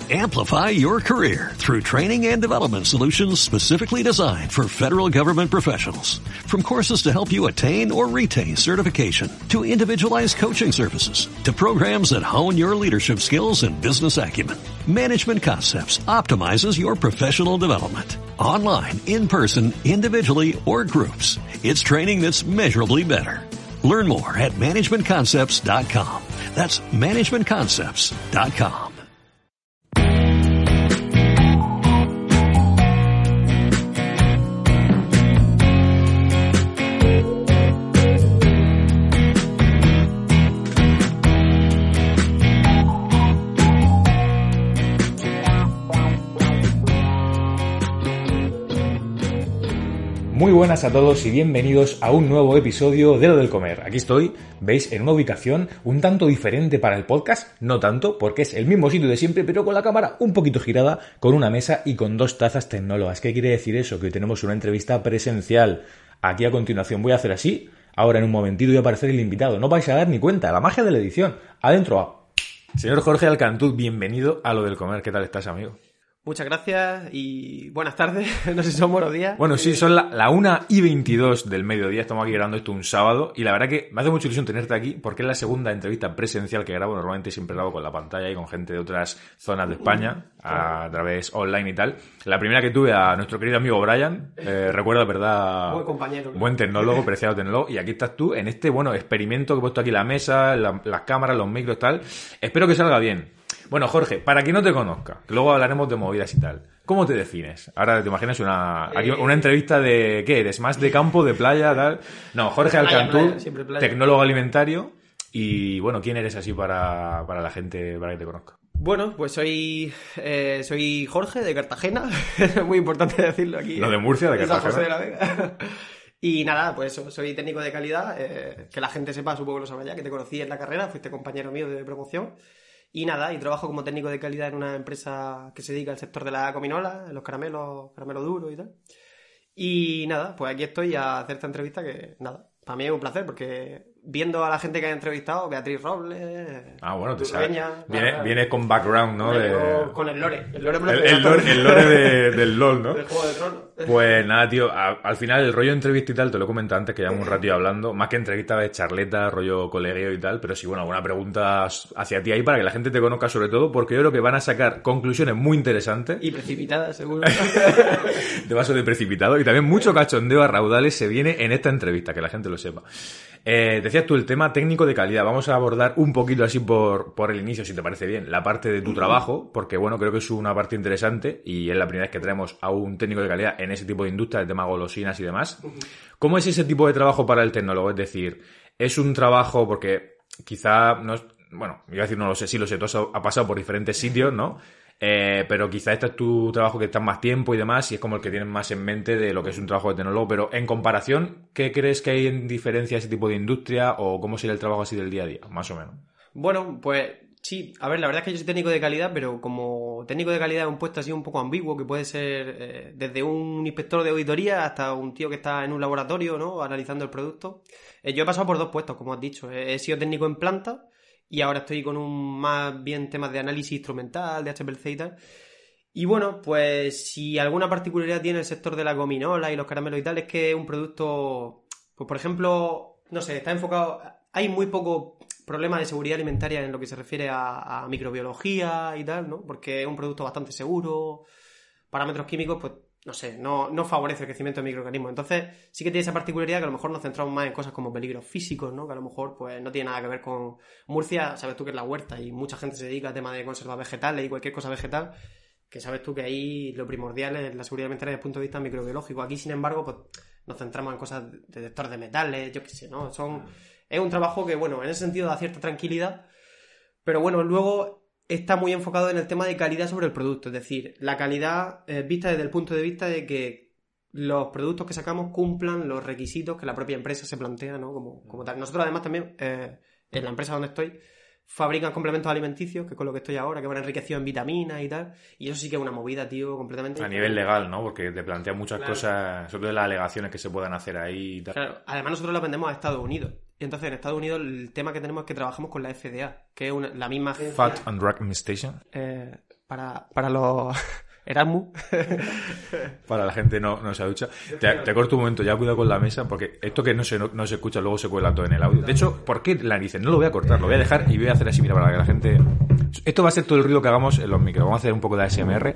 Amplify your career through training and development solutions specifically designed for federal government professionals. From courses to help you attain or retain certification, to individualized coaching services, to programs that hone your leadership skills and business acumen, Management Concepts optimizes your professional development. Online, in person, individually, or groups, it's training that's measurably better. Learn more at managementconcepts.com. That's managementconcepts.com. Muy buenas a todos y bienvenidos a un nuevo episodio de Lo del Comer. Aquí estoy, veis, en una ubicación un tanto diferente para el podcast, no tanto, porque es el mismo sitio de siempre, pero con la cámara un poquito girada, con una mesa y con 2 tazas tecnólogas. ¿Qué quiere decir eso? Que hoy tenemos una entrevista presencial. Aquí a continuación voy a hacer así, ahora en un momentito voy a aparecer el invitado. No vais a dar ni cuenta, la magia de la edición. Adentro va. Señor Jorge Alcantuz, bienvenido a Lo del Comer. ¿Qué tal estás, amigo? Muchas gracias y buenas tardes, no sé si son buenos días. Bueno, sí, son la 1:22 del mediodía, estamos aquí grabando esto un sábado y la verdad que me hace mucha ilusión tenerte aquí porque es la segunda entrevista presencial que grabo, normalmente siempre grabo con la pantalla y con gente de otras zonas de España, a través online y tal. La primera que tuve a nuestro querido amigo Brian, recuerdo, ¿verdad? Buen compañero. Buen tecnólogo, preciado tecnólogo, y aquí estás tú en este, experimento que he puesto aquí la mesa, las cámaras, los micros y tal. Espero que salga bien. Bueno, Jorge, para quien no te conozca, que luego hablaremos de movidas y tal, ¿cómo te defines? Ahora te imaginas una entrevista de, ¿qué eres? ¿Más de campo, de playa, tal? No, Jorge Alcantuz, tecnólogo alimentario, y bueno, ¿quién eres así para la gente, para que te conozca? Bueno, pues soy Jorge, de Cartagena, es muy importante decirlo aquí. No, de Murcia, de Cartagena. José de la Vega. Y nada, pues soy técnico de calidad, que la gente sepa, supongo que lo sabrá ya, que te conocí en la carrera, fuiste compañero mío de promoción. Y nada, y trabajo como técnico de calidad en una empresa que se dedica al sector de la gominola, los caramelos duros y tal. Y nada, pues aquí estoy a hacer esta entrevista que, nada, para mí es un placer porque viendo a la gente que he entrevistado, Beatriz Robles... Bueno, te sabes. Viene con background, ¿no? Con el lore. El lore del LOL, ¿no? Del Juego de Tronos. Pues nada, tío, al final el rollo entrevista y tal, te lo he comentado antes que llevamos un rato hablando, más que entrevista de charleta, rollo colegueo y tal, pero sí, bueno, alguna pregunta hacia ti ahí para que la gente te conozca sobre todo, porque yo creo que van a sacar conclusiones muy interesantes. Y precipitadas, seguro. De vaso de precipitado, y también mucho cachondeo a raudales se viene en esta entrevista, que la gente lo sepa. Decías tú el tema técnico de calidad. Vamos a abordar un poquito así por el inicio, si te parece bien, la parte de tu trabajo, porque bueno, creo que es una parte interesante y es la primera vez que traemos a un técnico de calidad en ese tipo de industria, el tema golosinas y demás. ¿Cómo es ese tipo de trabajo para el tecnólogo? Es decir, es un trabajo porque quizá no es, bueno, iba a decir no lo sé, sí lo sé, tú has pasado por diferentes sitios, ¿no? Pero quizá este es tu trabajo que estás más tiempo y demás y es como el que tienes más en mente de lo que es un trabajo de tecnólogo, pero en comparación, ¿qué crees que hay en diferencia a ese tipo de industria o cómo sería el trabajo así del día a día, más o menos? Bueno, pues sí, a ver, la verdad es que yo soy técnico de calidad, pero como técnico de calidad es un puesto así un poco ambiguo, que puede ser desde un inspector de auditoría hasta un tío que está en un laboratorio, ¿no? Analizando el producto. Yo he pasado por 2 puestos, como has dicho. He sido técnico en planta y ahora estoy con más bien temas de análisis instrumental, de HPLC y tal. Y bueno, pues si alguna particularidad tiene el sector de la gominola y los caramelos y tal, es que es un producto, pues por ejemplo, no sé, está enfocado, hay muy poco problema de seguridad alimentaria en lo que se refiere a microbiología y tal, ¿no? Porque es un producto bastante seguro, parámetros químicos, pues no sé, no favorece el crecimiento de microorganismos. Entonces sí que tiene esa particularidad que a lo mejor nos centramos más en cosas como peligros físicos, ¿no? Que a lo mejor pues no tiene nada que ver con Murcia, sabes tú que es la huerta y mucha gente se dedica a temas de conservas vegetales y cualquier cosa vegetal, que sabes tú que ahí lo primordial es la seguridad alimentaria desde el punto de vista microbiológico. Aquí, sin embargo, pues nos centramos en cosas de detector de metales, yo qué sé, ¿no? Es un trabajo que, bueno, en ese sentido da cierta tranquilidad, pero bueno, luego está muy enfocado en el tema de calidad sobre el producto, es decir, la calidad vista desde el punto de vista de que los productos que sacamos cumplan los requisitos que la propia empresa se plantea, ¿no? Como tal. Nosotros además también, en la empresa donde estoy, fabrican complementos alimenticios, que con lo que estoy ahora, que van enriquecidos en vitaminas y tal, y eso sí que es una movida, tío, completamente. A nivel legal, ¿no? Porque te plantea muchas cosas, sobre todo las alegaciones que se puedan hacer ahí y tal. Claro, además nosotros lo vendemos a Estados Unidos. Y entonces en Estados Unidos el tema que tenemos es que trabajamos con la FDA, que es la misma agencia... Food and Drug Administration. para los Erasmus. Para la gente no se ducha. Te corto un momento, ya cuidado con la mesa, porque esto que no se escucha luego se cuela todo en el audio. De hecho, ¿por qué la narices? No lo voy a cortar, lo voy a dejar y voy a hacer así, mira, para que la gente... Esto va a ser todo el ruido que hagamos en los micros. Vamos a hacer un poco de ASMR.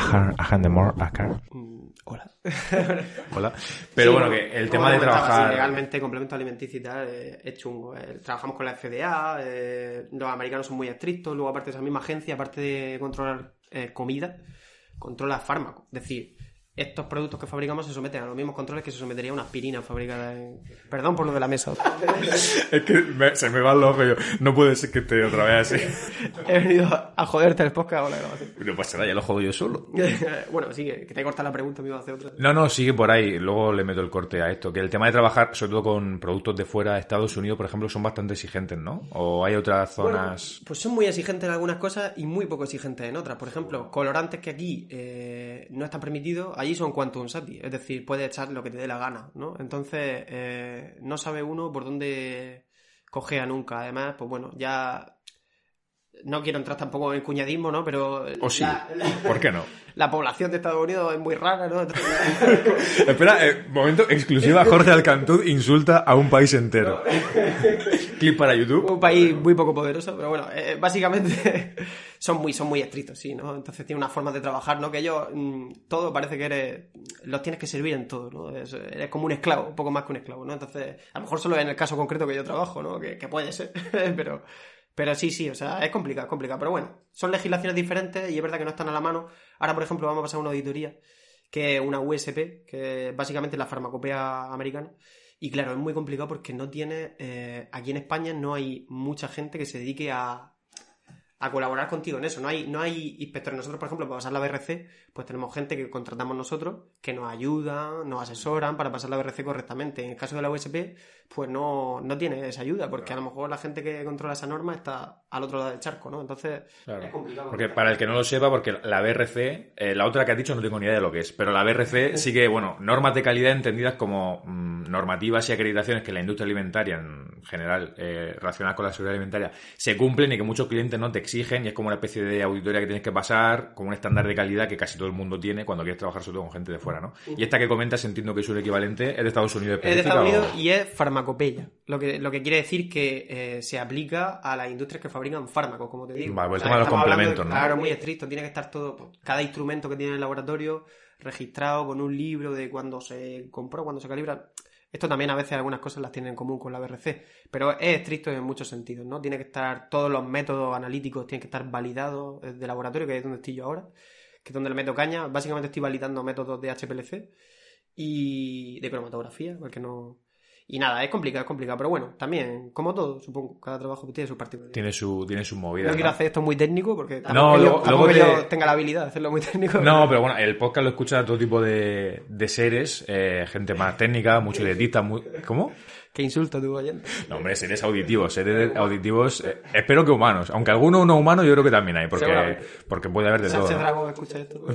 Hola. Hola. Pero Sí, bueno, que el tema de trabajar... Legalmente, complemento alimenticio y tal, es chungo. Trabajamos con la FDA, los americanos son muy estrictos, luego aparte de esa misma agencia, aparte de controlar comida, controla fármacos. Es decir, estos productos que fabricamos se someten a los mismos controles que se sometería una aspirina fabricada en... Perdón por lo de la mesa. Es que se me va el ojo yo. No puede ser que esté otra vez así. He venido a joderte el podcast o la grabación. No pasa nada, ya lo jodo yo solo. Bueno, sí, que te he cortado la pregunta, me iba a hacer otra. No, sigue por ahí. Luego le meto el corte a esto. Que el tema de trabajar, sobre todo con productos de fuera, Estados Unidos, por ejemplo, son bastante exigentes, ¿no? O hay otras zonas... Bueno, pues son muy exigentes en algunas cosas y muy poco exigentes en otras. Por ejemplo, colorantes que aquí no están permitidos, allí son quantum sati. Es decir, puedes echar lo que te dé la gana, ¿no? Entonces, no sabe uno por dónde cojea nunca. Además, pues bueno, ya... No quiero entrar tampoco en cuñadismo, ¿no? Pero... O sí, ¿por qué no? La población de Estados Unidos es muy rara, ¿no? Espera, momento exclusiva. Jorge Alcantuz insulta a un país entero. Clip para YouTube. Un país muy poco poderoso, pero bueno, básicamente son muy estrictos, sí, ¿no? Entonces tiene una forma de trabajar, ¿no? Que ellos, todo parece que los tienes que servir en todo, ¿no? Eres como un esclavo, un poco más que un esclavo, ¿no? Entonces, a lo mejor solo en el caso concreto que yo trabajo, ¿no? Que puede ser, Pero sí, o sea, es complicado. Pero bueno, son legislaciones diferentes y es verdad que no están a la mano. Ahora, por ejemplo, vamos a pasar una auditoría, que es una USP, que es básicamente la farmacopea americana. Y claro, es muy complicado porque no tiene... aquí en España no hay mucha gente que se dedique a colaborar contigo en eso. No hay inspectores. Nosotros, por ejemplo, para pasar la BRC, pues tenemos gente que contratamos nosotros, que nos ayudan, nos asesoran para pasar la BRC correctamente. En el caso de la USP, pues no tiene esa ayuda, porque a lo mejor la gente que controla esa norma está al otro lado del charco, ¿no? Entonces, claro, es complicado. Porque para el que no lo sepa, porque la BRC, la otra que has dicho no tengo ni idea de lo que es, pero la BRC sí que, bueno, normas de calidad entendidas como normativas y acreditaciones que la industria alimentaria en general, relacionadas con la seguridad alimentaria, se cumplen y que muchos clientes no te exigen, y es como una especie de auditoría que tienes que pasar, como un estándar de calidad que casi todo el mundo tiene cuando quieres trabajar sobre todo con gente de fuera, ¿no? Y esta que comentas, entiendo que es un equivalente, es de Estados Unidos. Es de Estados Unidos y es farmacopeia, lo que quiere decir que se aplica a las industrias que fabrican fármacos, como te digo. Vale, pues el tema de los complementos, ¿no? Claro, muy estricto, tiene que estar todo, pues, cada instrumento que tiene en el laboratorio registrado con un libro de cuándo se compró, cuándo se calibra. Esto también a veces algunas cosas las tienen en común con la BRC, pero es estricto en muchos sentidos, ¿no? Tiene que estar, todos los métodos analíticos tienen que estar validados de laboratorio, que es donde estoy yo ahora, que es donde le meto caña. Básicamente estoy validando métodos de HPLC y de cromatografía, porque no... Y nada, es complicado, pero bueno, también, como todo, supongo, cada trabajo tiene su particularidad. Tiene su movida. No quiero hacer esto muy técnico, porque tampoco yo tenga la habilidad de hacerlo muy técnico. No, pero bueno, el podcast lo escucha todo tipo de seres, gente más técnica, muchos dietistas, ¿Cómo? Qué insulto tu oyente. No, hombre, seres auditivos, espero que humanos, aunque algunos no humanos yo creo que también hay, porque puede haber de todo. Sánchez Dragón escucha esto.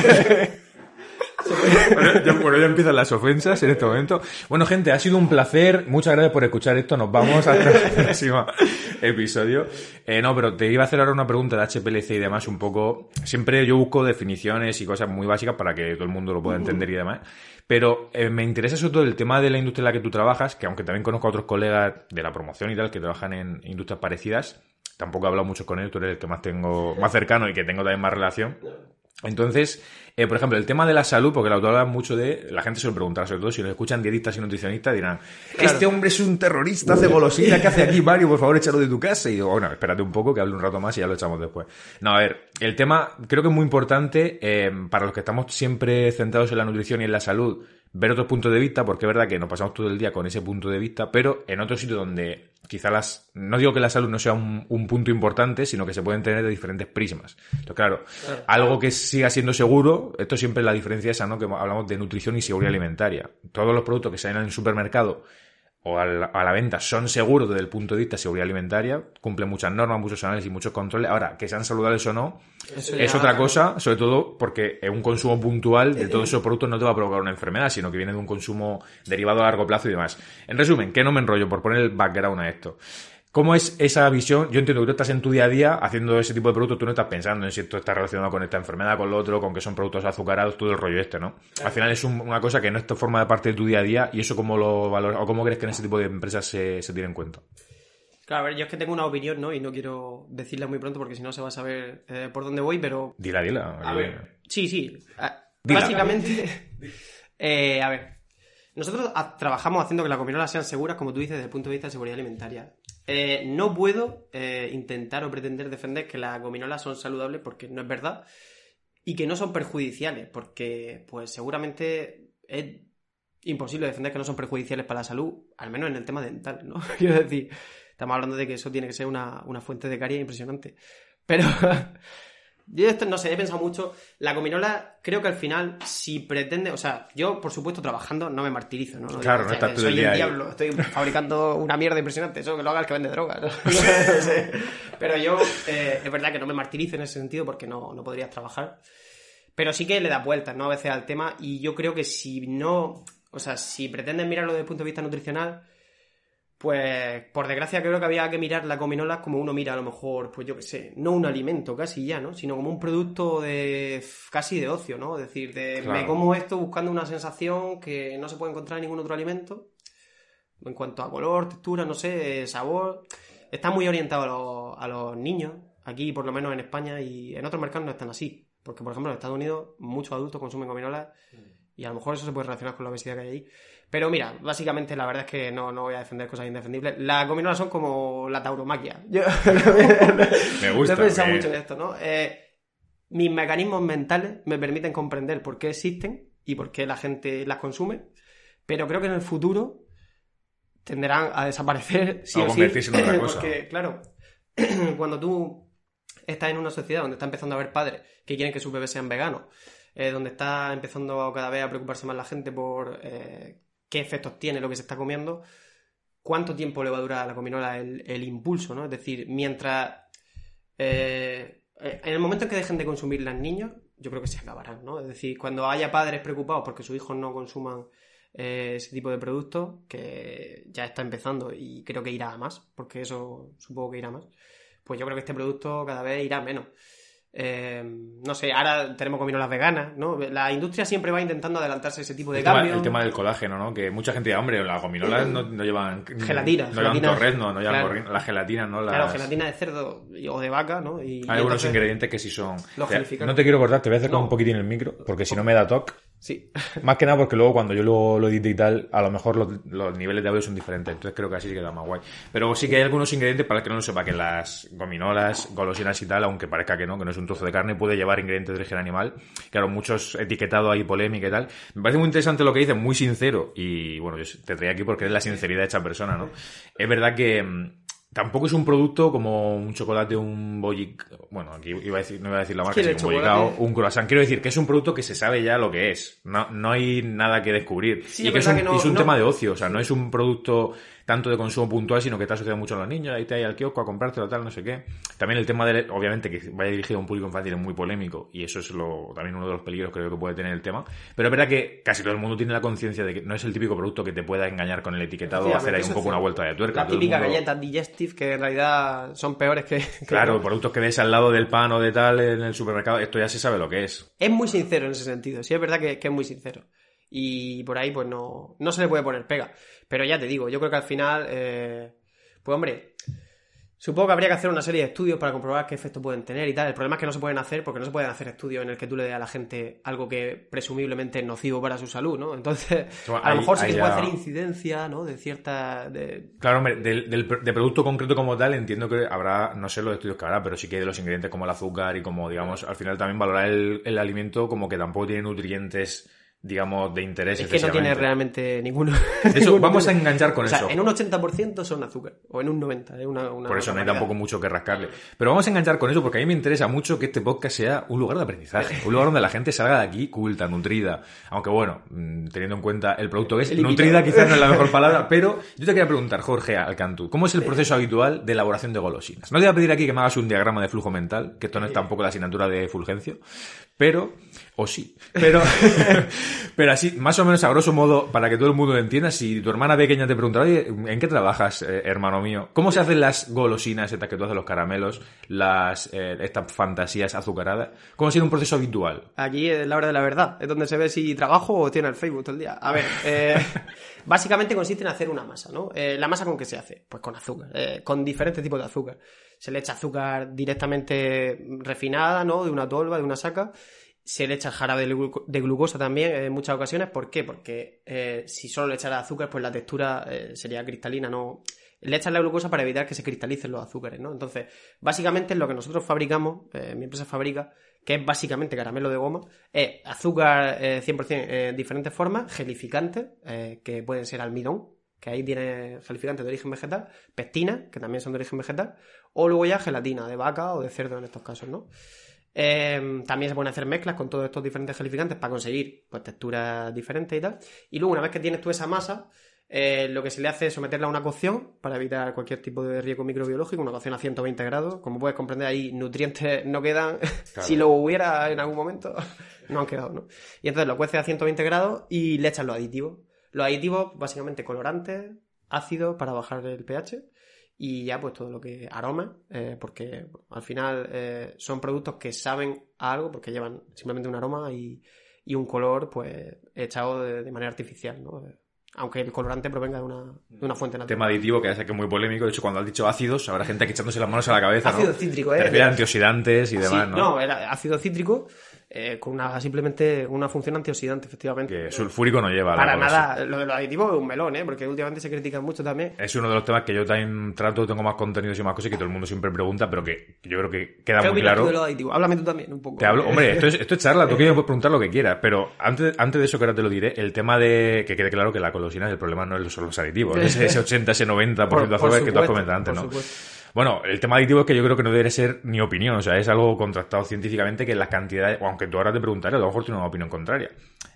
Bueno, ya empiezan las ofensas en este momento. Bueno, gente, ha sido un placer. Muchas gracias por escuchar esto. Nos vamos hasta el próximo episodio. No, pero te iba a hacer ahora una pregunta de HPLC y demás, un poco. Siempre yo busco definiciones y cosas muy básicas para que todo el mundo lo pueda entender y demás. Pero me interesa sobre todo el tema de la industria en la que tú trabajas, que aunque también conozco a otros colegas de la promoción y tal que trabajan en industrias parecidas, tampoco he hablado mucho con él. Tú eres el que más tengo más cercano y que tengo también más relación. Entonces, por ejemplo, el tema de la salud, porque el autor habla mucho de... La gente se lo preguntará, sobre todo si nos escuchan dietistas y nutricionistas, dirán, claro, este hombre es un terrorista, hace golosina, ¿qué hace aquí, Mario? Por favor, échalo de tu casa. Y digo, bueno, espérate un poco, que hable un rato más y ya lo echamos después. No, a ver, el tema creo que es muy importante para los que estamos siempre centrados en la nutrición y en la salud, ver otros puntos de vista, porque es verdad que nos pasamos todo el día con ese punto de vista, pero en otro sitio donde quizá no digo que la salud no sea un punto importante, sino que se pueden tener de diferentes prismas. Entonces, claro, algo que siga siendo seguro, esto siempre es la diferencia esa, ¿no? Que hablamos de nutrición y seguridad alimentaria. Todos los productos que salen en el supermercado o a la venta son seguros desde el punto de vista de seguridad alimentaria, cumplen muchas normas, muchos análisis y muchos controles. Ahora, que sean saludables o no, es otra cosa, sobre todo porque un consumo puntual de todos esos productos no te va a provocar una enfermedad, sino que viene de un consumo derivado a largo plazo y demás. En resumen, que no me enrollo por poner el background a esto. ¿Cómo es esa visión? Yo entiendo que tú estás en tu día a día haciendo ese tipo de productos, tú no estás pensando en si esto está relacionado con esta enfermedad, con lo otro, con que son productos azucarados, todo el rollo este, ¿no? Al final es una cosa que no forma parte de tu día a día, y eso ¿cómo lo valoras o cómo crees que en ese tipo de empresas se tiene en cuenta? Claro, a ver, yo es que tengo una opinión, ¿no? Y no quiero decirla muy pronto porque si no se va a saber por dónde voy, pero... Dila. A ver, sí. Dila. Básicamente, a ver, nosotros trabajamos haciendo que las gominolas sean seguras, como tú dices, desde el punto de vista de seguridad alimentaria. No puedo intentar o pretender defender que las gominolas son saludables porque no es verdad, y que no son perjudiciales porque, pues, seguramente es imposible defender que no son perjudiciales para la salud, al menos en el tema dental, ¿no? Quiero decir, estamos hablando de que eso tiene que ser una fuente de caries impresionante. Pero yo esto, no sé, he pensado mucho. La gominola, creo que al final, si pretende... O sea, yo, por supuesto, trabajando, no me martirizo, ¿no? Claro, no estás todo el día día el diablo, estoy fabricando una mierda impresionante. Eso que lo haga el que vende drogas, ¿no? No sé. Pero yo, es verdad que no me martirizo en ese sentido porque no podrías trabajar. Pero sí que le da vueltas, ¿no? A veces al tema. Y yo creo que si no... O sea, si pretendes mirarlo desde el punto de vista nutricional, pues, por desgracia, creo que había que mirar las gominolas como uno mira a lo mejor, pues yo qué sé, no un alimento casi ya, ¿no? Sino como un producto casi de ocio, ¿no? Es decir, Claro. Me como esto buscando una sensación que no se puede encontrar en ningún otro alimento. En cuanto a color, textura, no sé, sabor. Está muy orientado a los niños, aquí por lo menos en España, y en otros mercados no están así. Porque, por ejemplo, en Estados Unidos muchos adultos consumen gominolas y a lo mejor eso se puede relacionar con la obesidad que hay ahí. Pero mira, básicamente la verdad es que no voy a defender cosas indefendibles. Las gominolas son como la tauromaquia. Me gusta. He pensado mucho en esto, ¿no? Mis mecanismos mentales me permiten comprender por qué existen y por qué la gente las consume, pero creo que en el futuro tenderán a desaparecer sí o sí. Convertirse en otra cosa. Porque, claro, cuando tú estás en una sociedad donde está empezando a haber padres que quieren que sus bebés sean veganos, donde está empezando cada vez a preocuparse más la gente por qué efectos tiene lo que se está comiendo, cuánto tiempo le va a durar a la gominola el impulso, ¿no? Es decir, mientras... en el momento en que dejen de consumir las niños, yo creo que se acabarán, ¿no? Es decir, cuando haya padres preocupados porque sus hijos no consuman ese tipo de productos, que ya está empezando y creo que irá a más, porque eso supongo que irá a más, pues yo creo que este producto cada vez irá a menos. No sé, ahora tenemos gominolas veganas, ¿no? La industria siempre va intentando adelantarse a ese tipo de cambios. El tema del colágeno, ¿no? Que mucha gente dice, hombre, las gominolas no llevan... Gelatina. No llevan torrezno, no llevan claro. La gelatina, ¿no? Claro, gelatina de cerdo o de vaca, ¿no? Hay algunos ingredientes que sí son... No te quiero cortar, te voy a acercar un poquitín el micro, porque si no me da toque. Sí. Más que nada porque luego cuando yo lo edite y tal, a lo mejor los niveles de audio son diferentes, entonces creo que así sí queda más guay. Pero sí que hay algunos ingredientes, para el que no lo sepa, que las gominolas, golosinas y tal, aunque parezca que no es un trozo de carne, puede llevar ingredientes de origen animal. Claro, muchos etiquetados ahí, polémica y tal. Me parece muy interesante lo que dices, muy sincero, y bueno, yo te traía aquí porque es la sinceridad de esta persona, ¿no? Es verdad que tampoco es un producto como un chocolate, un bollic... Bueno, aquí no iba a decir la marca, sino un bollicao, un croissant. Quiero decir que es un producto que se sabe ya lo que es. No hay nada que descubrir. Sí, y que es un tema de ocio. O sea, no es un producto tanto de consumo puntual, sino que está asociado mucho a los niños. Ahí te hay al kiosco a comprártelo, tal, no sé qué. También el tema de, obviamente, que vaya dirigido a un público infantil es muy polémico. Y eso es también uno de los peligros creo que puede tener el tema. Pero es verdad que casi todo el mundo tiene la conciencia de que no es el típico producto que te pueda engañar con el etiquetado o hacer ahí un poco una vuelta de tuerca. La típica galleta digestive que en realidad son peores que claro, productos que ves al lado del pan o de tal en el supermercado, esto ya se sabe lo que es. Es muy sincero en ese sentido, sí es verdad que es muy sincero. Y por ahí pues no se le puede poner pega. Pero ya te digo, yo creo que al final, pues hombre, supongo que habría que hacer una serie de estudios para comprobar qué efectos pueden tener y tal. El problema es que no se pueden hacer porque no se pueden hacer estudios en el que tú le des a la gente algo que presumiblemente es nocivo para su salud, ¿no? Entonces, a lo mejor sí que se puede hacer incidencia, ¿no? De cierta... Claro, hombre, de producto concreto como tal entiendo que habrá, no sé los estudios que habrá, pero sí que de los ingredientes como el azúcar y como, digamos, al final también valorar el alimento como que tampoco tiene nutrientes, digamos, de interés. Es que no tiene realmente ninguno. De hecho, vamos a enganchar con eso. eso. En un 80% son azúcar, o en un 90%. Es una por eso no hay tampoco mucho que rascarle. Pero vamos a enganchar con eso porque a mí me interesa mucho que este podcast sea un lugar de aprendizaje. Un lugar donde la gente salga de aquí culta, nutrida. Aunque bueno, teniendo en cuenta el producto que es, nutrida quizás no es la mejor palabra, pero yo te quería preguntar, Jorge Alcantú, ¿cómo es el proceso habitual de elaboración de golosinas? No te voy a pedir aquí que me hagas un diagrama de flujo mental, que esto no es tampoco la asignatura de Fulgencio, pero... O sí. Pero Pero así, más o menos a grosso modo, para que todo el mundo lo entienda, si tu hermana pequeña te pregunta, oye, ¿en qué trabajas, hermano mío? ¿Cómo se hacen las golosinas estas que tú haces, los caramelos, estas fantasías azucaradas? ¿Cómo sería un proceso habitual? Aquí es la hora de la verdad, es donde se ve si trabajo o tiene el Facebook todo el día. A ver, básicamente consiste en hacer una masa, ¿no? ¿La masa con qué se hace? Pues con azúcar, con diferentes tipos de azúcar. Se le echa azúcar directamente refinada, ¿no? De una tolva, de una saca. Se le echa jarabe de glucosa también en muchas ocasiones. ¿Por qué? Porque si solo le echara azúcar, pues la textura sería cristalina, ¿no? Le echan la glucosa para evitar que se cristalicen los azúcares, ¿no? Entonces, básicamente lo que nosotros fabricamos, mi empresa fabrica, que es básicamente caramelo de goma, es azúcar 100% en diferentes formas, gelificantes, que pueden ser almidón, que ahí tiene gelificantes de origen vegetal, pectina, que también son de origen vegetal, o luego ya gelatina de vaca o de cerdo en estos casos, ¿no? También se pueden hacer mezclas con todos estos diferentes gelificantes para conseguir pues texturas diferentes y tal. Y luego, una vez que tienes tú esa masa, lo que se le hace es someterla a una cocción para evitar cualquier tipo de riesgo microbiológico, una cocción a 120 grados. Como puedes comprender, ahí nutrientes no quedan. Claro. Si lo hubiera en algún momento, no han quedado, ¿no? Y entonces lo cueces a 120 grados y le echas los aditivos. Los aditivos, básicamente colorantes, ácidos para bajar el pH y ya pues todo lo que aroma, porque al final son productos que saben a algo porque llevan simplemente un aroma y un color pues echado de manera artificial, ¿no? Aunque el colorante provenga de una fuente natural. Tema aditivo que ya sé que es muy polémico. De hecho, cuando has dicho ácidos, habrá gente aquí echándose las manos a la cabeza, ¿no? Ácido cítrico, Te refieres a antioxidantes y demás, sí, ¿no? No, era ácido cítrico con simplemente una función antioxidante, efectivamente. Que sulfúrico no lleva. Para nada. Lo de los aditivos es un melón, porque últimamente se critican mucho también. Es uno de los temas que yo también trato, tengo más contenidos y más cosas que todo el mundo siempre pregunta, pero que yo creo que queda muy claro. ¿Qué opinas tú de los aditivos? Háblame tú también un poco. Te hablo, hombre, esto es charla, tú quieres preguntar lo que quieras, pero antes de eso, que ahora te lo diré, el tema de que quede claro que la golosina, el problema no son los aditivos, es ese 80, ese 90% de azúcar que tú has comentado antes, ¿no? Supuesto. Bueno, el tema aditivo es que yo creo que no debería ser ni opinión, o sea, es algo contrastado científicamente que las cantidades, o aunque tú ahora te preguntarás, a lo mejor tienes una opinión contraria.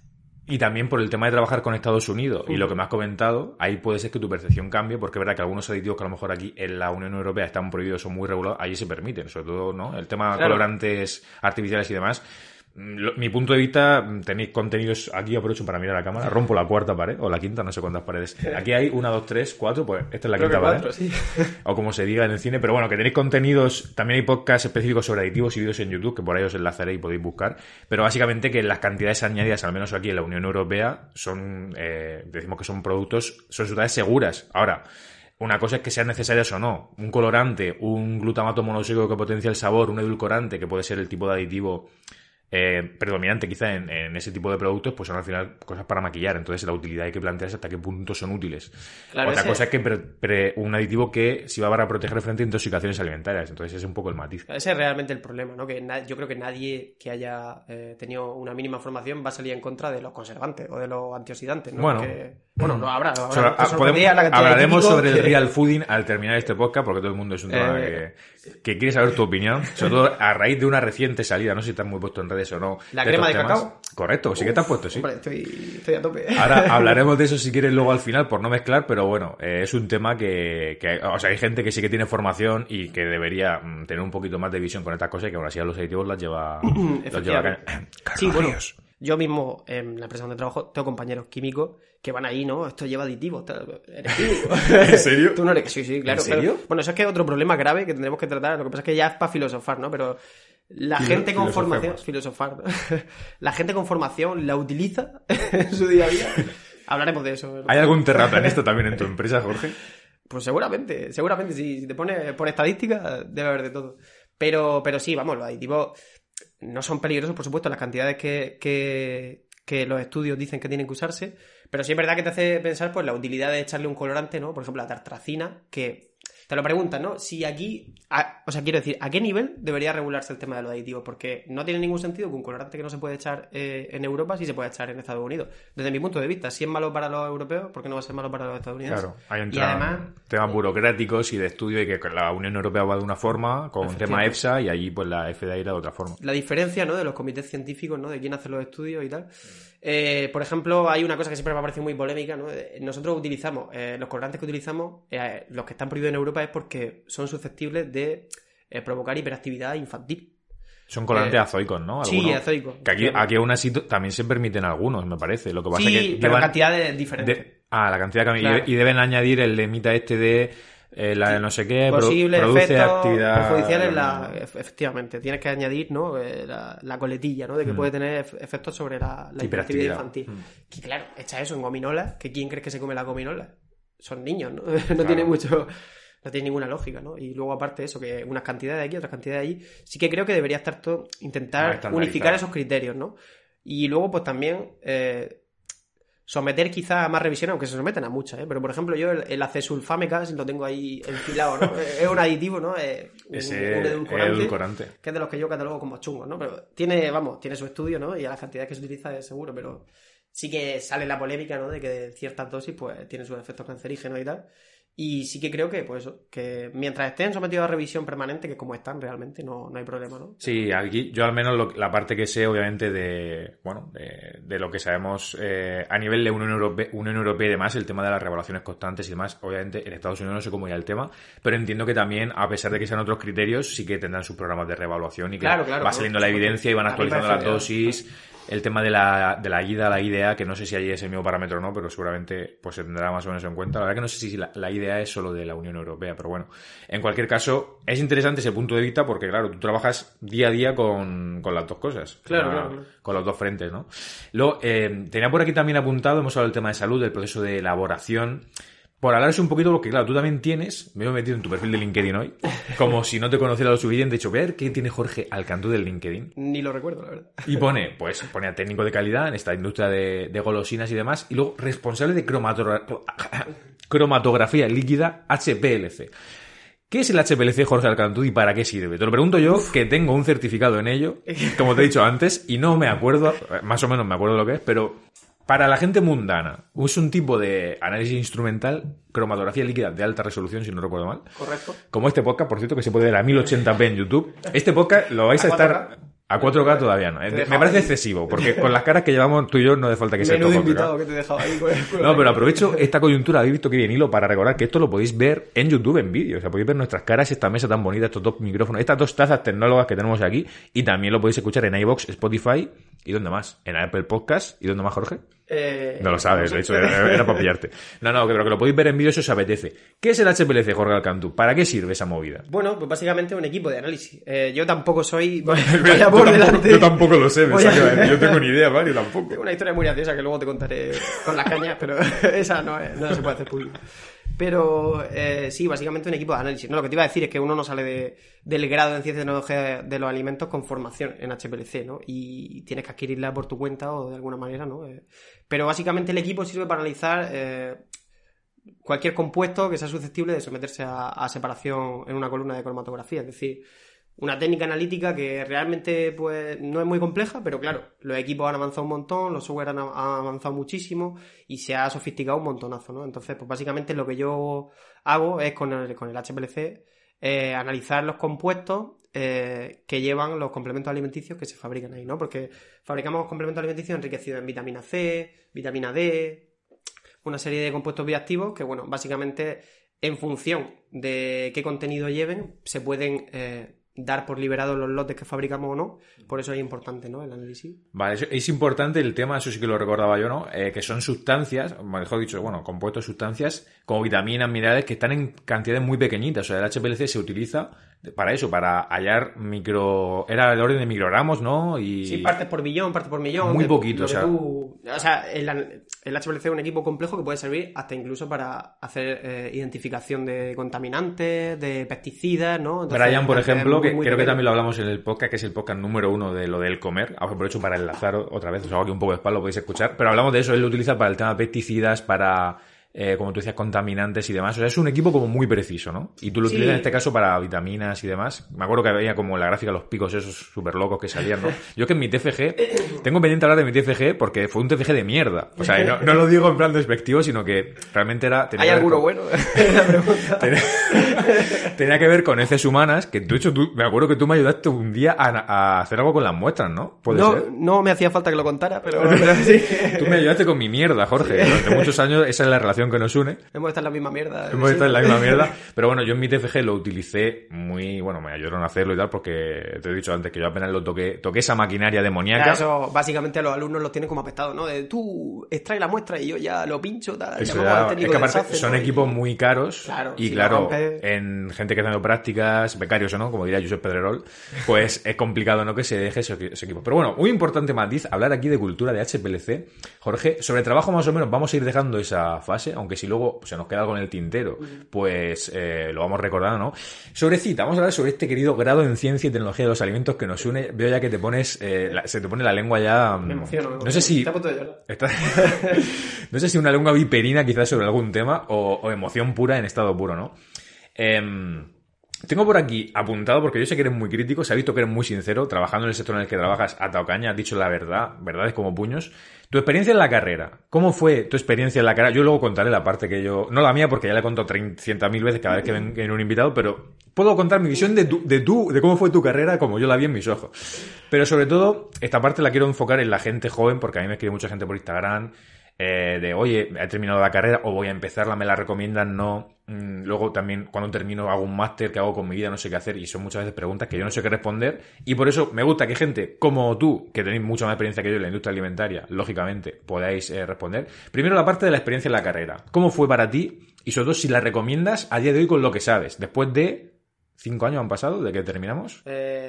Y también por el tema de trabajar con Estados Unidos y lo que me has comentado, ahí puede ser que tu percepción cambie, porque es verdad que algunos aditivos que a lo mejor aquí en la Unión Europea están prohibidos, son muy regulados, allí se permiten, sobre todo, ¿no? El tema de colorantes artificiales y demás. Mi punto de vista, tenéis contenidos, aquí aprovecho para mirar a la cámara, rompo la cuarta pared, o la quinta, no sé cuántas paredes. Aquí hay 1, 2, 3, 4, pues esta es la quinta pared. 4, sí. O como se diga en el cine, pero bueno, que tenéis contenidos, también hay podcasts específicos sobre aditivos y vídeos en YouTube, que por ahí os enlazaré y podéis buscar, pero básicamente que las cantidades añadidas, al menos aquí en la Unión Europea, son, decimos que son productos, son sustancias seguras. Ahora, una cosa es que sean necesarias o no. Un colorante, un glutamato monosódico que potencia el sabor, un edulcorante, que puede ser el tipo de aditivo predominante quizá en ese tipo de productos, pues son al final cosas para maquillar. Entonces la utilidad hay que plantearse hasta qué punto son útiles. Claro, otra cosa es que un aditivo que si va para proteger frente a intoxicaciones alimentarias. Entonces ese es un poco el matiz. Ese es realmente el problema, ¿no? Que yo creo que nadie que haya tenido una mínima formación va a salir en contra de los conservantes o de los antioxidantes, ¿no? Bueno, no habrá. Hablaremos sobre el real fooding al terminar este podcast, porque todo el mundo es un tema que quiere saber tu opinión, sobre todo a raíz de una reciente salida, no sé si estás muy puesto en redes o no. ¿La crema de cacao? Correcto, sí que te has puesto, sí. Hombre, estoy a tope. Ahora hablaremos de eso si quieres luego al final, por no mezclar, pero bueno, es un tema que o sea, hay gente que sí que tiene formación y que debería tener un poquito más de visión con estas cosas y que aún así a los aditivos las lleva Sí, bueno, yo mismo en la empresa donde trabajo tengo compañeros químicos que van ahí, ¿no? Esto lleva aditivos. ¿Eres químico? ¿En serio? Tú no eres... Sí, claro. ¿En serio? Pero, bueno, eso es que es otro problema grave que tendremos que tratar. Lo que pasa es que ya es para filosofar, ¿no? Pero la gente con formación... Filosofar. La gente con formación la utiliza en su día a día. Hablaremos de eso. ¿Hay algún terraplanista también en tu empresa, Jorge? Pues seguramente. Si te pones por estadística, debe haber de todo. Pero sí, vamos, los aditivos no son peligrosos, por supuesto, las cantidades que los estudios dicen que tienen que usarse, pero sí es verdad que te hace pensar pues la utilidad de echarle un colorante, ¿no? Por ejemplo, la tartracina, que te lo preguntan, ¿no? Si aquí, o sea, quiero decir, ¿a qué nivel debería regularse el tema de los aditivos? Porque no tiene ningún sentido que un colorante que no se puede echar en Europa sí se puede echar en Estados Unidos. Desde mi punto de vista, si es malo para los europeos, ¿por qué no va a ser malo para los estadounidenses? Claro, hay temas burocráticos y de estudio y que la Unión Europea va de una forma, con el tema EFSA, y allí pues la FDA irá de otra forma. La diferencia, ¿no? De los comités científicos, ¿no? De quién hace los estudios y tal. Por ejemplo, hay una cosa que siempre me ha parecido muy polémica, ¿no? Nosotros utilizamos, los colorantes que utilizamos, los que están prohibidos en Europa es porque son susceptibles de provocar hiperactividad infantil. Son colantes azoicos, ¿no? Sí, Algunos. azoicos. Que aquí aún así también se permiten algunos, me parece. Lo que pasa Sí, es que pero llevan cantidades diferentes. la cantidad que Claro. y deben añadir el lemita este de la de no sé qué, Posibles produce efectos actividad perjudiciales, efectivamente. Tienes que añadir, ¿no? La coletilla, ¿no? De que puede tener efectos sobre la hiperactividad infantil. Que claro, echa eso en gominolas, que ¿quién crees que se come las gominolas? Son niños, ¿no? No tiene mucho... No tiene ninguna lógica, ¿no? Y luego, aparte de eso, que unas cantidades de aquí, otras cantidades de allí, sí que creo que debería estar todo, intentar unificar esos criterios, ¿no? Y luego, pues también someter quizá a más revisiones, aunque se someten a muchas, ¿eh? Pero, por ejemplo, yo el acesulfame casi lo tengo ahí enfilado, ¿no? Es un aditivo, ¿no? Un edulcorante, que es de los que yo catalogo como chungos, ¿no? Pero tiene su estudio, ¿no? Y a las cantidades que se utiliza es seguro, pero sí que sale la polémica, ¿no? De que ciertas dosis, pues, tienen sus efectos cancerígenos y tal. Y sí que creo que, pues eso, que mientras estén sometidos a revisión permanente, que como están realmente, no hay problema, ¿no? Sí, aquí yo al menos la parte que sé, obviamente, de lo que sabemos a nivel de Unión Europea y demás, el tema de las revaluaciones constantes y demás, obviamente en Estados Unidos no sé cómo irá el tema, pero entiendo que también, a pesar de que sean otros criterios, sí que tendrán sus programas de revaluación y que va saliendo la evidencia y van actualizando las dosis. El tema de la IDA, la IDEA, que no sé si hay ese mismo parámetro o no, pero seguramente pues se tendrá más o menos en cuenta. La verdad que no sé si la IDEA es solo de la Unión Europea, pero bueno. En cualquier caso, es interesante ese punto de vista porque, claro, tú trabajas día a día con las dos cosas. Claro. Con los dos frentes, ¿no? Luego, tenía por aquí también apuntado, hemos hablado del tema de salud, del proceso de elaboración. Por hablaros un poquito, porque claro, tú también tienes, me he metido en tu perfil de LinkedIn hoy, como si no te conociera lo suficiente, he dicho, ver qué tiene Jorge Alcantú del LinkedIn. Ni lo recuerdo, la verdad. Y pone a técnico de calidad en esta industria de golosinas y demás, y luego responsable de cromatografía líquida HPLC. ¿Qué es el HPLC, Jorge Alcantú, y para qué sirve? Te lo pregunto yo, que tengo un certificado en ello, como te he dicho antes, y no me acuerdo, más o menos me acuerdo lo que es, pero... Para la gente mundana, es un tipo de análisis instrumental, cromatografía líquida de alta resolución, si no recuerdo mal. Correcto. Como este podcast, por cierto, que se puede ver a 1080p en YouTube. Este podcast lo vais a estar... A 4K todavía no. Me parece excesivo, porque con las caras que llevamos tú y yo no hace falta que sea todo 4K. Invitado que te he dejado ahí con el... No, pero aprovecho esta coyuntura, habéis visto que bien hilo, para recordar que esto lo podéis ver en YouTube en vídeo. O sea, podéis ver nuestras caras, esta mesa tan bonita, estos dos micrófonos, estas dos tazas tecnólogas que tenemos aquí, y también lo podéis escuchar en iVoox, Spotify, ¿y dónde más? En Apple Podcast, ¿y dónde más, Jorge? No lo sabes, de hecho, era para pillarte. No, pero que lo podéis ver en vídeo si os apetece. ¿Qué es el HPLC, Jorge Alcantú? ¿Para qué sirve esa movida? Bueno, pues básicamente un equipo de análisis. Yo tampoco soy... Yo tampoco lo sé, yo tengo ni idea, Mario, tampoco. Tengo una historia muy graciosa que luego te contaré con las cañas, pero esa no se puede hacer pública. Pero sí, básicamente un equipo de análisis. No, lo que te iba a decir es que uno no sale del grado en Ciencias y Tecnología de los Alimentos con formación en HPLC, ¿no? Y tienes que adquirirla por tu cuenta o de alguna manera, ¿no? Pero básicamente el equipo sirve para analizar cualquier compuesto que sea susceptible de someterse a separación en una columna de cromatografía. Es decir, una técnica analítica que realmente pues no es muy compleja, pero claro, los equipos han avanzado un montón, los software han avanzado muchísimo y se ha sofisticado un montonazo, ¿no? Entonces, pues básicamente lo que yo hago es con el HPLC analizar los compuestos que llevan los complementos alimenticios que se fabrican ahí, ¿no? Porque fabricamos complementos alimenticios enriquecidos en vitamina C, vitamina D, una serie de compuestos bioactivos que, bueno, básicamente en función de qué contenido lleven se pueden dar por liberados los lotes que fabricamos o no. Por eso es importante, ¿no? El análisis. Vale, es importante el tema, eso sí que lo recordaba yo, ¿no? Que son sustancias, mejor dicho, bueno, compuestos, sustancias como vitaminas, minerales que están en cantidades muy pequeñitas. O sea, el HPLC se utiliza para eso, para hallar era del orden de microgramos, ¿no? Y sí, partes por millón. Muy poquito, o sea, el HPLC es un equipo complejo que puede servir hasta incluso para hacer identificación de contaminantes, de pesticidas, ¿no? Entonces, Brian, por ejemplo, que creo que también lo hablamos en el podcast, que es el podcast número 1 de lo del comer. Aprovecho para enlazar otra vez, os hago aquí un poco de espalda, lo podéis escuchar. Pero hablamos de eso, él lo utiliza para el tema de pesticidas, para... como tú decías, contaminantes y demás. O sea, es un equipo como muy preciso, ¿no? Y tú lo utilizas en este caso para vitaminas y demás. Me acuerdo que había como la gráfica, los picos esos súper locos que salían, ¿no? Yo que en mi TFG, tengo pendiente hablar de mi TFG porque fue un TFG de mierda. O sea, no lo digo en plan despectivo, sino que realmente era... ¿Hay alguno bueno? La pregunta. Tenía que ver con heces humanas, que de hecho me acuerdo que tú me ayudaste un día a hacer algo con las muestras, ¿no? ¿Puede ser? No me hacía falta que lo contara, pero sí. Tú me ayudaste con mi mierda, Jorge. Durante muchos años esa es la relación que nos une. Hemos estado en la misma mierda. Hemos estado en la misma mierda. Pero bueno, yo en mi TFG lo utilicé muy... Bueno, me ayudaron a hacerlo y tal, porque te he dicho antes que yo apenas lo toqué esa maquinaria demoníaca. Ya, eso básicamente a los alumnos los tienen como apestados, ¿no? De tú extrae la muestra y yo ya lo pincho, tal. Eso ya, es que aparte son equipos muy caros. Claro, y si claro, en gente que está haciendo prácticas, becarios o no, como diría Josep Pedrerol, pues es complicado, ¿no?, que se deje ese equipo. Pero bueno, un importante matiz, hablar aquí de cultura de HPLC. Jorge, sobre trabajo más o menos vamos a ir dejando esa fase, aunque si luego se nos queda algo en el tintero, pues lo vamos recordando, ¿no? Sobre cita, vamos a hablar sobre este querido grado en Ciencia y Tecnología de los Alimentos que nos une. Veo ya que te pones, se te pone la lengua ya... Me emociono. No sé si... No sé si una lengua viperina quizás sobre algún tema o emoción pura en estado puro, ¿no? Tengo por aquí apuntado, porque yo sé que eres muy crítico, se ha visto que eres muy sincero, trabajando en el sector en el que trabajas, atado caña, has dicho la verdad, verdades como puños. Tu experiencia en la carrera, ¿cómo fue tu experiencia en la carrera? Yo luego contaré la parte que yo... No la mía, porque ya la he contado 300.000 veces cada vez que viene un invitado, pero puedo contar mi visión de cómo fue tu carrera como yo la vi en mis ojos. Pero sobre todo, esta parte la quiero enfocar en la gente joven, porque a mí me escribe mucha gente por Instagram, de oye, he terminado la carrera o voy a empezarla, me la recomiendan, no. Luego también cuando termino hago un máster, ¿qué hago con mi vida? No sé qué hacer, y son muchas veces preguntas que yo no sé qué responder, y por eso me gusta que gente como tú, que tenéis mucha más experiencia que yo en la industria alimentaria, lógicamente podáis responder. Primero la parte de la experiencia en la carrera, ¿cómo fue para ti? Y sobre todo si la recomiendas a día de hoy con lo que sabes, después de 5 años han pasado de que terminamos.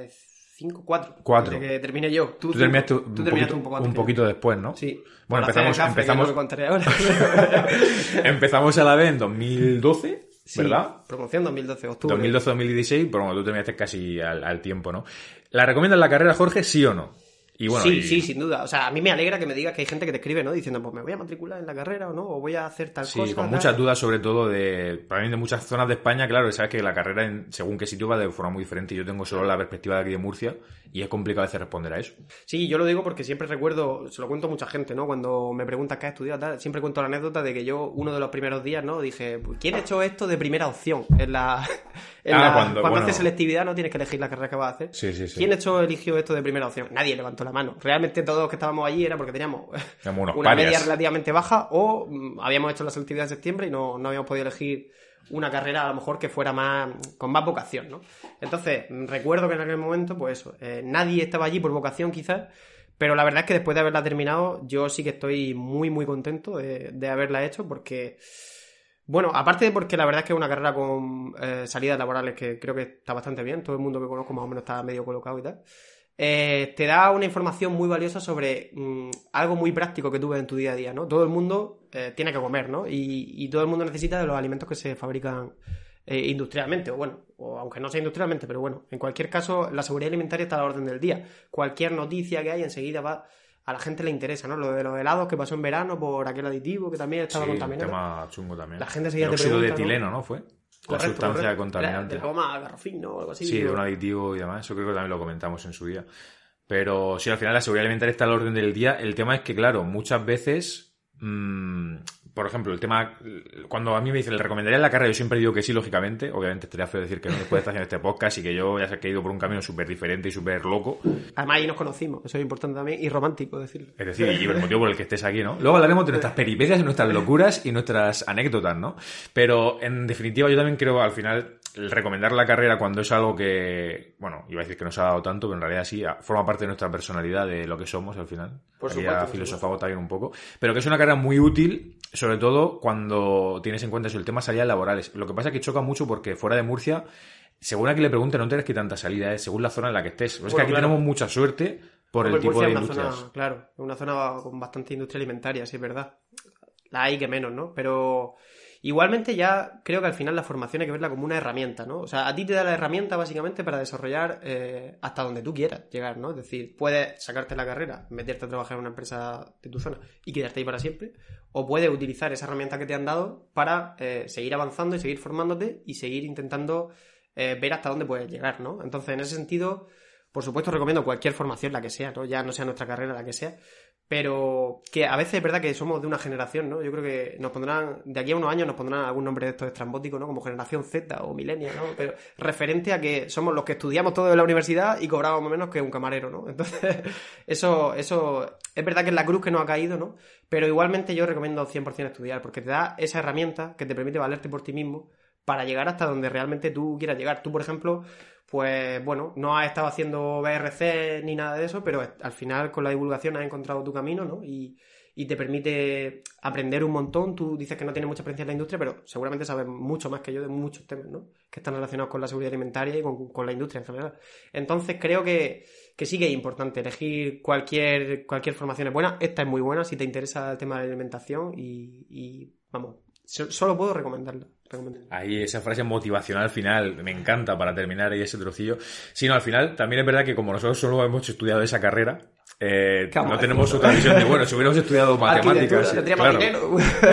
4. Desde que terminé yo. Tú terminaste un poquito después, ¿no? Sí. Bueno, empezamos empezamos a la vez en 2012, sí, ¿verdad? Promoción 2012, octubre. 2012-2016, pero bueno, tú terminaste casi al tiempo, ¿no? ¿La recomiendas la carrera, Jorge, sí o no? Y bueno, sí, sin duda. O sea, a mí me alegra que me digas que hay gente que te escribe, ¿no? Diciendo, pues me voy a matricular en la carrera o no, o voy a hacer tal cosa. Sí, con muchas dudas, sobre todo para mí de muchas zonas de España, claro, sabes que la carrera según qué sitio va de forma muy diferente. Yo tengo solo la perspectiva de aquí de Murcia y es complicado a veces responder a eso. Sí, yo lo digo porque siempre recuerdo, se lo cuento a mucha gente, ¿no? Cuando me preguntan qué has estudiado, tal, siempre cuento la anécdota de que yo, uno de los primeros días, ¿no? Dije, ¿quién ha hecho esto de primera opción? Cuando haces selectividad no tienes que elegir la carrera que vas a hacer. Sí. ¿Quién eligió esto de primera opción? Nadie levantó la mano. Realmente todos los que estábamos allí era porque teníamos una media relativamente baja o habíamos hecho la selectividad en septiembre y no habíamos podido elegir una carrera a lo mejor que fuera con más vocación, ¿no? Entonces, recuerdo que en aquel momento, pues eso, nadie estaba allí por vocación quizás, pero la verdad es que después de haberla terminado, yo sí que estoy muy, muy contento de haberla hecho porque... Bueno, aparte de porque la verdad es que es una carrera con salidas laborales que creo que está bastante bien, todo el mundo que conozco más o menos está medio colocado y tal, te da una información muy valiosa sobre algo muy práctico que tú ves en tu día a día, ¿no? Todo el mundo tiene que comer, ¿no? Y todo el mundo necesita de los alimentos que se fabrican industrialmente, o aunque no sea industrialmente, pero bueno, en cualquier caso, la seguridad alimentaria está a la orden del día. Cualquier noticia que hay enseguida a la gente le interesa, ¿no? Lo de los helados que pasó en verano por aquel aditivo que también estaba contaminado. Un tema chungo también. La gente seguía el óxido de etileno, ¿no? Fue la sustancia contaminante. De la goma garrafín, ¿no? Algo así. Sí, de un aditivo y demás. Eso creo que también lo comentamos en su día. Pero sí, al final la seguridad alimentaria está al orden del día. El tema es que, claro, muchas veces... por ejemplo, el tema... Cuando a mí me dicen, ¿le recomendaría la carrera? Yo siempre digo que sí, lógicamente. Obviamente estaría feo decir que no después de estar haciendo este podcast y que yo ya sé que he ido por un camino súper diferente y súper loco. Además, ahí nos conocimos. Eso es importante también. Y romántico decirlo. Es decir, y el motivo por el que estés aquí, ¿no? Luego hablaremos de nuestras peripecias, nuestras locuras y nuestras anécdotas, ¿no? Pero, en definitiva, yo también creo, al final... El recomendar la carrera cuando es algo que, bueno, iba a decir que nos ha dado tanto, pero en realidad sí, forma parte de nuestra personalidad, de lo que somos al final. Por supuesto. Ya filosofamos también un poco. Pero que es una carrera muy útil, sobre todo cuando tienes en cuenta eso, el tema de salidas laborales. Lo que pasa es que choca mucho porque fuera de Murcia, según a quien le pregunten, no tienes que tanta salida, según la zona en la que estés. Bueno, es que aquí tenemos mucha suerte por el tipo de industrias. Claro, es una zona con bastante industria alimentaria, sí es verdad. La hay que menos, ¿no? Pero... Igualmente ya creo que al final la formación hay que verla como una herramienta, ¿no? O sea, a ti te da la herramienta básicamente para desarrollar hasta donde tú quieras llegar, ¿no? Es decir, puedes sacarte la carrera, meterte a trabajar en una empresa de tu zona y quedarte ahí para siempre, o puedes utilizar esa herramienta que te han dado para seguir avanzando y seguir formándote y seguir intentando ver hasta dónde puedes llegar, ¿no? Entonces, en ese sentido, por supuesto recomiendo cualquier formación, la que sea, ¿no? Ya no sea nuestra carrera, la que sea, pero que a veces es verdad que somos de una generación, ¿no? Yo creo que nos pondrán, de aquí a unos años nos pondrán algún nombre de estos estrambóticos, ¿no? Como generación Z o millennial, ¿no? Pero referente a que somos los que estudiamos todo en la universidad y cobrábamos menos que un camarero, ¿no? Entonces, eso es verdad que es la cruz que nos ha caído, ¿no? Pero igualmente yo recomiendo 100% estudiar, porque te da esa herramienta que te permite valerte por ti mismo para llegar hasta donde realmente tú quieras llegar. Tú, por ejemplo, pues bueno, no has estado haciendo BRC ni nada de eso, pero al final con la divulgación has encontrado tu camino, ¿no? Y te permite aprender un montón. Tú dices que no tienes mucha experiencia en la industria, pero seguramente sabes mucho más que yo de muchos temas, ¿no? Que están relacionados con la seguridad alimentaria y con la industria en general. Entonces creo que sí que es importante elegir cualquier formación es buena. Esta es muy buena si te interesa el tema de la alimentación y vamos, solo puedo recomendarla. Ahí esa frase motivacional al final me encanta para terminar ahí ese trocillo. Sí, no, al final también es verdad que como nosotros solo hemos estudiado esa carrera, no tenemos otra visión de, bueno, si hubiéramos estudiado matemáticas, claro. Dinero.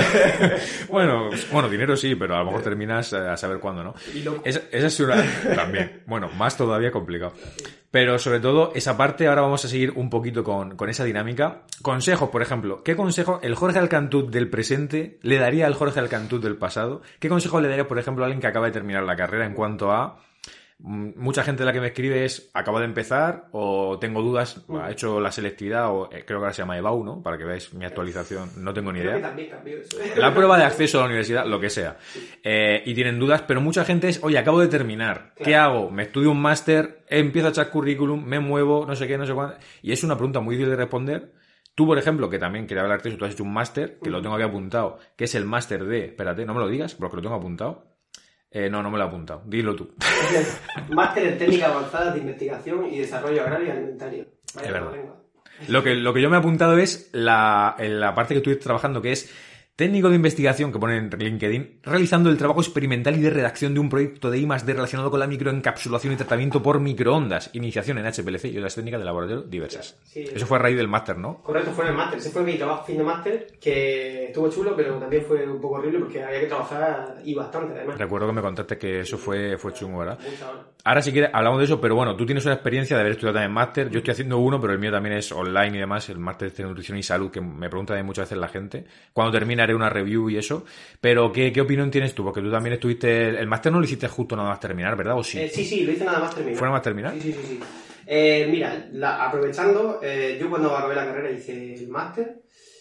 bueno, dinero sí, pero a lo mejor terminas a saber cuándo, ¿no? Esa es una también, bueno, más todavía complicado. Pero sobre todo esa parte, ahora vamos a seguir un poquito con esa dinámica. Consejos, por ejemplo. ¿Qué consejo el Jorge Alcantut del presente le daría al Jorge Alcantut del pasado? ¿Qué consejo le daría, por ejemplo, a alguien que acaba de terminar la carrera en cuanto a... Mucha gente de la que me escribe es acabo de empezar o tengo dudas, ha hecho la selectividad o creo que ahora se llama EBAU, ¿no? Para que veáis mi actualización, no tengo ni idea. Creo que también cambió eso. La prueba de acceso a la universidad, lo que sea. Y tienen dudas, pero mucha gente es, oye, acabo de terminar, claro. ¿Qué hago? Me estudio un máster, empiezo a echar currículum, me muevo, no sé qué, no sé cuánto. Y es una pregunta muy difícil de responder. Tú, por ejemplo, que también quería hablarte de eso, tú has hecho un máster, que lo tengo aquí apuntado, que es el máster de... Espérate, no me lo digas, porque lo tengo apuntado. No me lo he apuntado. Dilo tú. Máster en técnicas avanzadas de investigación y desarrollo agrario y alimentario. Vaya, es verdad. Lo que yo me he apuntado es la parte que estoy trabajando, que es técnico de investigación, que pone en LinkedIn, realizando el trabajo experimental y de redacción de un proyecto de I+D relacionado con la microencapsulación y tratamiento por microondas, iniciación en HPLC y otras técnicas de laboratorio diversas. Sí, eso fue a raíz del máster, ¿no? Correcto, fue en el máster. Ese fue mi trabajo fin de máster, que estuvo chulo, pero también fue un poco horrible porque había que trabajar y bastante, además. Recuerdo que me contaste que eso fue chungo, ¿verdad? Ahora, si quieres, hablamos de eso, pero bueno, tú tienes una experiencia de haber estudiado también máster. Yo estoy haciendo uno, pero el mío también es online y demás, el máster de nutrición y salud, que me pregunta muchas veces la gente. Cuando termine haré una review y eso. Pero, ¿qué opinión tienes tú? Porque tú también estuviste... El máster no lo hiciste justo nada más terminar, ¿verdad? ¿O sí? Sí, lo hice nada más terminar. ¿Fue nada más terminar? Sí. Mira, aprovechando, yo cuando acabé la carrera hice el máster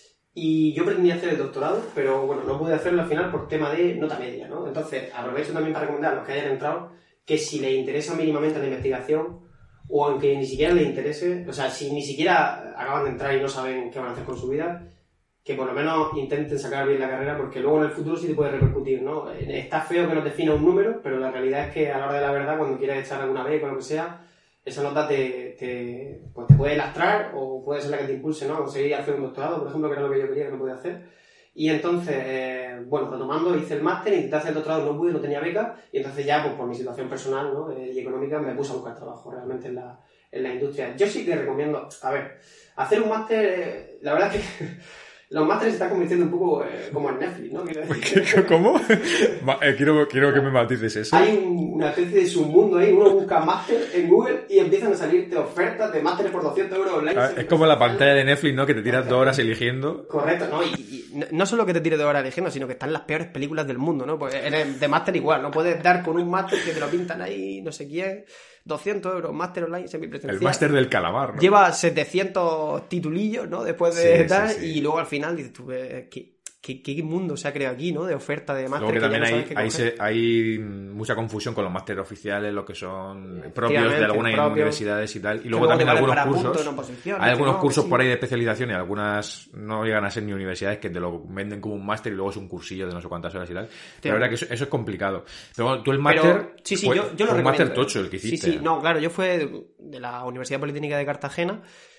y yo pretendía hacer el doctorado, pero bueno, no pude hacerlo al final por tema de nota media, ¿no? Entonces, aprovecho también para recomendar a los que hayan entrado que si les interesa mínimamente la investigación o aunque ni siquiera les interese, o sea, si ni siquiera acaban de entrar y no saben qué van a hacer con su vida, que por lo menos intenten sacar bien la carrera, porque luego en el futuro sí te puede repercutir, ¿no? Está feo que nos defina un número, pero la realidad es que a la hora de la verdad, cuando quieras echar alguna beca o lo que sea, esa nota te puede lastrar o puede ser la que te impulse, ¿no? Conseguir hacer un doctorado, por ejemplo, que era lo que yo quería, que no podía hacer. Y entonces, bueno, retomando, hice el máster, intenté hacer el doctorado, no pude, no tenía beca, y entonces ya, pues por mi situación personal, ¿no? Y económica, me puse a buscar trabajo realmente en la industria. Yo sí que recomiendo, a ver, hacer un máster, la verdad es que... Los másteres se están convirtiendo un poco como en Netflix, ¿no? ¿Cómo? Quiero que me matices eso. Hay una especie de submundo ahí, uno busca máster en Google y empiezan a salirte ofertas de másteres por 200 euros online. Es como la pantalla de Netflix, ¿no? Que te tiras 2 horas eligiendo. Correcto, ¿no? Y no solo que te tires 2 horas eligiendo, sino que están las peores películas del mundo, ¿no? Pues eres de máster igual, no puedes dar con un máster que te lo pintan ahí, no sé quién... 200 euros, máster online semipresencial. El máster del calamar, ¿no? Lleva 700 titulillos, ¿no? Después de tal, y luego al final dices tú, ¿qué mundo se ha creado aquí, ¿no? De oferta de máster. Luego que también hay mucha confusión con los másteres oficiales, lo que son propios de algunas universidades y tal. Y luego también algunos cursos. Hay algunos cursos por ahí de especialización y algunas no llegan a ser ni universidades que te lo venden como un máster y luego es un cursillo de no sé cuántas horas y tal. Pero la verdad que eso es complicado. Pero bueno, tú el máster... yo lo recomiendo. Un máster tocho el que hiciste. Sí, no, claro, yo fue de la Universidad Politécnica de Cartagena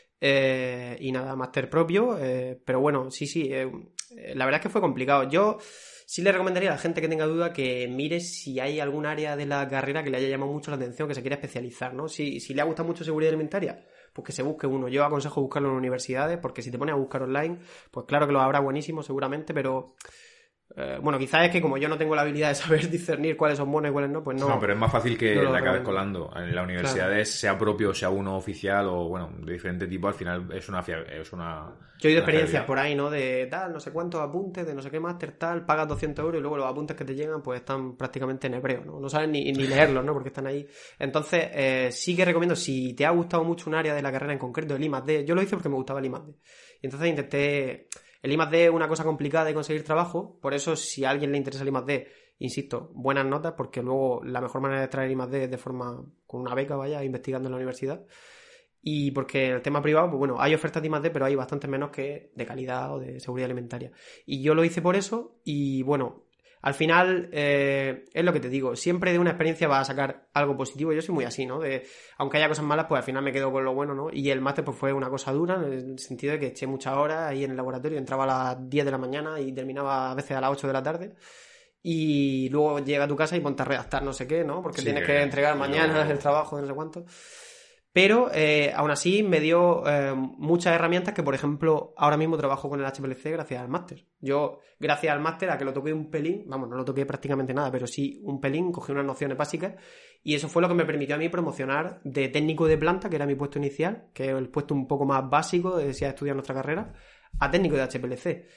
y nada, máster propio, pero bueno, la verdad es que fue complicado. Yo sí le recomendaría a la gente que tenga duda que mire si hay algún área de la carrera que le haya llamado mucho la atención, que se quiera especializar, ¿no? Si le ha gustado mucho seguridad alimentaria, pues que se busque uno. Yo aconsejo buscarlo en universidades, porque si te pones a buscar online, pues claro que lo habrá buenísimo seguramente, pero Bueno, quizás es que como yo no tengo la habilidad de saber discernir cuáles son buenos y cuáles no, pues no. No, pero es más fácil que no lo la acabes recomiendo. colando. En la universidad Claro. sea propio, sea uno oficial o, bueno, de diferente tipo, al final es una Yo he oído una experiencias fiabilidad. por ahí, ¿no? De tal, no sé cuántos apuntes, de no sé qué máster, tal, pagas 200 euros y luego los apuntes que te llegan pues están prácticamente en hebreo, ¿no? No sabes ni leerlos, ¿no? Porque están ahí. Entonces, sí que recomiendo, si te ha gustado mucho un área de la carrera en concreto, el I+D, yo lo hice porque me gustaba el I+D. Y entonces intenté... El I+D es una cosa complicada de conseguir trabajo, por eso si a alguien le interesa el I+D, insisto, buenas notas, porque luego la mejor manera de extraer I+D es de forma, con una beca, vaya, investigando en la universidad. Y porque el tema privado, pues bueno, hay ofertas de I+D, pero hay bastantes menos que de calidad o de seguridad alimentaria. Y yo lo hice por eso y bueno, al final es lo que te digo, siempre de una experiencia vas a sacar algo positivo. Yo soy muy así, ¿no? Aunque haya cosas malas, pues al final me quedo con lo bueno, ¿no? Y el máster pues fue una cosa dura en el sentido de que eché muchas horas ahí en el laboratorio, entraba a las 10 de la mañana y terminaba a veces a las 8 de la tarde. Y luego llega a tu casa y ponte a redactar no sé qué, ¿no? Porque Sí, tienes que entregar y mañana luego- el trabajo de no sé cuánto. Pero aún así me dio muchas herramientas que, por ejemplo, ahora mismo trabajo con el HPLC gracias al máster. Yo, gracias al máster, a que lo toqué un pelín, vamos, no lo toqué prácticamente nada, pero sí un pelín, cogí unas nociones básicas y eso fue lo que me permitió a mí promocionar de técnico de planta, que era mi puesto inicial, que es el puesto un poco más básico de si has estudiado nuestra carrera, a técnico de HPLC.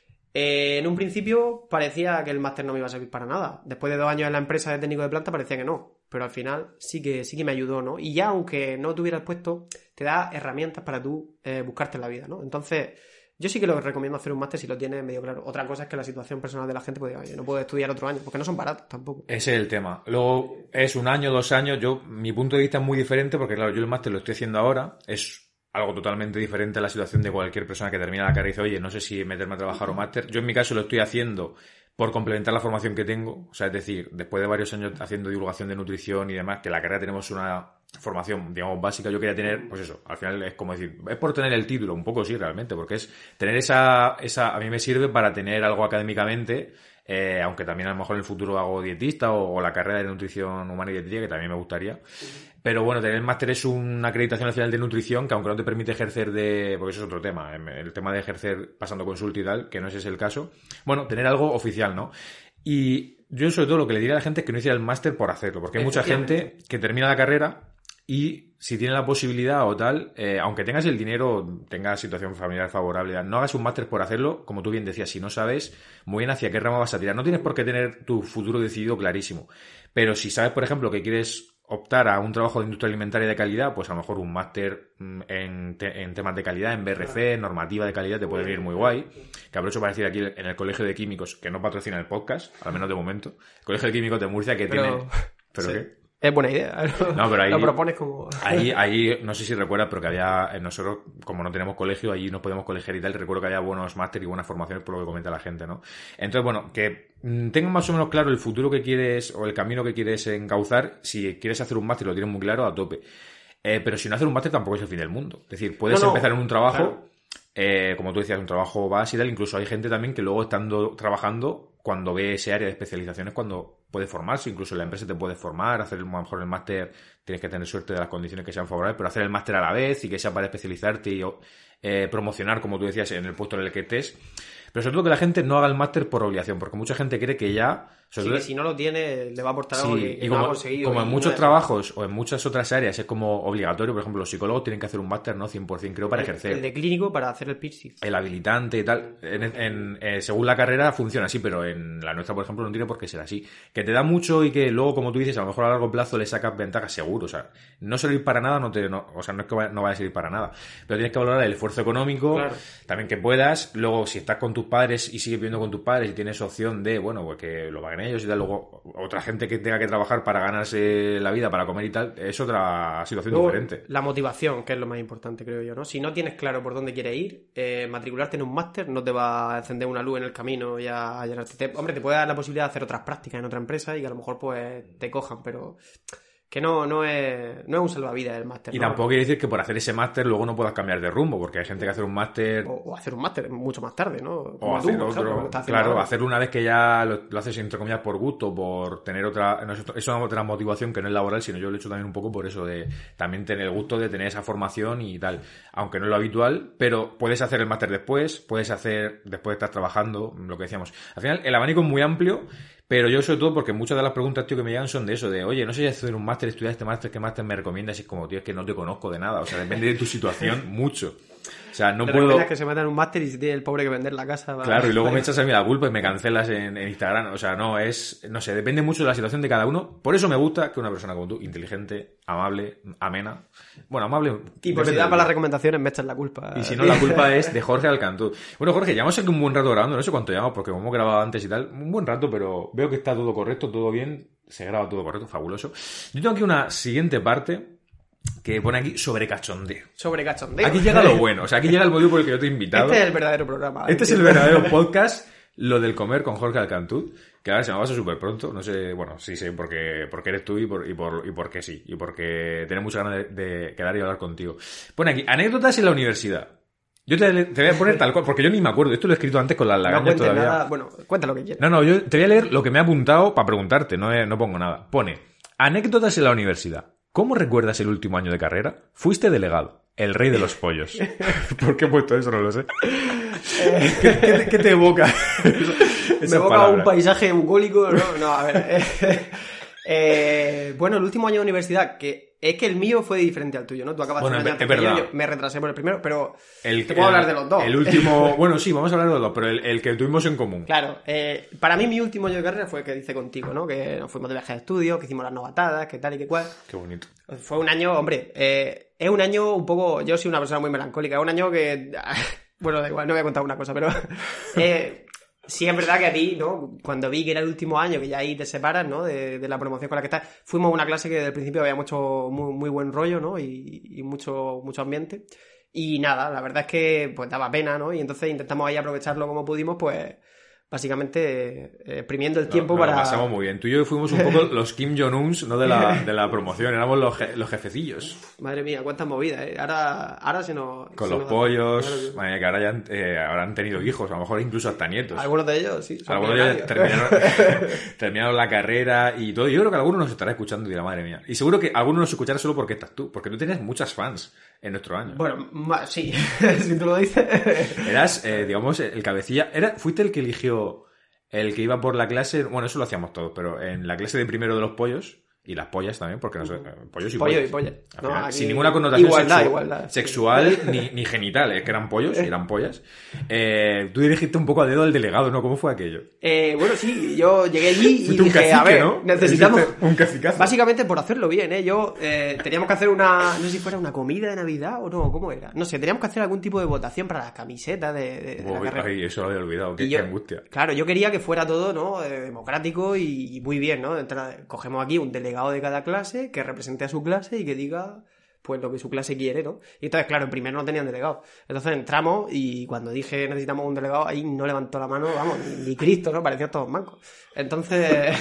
En un principio parecía que el máster no me iba a servir para nada. Después de 2 años en la empresa de técnico de planta parecía que no. Pero al final sí que me ayudó, ¿no? Y ya aunque no tuviera el puesto, te da herramientas para tú buscarte en la vida, ¿no? Entonces, yo sí que lo recomiendo hacer un máster si lo tienes medio claro. Otra cosa es que la situación personal de la gente, pues diga, oye, no puedo estudiar otro año, porque no son baratos tampoco. Ese es el tema. Luego es 1 año, 2 años. Mi punto de vista es muy diferente porque, claro, yo el máster lo estoy haciendo ahora. Es algo totalmente diferente a la situación de cualquier persona que termina la carrera y dice, oye, no sé si meterme a trabajar o máster. Yo en mi caso lo estoy haciendo por complementar la formación que tengo. O sea, es decir, después de varios años haciendo divulgación de nutrición y demás, que en la carrera tenemos una formación, digamos, básica, yo quería tener, pues eso, al final es como decir, es por tener el título, un poco sí, realmente, porque es tener a mí me sirve para tener algo académicamente, aunque también a lo mejor en el futuro hago dietista o la carrera de nutrición humana y dietética, que también me gustaría. Pero bueno, tener el máster es una acreditación al final de nutrición que aunque no te permite ejercer porque eso es otro tema, el tema de ejercer pasando consulta y tal, que no ese es el caso. Bueno, tener algo oficial, ¿no? Y yo sobre todo lo que le diría a la gente es que no hiciera el máster por hacerlo, porque hay mucha gente que termina la carrera y si tiene la posibilidad o tal, aunque tengas el dinero, tengas situación familiar favorable, no hagas un máster por hacerlo, como tú bien decías, si no sabes muy bien hacia qué rama vas a tirar. No tienes por qué tener tu futuro decidido clarísimo, pero si sabes, por ejemplo, que quieres optar a un trabajo de industria alimentaria de calidad, pues a lo mejor un máster en temas de calidad, en BRC, normativa de calidad, te puede venir muy guay. Que aprovecho para decir aquí en el Colegio de Químicos, que no patrocina el podcast, al menos de momento, el Colegio de Químicos de Murcia que tiene... ¿Pero sí. qué? Es buena idea. No, pero ahí... Lo propones como... Ahí, no sé si recuerdas, pero que había, nosotros, como no tenemos colegio, allí nos podemos colegiar y tal, recuerdo que había buenos máster y buenas formaciones por lo que comenta la gente, ¿no? Entonces, bueno, que tengas más o menos claro el futuro que quieres o el camino que quieres encauzar, si quieres hacer un máster lo tienes muy claro, a tope. Pero si no hacer un máster tampoco es el fin del mundo. Es decir, puedes empezar en un trabajo, claro. Como tú decías, un trabajo base y tal, incluso hay gente también que luego estando trabajando, cuando ve ese área de especializaciones, cuando puede formarse, incluso en la empresa te puede formar, hacer a lo mejor el máster, tienes que tener suerte de las condiciones que sean favorables, pero hacer el máster a la vez y que sea para especializarte y promocionar, como tú decías, en el puesto en el que estés. Pero sobre todo que la gente no haga el máster por obligación, porque mucha gente cree que ya... Sí, que si no lo tiene, le va a aportar algo que y no como, ha conseguido. como en muchos trabajos o en muchas otras áreas es como obligatorio, por ejemplo, los psicólogos tienen que hacer un máster, ¿no? 100% creo, para ejercer. El de clínico para hacer el PIRSIF. El habilitante y tal. Según la carrera funciona así, pero en la nuestra, por ejemplo, no tiene por qué ser así. Que te da mucho y que luego, como tú dices, a lo mejor a largo plazo le sacas ventajas seguro. O sea, no servir para nada, no es que no vaya a servir para nada. Pero tienes que valorar el esfuerzo económico, claro. También que puedas. Luego, si estás con tus padres y sigues viviendo con tus padres y tienes opción de, bueno, pues que lo paguen ellos y tal, luego otra gente que tenga que trabajar para ganarse la vida, para comer y tal, es otra situación luego, diferente. La motivación, que es lo más importante, creo yo, ¿no? Si no tienes claro por dónde quieres ir, matricularte en un máster no te va a encender una luz en el camino y a llenarte. Hombre, te puede dar la posibilidad de hacer otras prácticas en otra empresa y que a lo mejor pues te cojan, pero que no es un salvavidas el máster. Y ¿no? tampoco quiere decir que por hacer ese máster luego no puedas cambiar de rumbo, porque hay gente que hace un máster... O hacer un máster mucho más tarde, ¿no? O Como hacer tú, por ejemplo, otro, que estás haciendo claro, ahora. hacerlo una vez que ya lo haces entre comillas por gusto, por tener otra, no, eso es otra motivación que no es laboral, sino yo lo he hecho también un poco por eso, de también tener el gusto de tener esa formación y tal, aunque no es lo habitual, pero puedes hacer el máster después, puedes hacer después de estar trabajando, lo que decíamos. Al final el abanico es muy amplio, pero yo sobre todo porque muchas de las preguntas, tío, que me llegan son de eso, de oye, no sé si hacer un máster, estudiar este máster, ¿qué máster me recomiendas? Y es como, tío, es que no te conozco de nada, o sea, depende de tu situación mucho. O sea, no Te puedo... recomiendas que se metan en un máster y se tiene el pobre que vender la casa. Claro, y luego me echas a mí la culpa y me cancelas en Instagram. O sea, no sé, depende mucho de la situación de cada uno. Por eso me gusta que una persona como tú, inteligente, amable, amena. Bueno, amable. Y por si da para las recomendaciones me echas la culpa. Y si no, la culpa es de Jorge Alcantú. Bueno, Jorge, llevamos aquí un buen rato grabando, no sé cuánto llevamos, porque como hemos grabado antes y tal, un buen rato, pero veo que está todo correcto, todo bien, se graba todo correcto, fabuloso. Yo tengo aquí una siguiente parte que pone aquí sobre cachondeo. Sobre cachondeo. Aquí llega lo bueno, o sea, aquí llega el motivo por el que yo te he invitado. Este es el verdadero programa. Este es el verdadero podcast, lo del comer con Jorge Alcantú, que ahora se me va a pasar súper pronto, no sé, bueno, sí sé, porque eres tú y porque sí, y porque tengo muchas ganas de quedar y hablar contigo. Pone aquí, anécdotas en la universidad. Yo te voy a poner tal cual, porque yo ni me acuerdo, esto lo he escrito antes con las No lagañas cuentes todavía. nada. Bueno, cuenta lo que quieras. No, yo te voy a leer lo que me ha apuntado para preguntarte, no pongo nada. Pone, anécdotas en la universidad. ¿Cómo recuerdas el último año de carrera? Fuiste delegado, el rey de los pollos. ¿Por qué he puesto eso? No lo sé. ¿Qué te evoca? Me evoca un paisaje bucólico, ¿no? A ver. Bueno, el último año de universidad, que es que el mío fue diferente al tuyo, ¿no? Tú acabas Bueno, un año es antes que verdad. yo me retrasé por el primero, pero Te puedo hablar de los dos. El último... Bueno, sí, vamos a hablar de los dos, pero el que tuvimos en común. Claro, para mí mi último año de carrera fue el que hice contigo, ¿no? Que nos fuimos de viaje de estudio, que hicimos las novatadas, que tal y que cual. Qué bonito. Fue un año, hombre, es un año un poco... Yo soy una persona muy melancólica, es un año que... Bueno, da igual, no voy a contar una cosa, pero... Sí, es verdad que a ti, ¿no? Cuando vi que era el último año, que ya ahí te separas, ¿no? De la promoción con la que estás, fuimos a una clase que desde el principio había mucho, muy, muy buen rollo, ¿no? Y mucho ambiente. Y nada, la verdad es que pues daba pena, ¿no? Y entonces intentamos ahí aprovecharlo como pudimos, pues básicamente exprimiendo el tiempo para... Lo pasamos muy bien. Tú y yo fuimos un poco los Kim Jong-uns, ¿no? De la promoción, éramos los jefecillos. Madre mía, cuántas movidas, ¿eh? Ahora se nos... Con se los nos- pollos, Claro, madre mía, que ahora ya habrán tenido hijos, a lo mejor incluso hasta nietos. algunos de ellos, sí. son Algunos ya millonarios. terminaron la carrera y todo. Yo creo que alguno nos estará escuchando y dirá, madre mía. Y seguro que alguno nos escuchará solo porque estás tú, porque tú tienes muchas fans en nuestro año. Bueno, sí, si tú lo dices. Eras, digamos, el cabecilla. Fuiste el que eligió el que iba por la clase. Bueno, eso lo hacíamos todos, pero en la clase de primero de los pollos. Y las pollas también, porque no sé, pollos y Pollo pollas. y polla. Al No, final, aquí- sin ninguna connotación igualdad. sexual ni genital, es que eran pollos y eran pollas. Tú dirigiste un poco a dedo al delegado, ¿no? ¿Cómo fue aquello? Bueno, sí, yo llegué allí y Fuiste un dije, cacique, a ver, ¿no? necesitamos... Hiciste un cacicazo. Básicamente por hacerlo bien, ¿eh? Teníamos que hacer no sé si fuera una comida de Navidad o no, ¿cómo era? No sé, teníamos que hacer algún tipo de votación para las camisetas de la carrera. Ay, eso lo había olvidado, qué Y yo- angustia. Claro, yo quería que fuera todo, ¿no? Democrático y muy bien, ¿no? Cogemos aquí un delegado de cada clase que represente a su clase y que diga pues lo que su clase quiere, ¿no? Y entonces, claro, en primero no tenían delegado. Entonces entramos y cuando dije necesitamos un delegado, ahí no levantó la mano, vamos, ni Cristo, ¿no? Parecían todos mancos. Entonces,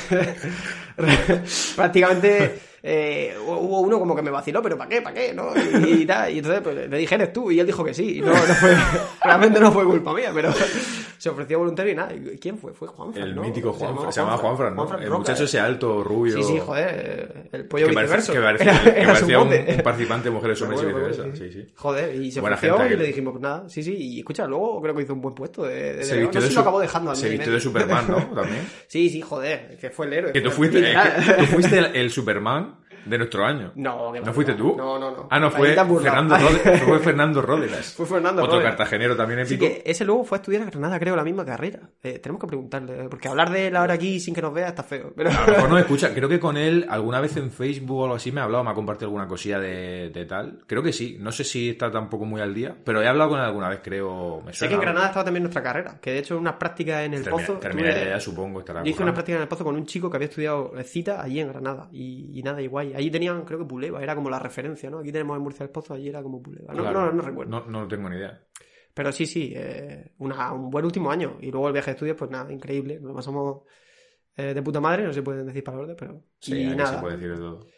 prácticamente hubo uno como que me vaciló, pero ¿para qué? ¿No? Y tal. Y entonces pues, le dije, ¿eres tú? Y él dijo que sí. Y no fue, realmente no fue culpa mía, pero se ofreció voluntario y nada. ¿Y quién fue? Fue Juanfran, El ¿no? mítico Juanfran, se llamaba Juanfran, ¿no? Juanfran El Roca, muchacho ese alto, rubio. Sí, joder, el pollo que viceverso. parecía un mote. participante de Mujeres, Hombres y Bueno, viceversa. sí. Sí. Joder, y se Buena ofreció gente y aquel. le dijimos, pues nada, sí, y escucha, luego creo que hizo un buen puesto de Se delegado. vistió No sé de si lo acabó dejando a mí. Se vistió de Superman, ¿no? También. Sí, joder, que fue el héroe. Que tú fue fuiste, literal. tú fuiste el Superman de nuestro año. No, que ¿No fuiste tú? No. Ah, no, Ahí fue te has burlado. Fernando Ródenas. Fue Fernando Otro Ródenas. cartagenero también Así épico. que ese luego fue a estudiar a Granada, creo, la misma carrera. Tenemos que preguntarle, porque hablar de él ahora aquí sin que nos vea está feo. Pero... A lo mejor no me escucha. Creo que con él alguna vez en Facebook o algo así me ha hablado, me ha compartido alguna cosilla de tal. Creo que sí. No sé si está tampoco muy al día, pero he hablado con él alguna vez, creo. Me Sé suena. que en Granada estaba también nuestra carrera, que de hecho unas prácticas en el Pozo. Terminaré ya, supongo, estará. Yo hice currando. una práctica en el Pozo con un chico que había estudiado cita allí en Granada y nada, y guay. Allí tenían, creo que Puleva, era como la referencia, ¿no? Aquí tenemos en Murcia el Pozo, allí era como Puleva. Claro. No recuerdo. No tengo ni idea. Pero sí, un buen último año. Y luego el viaje de estudios, pues nada, increíble. Nos pasamos de puta madre, no se pueden decir palabras, pero... Sí, y aquí nada. se puede decir de todo.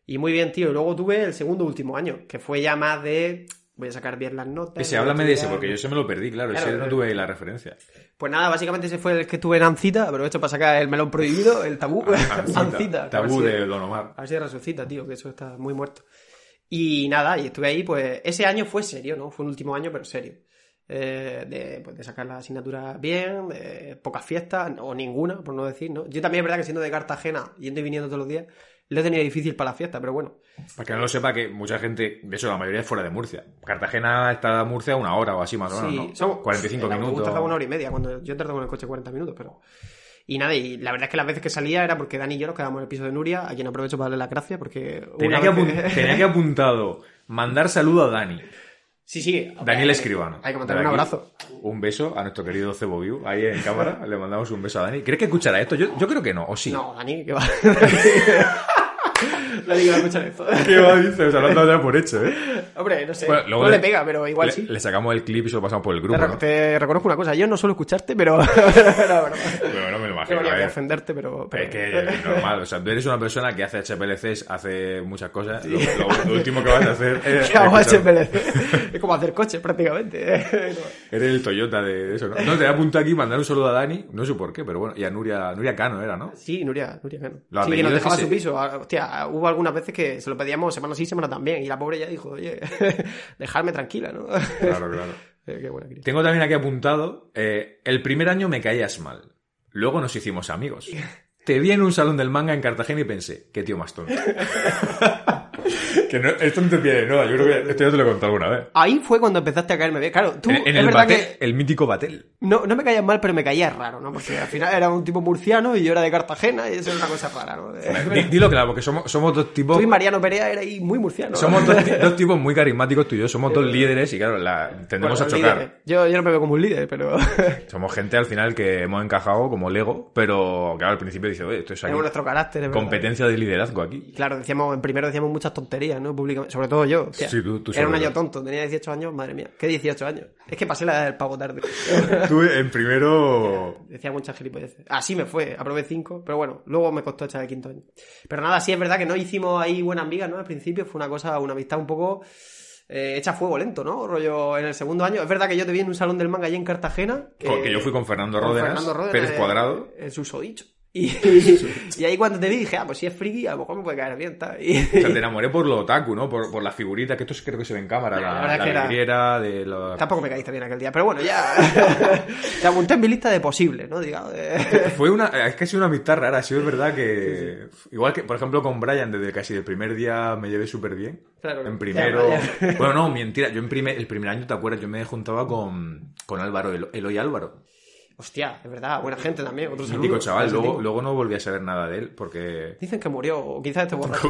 Y muy bien, tío. Y luego tuve el segundo último año, que fue ya más de... Voy a sacar bien las notas. Háblame de ese, porque yo ese me lo perdí, claro. Claro, ese no tuve la referencia. Pues nada, básicamente ese fue el que tuve en Ancita. Aprovecho para sacar el melón prohibido, el tabú. Ancita. Tabú de Don Omar. A ver si resucita, tío, que eso está muy muerto. Y nada, y estuve ahí, pues ese año fue serio, ¿no? Fue un último año, pero serio. De sacar la asignatura bien, de pocas fiestas, o ninguna, por no decir, ¿no? Yo también es verdad que siendo de Cartagena, yendo y viniendo todos los días, lo he tenido difícil para la fiesta, pero bueno. Para que no lo sepa, que mucha gente, de eso la mayoría es fuera de Murcia. Cartagena está a Murcia 1 hora o así más o menos, ¿no? Somos 45 minutos. Me gusta 1 hora y media, cuando yo he tardado con el coche 40 minutos, pero... Y nada, y la verdad es que las veces que salía era porque Dani y yo nos quedábamos en el piso de Nuria, a quien aprovecho para darle las gracias, porque... Tenía que apuntado mandar saludo a Dani. Sí. Daniel Escribano. Hay que mandarle un abrazo. Un beso a nuestro querido Cebo View, ahí en cámara. Le mandamos un beso a Dani. ¿Crees que escuchará esto? Yo creo que no, ¿o sí? No, Dani, que va. Dani que va a escuchar esto. ¿Qué va? Dice, o sea, lo han dado ya por hecho, ¿eh? Hombre, no sé. Bueno, luego no le pega, pero igual sí. Le sacamos el clip y se lo pasamos por el grupo, ¿no? Te reconozco una cosa. Yo no suelo escucharte, pero... no, Bueno, me lo imagino. Qué que ofenderte, pero... Es que es normal. O sea, tú eres una persona que hace HPLCs, hace muchas cosas. Sí. Lo último que vas a hacer es... ¿Qué hago HPLC? Es como hacer coches, prácticamente. Eres el Toyota de eso, ¿no? No, te he apuntado aquí mandar un saludo a Dani. No sé por qué, pero bueno. Y a Nuria Cano era, ¿no? Sí, Nuria Cano. Sí, que nos dejaba su piso. Hostia, hubo algunas veces que se lo pedíamos semana sí, semana también. Y la pobre ya dijo, oye, dejadme tranquila, ¿no? Claro. Qué buena cría. Tengo también aquí apuntado, el primer año me caías mal. Luego nos hicimos amigos. Te vi en un salón del manga en Cartagena y pensé, qué tío más tonto. Que no, esto no te pide nada, yo creo que esto ya te lo he contado alguna vez. Ahí fue cuando empezaste a caerme bien. Claro, tú, en el verdad Batel, el mítico Batel. No me caías mal, pero me caías raro, ¿no? Porque al final era un tipo murciano y yo era de Cartagena y eso era una cosa rara, ¿no? Dilo claro, porque somos dos tipos... Tú y Mariano Perea erais muy murcianos. Somos dos tipos muy carismáticos, tú y yo. Somos dos líderes y claro, tendemos a chocar. Líderes. Yo no me veo como un líder, pero... Somos gente al final que hemos encajado como Lego, pero claro, al principio dice, oye, esto es aquí. Nuestro carácter, competencia de liderazgo aquí. Claro, primero decíamos muchas tonterías, ¿no? Públicamente, sobre todo yo. Hostia, sí, tú era un año tonto, tenía 18 años, madre mía. ¿Qué 18 años? Es que pasé la edad del pavo tarde. Tú en primero... Decía muchas gilipolleces. Así me fue, aprobé 5, pero bueno, luego me costó echar el quinto año. Pero nada, sí es verdad que no hicimos ahí buenas amigas, ¿no? Al principio fue una amistad un poco... hecha a fuego lento, ¿no? Rollo en el segundo año. Es verdad que yo te vi en un salón del manga allí en Cartagena. Que yo fui con Fernando Ródenas, Pérez Cuadrado. El susodicho. Y ahí cuando te vi dije, pues si es friki, a lo mejor me puede caer bien. Tal. O sea, te enamoré por lo otaku, ¿no? Por las figuritas, que esto creo que se ve en cámara. La vidriera de los... Tampoco me caíste bien aquel día, pero bueno, ya te apunté en mi lista de posibles, ¿no? Digamos. Es que ha sido una amistad rara, sí es verdad que... Sí. Igual que, por ejemplo, con Brian, desde casi el primer día me llevé súper bien. Claro. En primero... Ya. Bueno, no, mentira. Yo el primer año, ¿te acuerdas? Yo me juntaba con Álvaro, Eloy Álvaro. Hostia, es verdad, buena gente también. Otro mítico chaval, luego no volví a saber nada de él porque... Dicen que murió, o quizás esté borracho.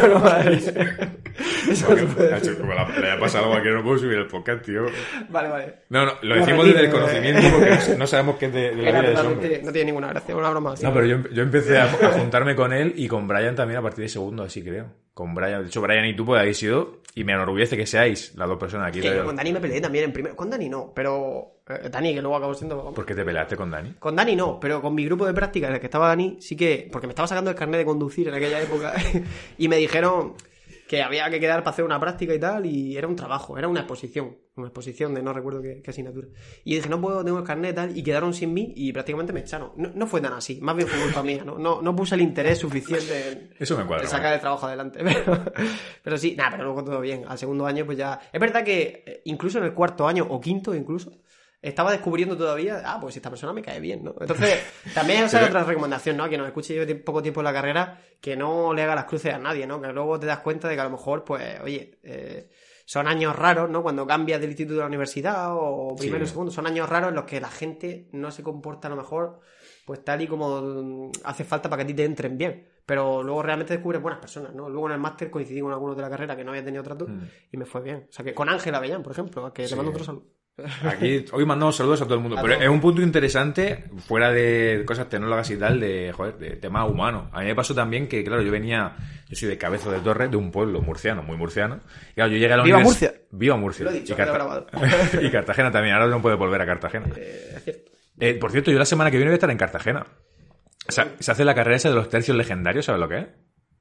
Eso no puede ser. Como le haya pasado algo aquí, no puedo subir el podcast, tío. Vale. No, lo decimos desde el conocimiento porque no sabemos qué es de la vida de ese hombre. No tiene ninguna gracia, una broma así. No, pero yo empecé a juntarme con él y con Brian también a partir de segundo, así creo. Con Brian, de hecho Brian y tú pues habéis sido, y me enorgullece que seáis las dos personas aquí. Con Dani me peleé también en primero. Con Dani no, pero Dani, que luego acabó siendo... ¿Por qué te peleaste con Dani? Con Dani no, pero con mi grupo de práctica en el que estaba Dani, sí que... Porque me estaba sacando el carnet de conducir en aquella época y me dijeron que había que quedar para hacer una práctica y tal, y era un trabajo, era una exposición de no recuerdo qué asignatura. Y dije, no puedo, tengo el carnet y tal, y quedaron sin mí y prácticamente me echaron. No fue tan así, más bien fue culpa mía, no puse el interés suficiente Eso me cuadra, en sacar el trabajo adelante. Pero sí, pero luego todo bien. Al segundo año pues ya... Es verdad que incluso en el cuarto año, o quinto incluso, estaba descubriendo todavía, pues esta persona me cae bien, ¿no? Entonces, también esa es otra recomendación, ¿no? Que nos escuche yo poco tiempo en la carrera, que no le haga las cruces a nadie, ¿no? Que luego te das cuenta de que a lo mejor, pues, oye, son años raros, ¿no? Cuando cambias del instituto a la universidad o primero y segundo, son años raros en los que la gente no se comporta a lo mejor pues tal y como hace falta para que a ti te entren bien. Pero luego realmente descubres buenas personas, ¿no? Luego en el máster coincidí con algunos de la carrera que no había tenido trato y me fue bien. O sea, que con Ángel Avellán, por ejemplo, a que te mando otro saludo. Aquí hoy mandamos saludos a todo el mundo, pero es un punto interesante, fuera de cosas tecnológicas y tal, de tema humano. A mí me pasó también que, claro, yo soy de Cabezo de Torre, de un pueblo murciano, muy murciano. Y claro, yo llegué a la ¡Viva Murcia! ¡Viva Murcia! Lo he dicho, y Cartagena también, ahora no puede volver a Cartagena. Es cierto. Por cierto, yo la semana que viene voy a estar en Cartagena. O sea, se hace la carrera esa de los tercios legendarios, ¿sabes lo que es?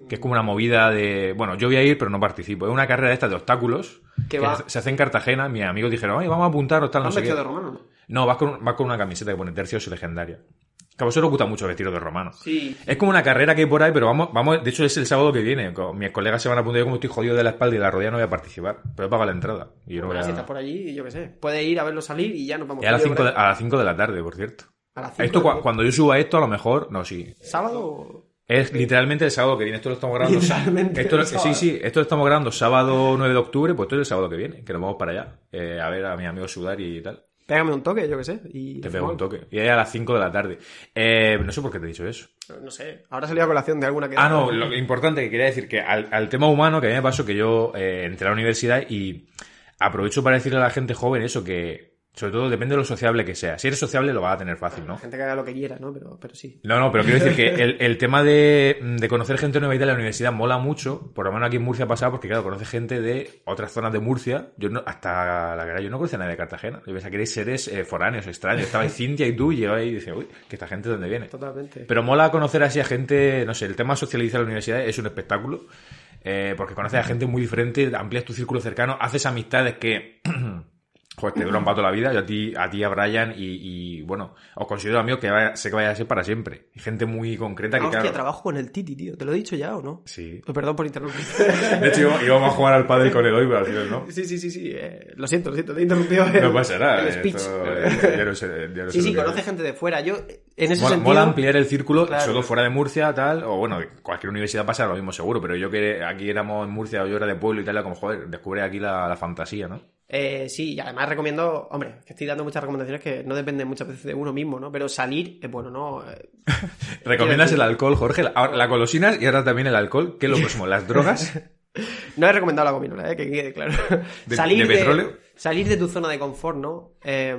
que es como una movida de... Bueno, yo voy a ir, pero no participo. Es una carrera de estas de obstáculos ¿Qué que va? se hace en Cartagena. Mis amigos dijeron, oye, vamos a apuntarnos, tal, no ¿Has sé qué. vestido de romano, no? No, vas con una camiseta que pone Tercios Legendaria. Que a vosotros os gusta mucho vestiros de romano. Sí. Es como una carrera que hay por ahí, pero vamos, de hecho es el sábado que viene. Mis colegas se van a apuntar, yo como estoy jodido de la espalda y de la rodilla no voy a participar. Pero he pagado la entrada. Y yo no voy Bueno, a... si estás por allí, yo qué sé. Puedes ir a verlo salir y ya nos vamos. Es a las 5 de la tarde, por cierto. A las 5 Esto, de la tarde. cuando yo suba esto, a lo mejor... No, sí. ¿Sábado? Es literalmente el sábado que viene. Esto lo estamos grabando... Literalmente Esto, el sábado. sí, esto lo estamos grabando sábado 9 de octubre, pues esto es el sábado que viene. Que nos vamos para allá. A ver a mis amigos sudar y tal. Pégame un toque, yo qué sé. Y Te pego un toque. Y es a las 5 de la tarde. No sé por qué te he dicho eso. No sé. Ahora salió a colación de alguna que... Ah, no, lo importante que quería decir que al tema humano, que a mí me pasó que yo entré a la universidad y aprovecho para decirle a la gente joven eso, que sobre todo depende de lo sociable que sea. Si eres sociable lo vas a tener fácil, ¿no? La gente que haga lo que quiera, ¿no? Pero sí. No, pero quiero decir que el tema de conocer gente nueva y de la universidad mola mucho, por lo menos aquí en Murcia ha pasado, porque claro, conoces gente de otras zonas de Murcia. Yo no, hasta la verdad, yo no conocía a nadie de Cartagena. Yo pensaba que erais seres foráneos, extraños. Estaba Cintia y tú, y yo ahí y decía, uy, que esta gente de dónde viene. Totalmente. Pero mola conocer así a gente, no sé, el tema socializar en la universidad es un espectáculo, porque conoces a gente muy diferente, amplias tu círculo cercano, haces amistades que... Joder, te duran para toda la vida. Yo a ti, a Brian y bueno, os considero amigos que sé que vaya a ser para siempre. Y gente muy concreta que, Hostia, claro... trabajo con el Titi, tío. ¿Te lo he dicho ya o no? Sí. Perdón por interrumpir. De hecho, íbamos a jugar al pádel con el hoy, pero al final no. Sí. Lo siento, te he interrumpido No pasa nada. el speech. Ya no sé Sí, lo que conoce es. gente de fuera. Yo, en ese Mola, sentido... mola ampliar el círculo, Claro. solo fuera de Murcia, tal, o bueno, cualquier universidad pasa lo mismo seguro, pero yo que aquí éramos en Murcia o yo era de pueblo y tal, era como, joder, descubre aquí la fantasía, ¿no? Sí, y además recomiendo, hombre, que estoy dando muchas recomendaciones que no dependen muchas veces de uno mismo, ¿no? Pero salir es bueno, ¿no? ¿Recomiendas el alcohol, Jorge? Ahora, la golosina y ahora también el alcohol. ¿Qué es lo próximo? ¿Las drogas? No he recomendado la gominola, que quede claro. ¿De petróleo? Salir de tu zona de confort, ¿no?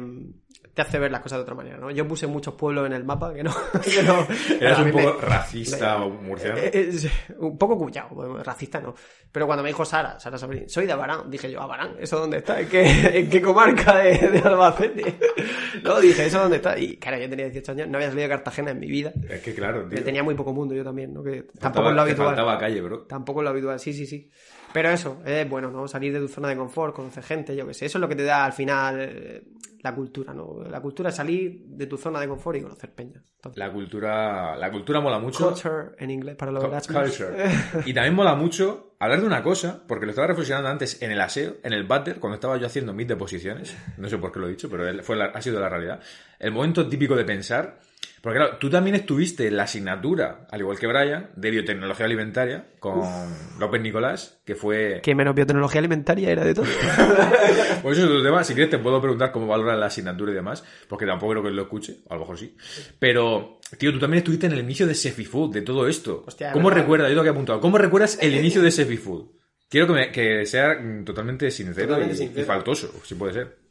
Te hace ver las cosas de otra manera, ¿no? Yo puse muchos pueblos en el mapa que no... Eras a un mí poco racista o murciano. Un poco cuñado, racista no. Pero cuando me dijo Sara Sabrín, soy de Abarán, dije yo, ¿Abarán? ¿Eso dónde está? ¿En qué comarca de Albacete? No, dije, ¿eso dónde está? Y claro, yo tenía 18 años, no había salido de Cartagena en mi vida. Es que claro, tío. Tenía muy poco mundo yo también, ¿no? Que tampoco es lo habitual. Te faltaba calle, bro. Tampoco es lo habitual, sí. Pero eso, es bueno, ¿no? Salir de tu zona de confort, conocer gente, yo qué sé. Eso es lo que te da al final la cultura, ¿no? La cultura es salir de tu zona de confort y conocer peña. Entonces, La cultura mola mucho. culture en inglés para los Erasmus. Culture. Y también mola mucho hablar de una cosa, porque lo estaba reflexionando antes en el aseo, en el váter, cuando estaba yo haciendo mis deposiciones. No sé por qué lo he dicho, pero ha sido la realidad. El momento típico de pensar. Porque claro, tú también estuviste en la asignatura, al igual que Brian, de biotecnología alimentaria con López Nicolás, que fue... Que menos biotecnología alimentaria era de todo. Pues eso es otro tema. Si quieres te puedo preguntar cómo valoran la asignatura y demás, porque tampoco creo que él lo escuche, a lo mejor sí. Pero, tío, tú también estuviste en el inicio de Sefifood, de todo esto. Hostia, ¿Cómo ¿verdad? recuerdas? Yo lo que he apuntado. ¿Cómo recuerdas el inicio de Sefifood? Quiero que sea totalmente sincero, Totalmente y sincero. faltoso, si puede ser.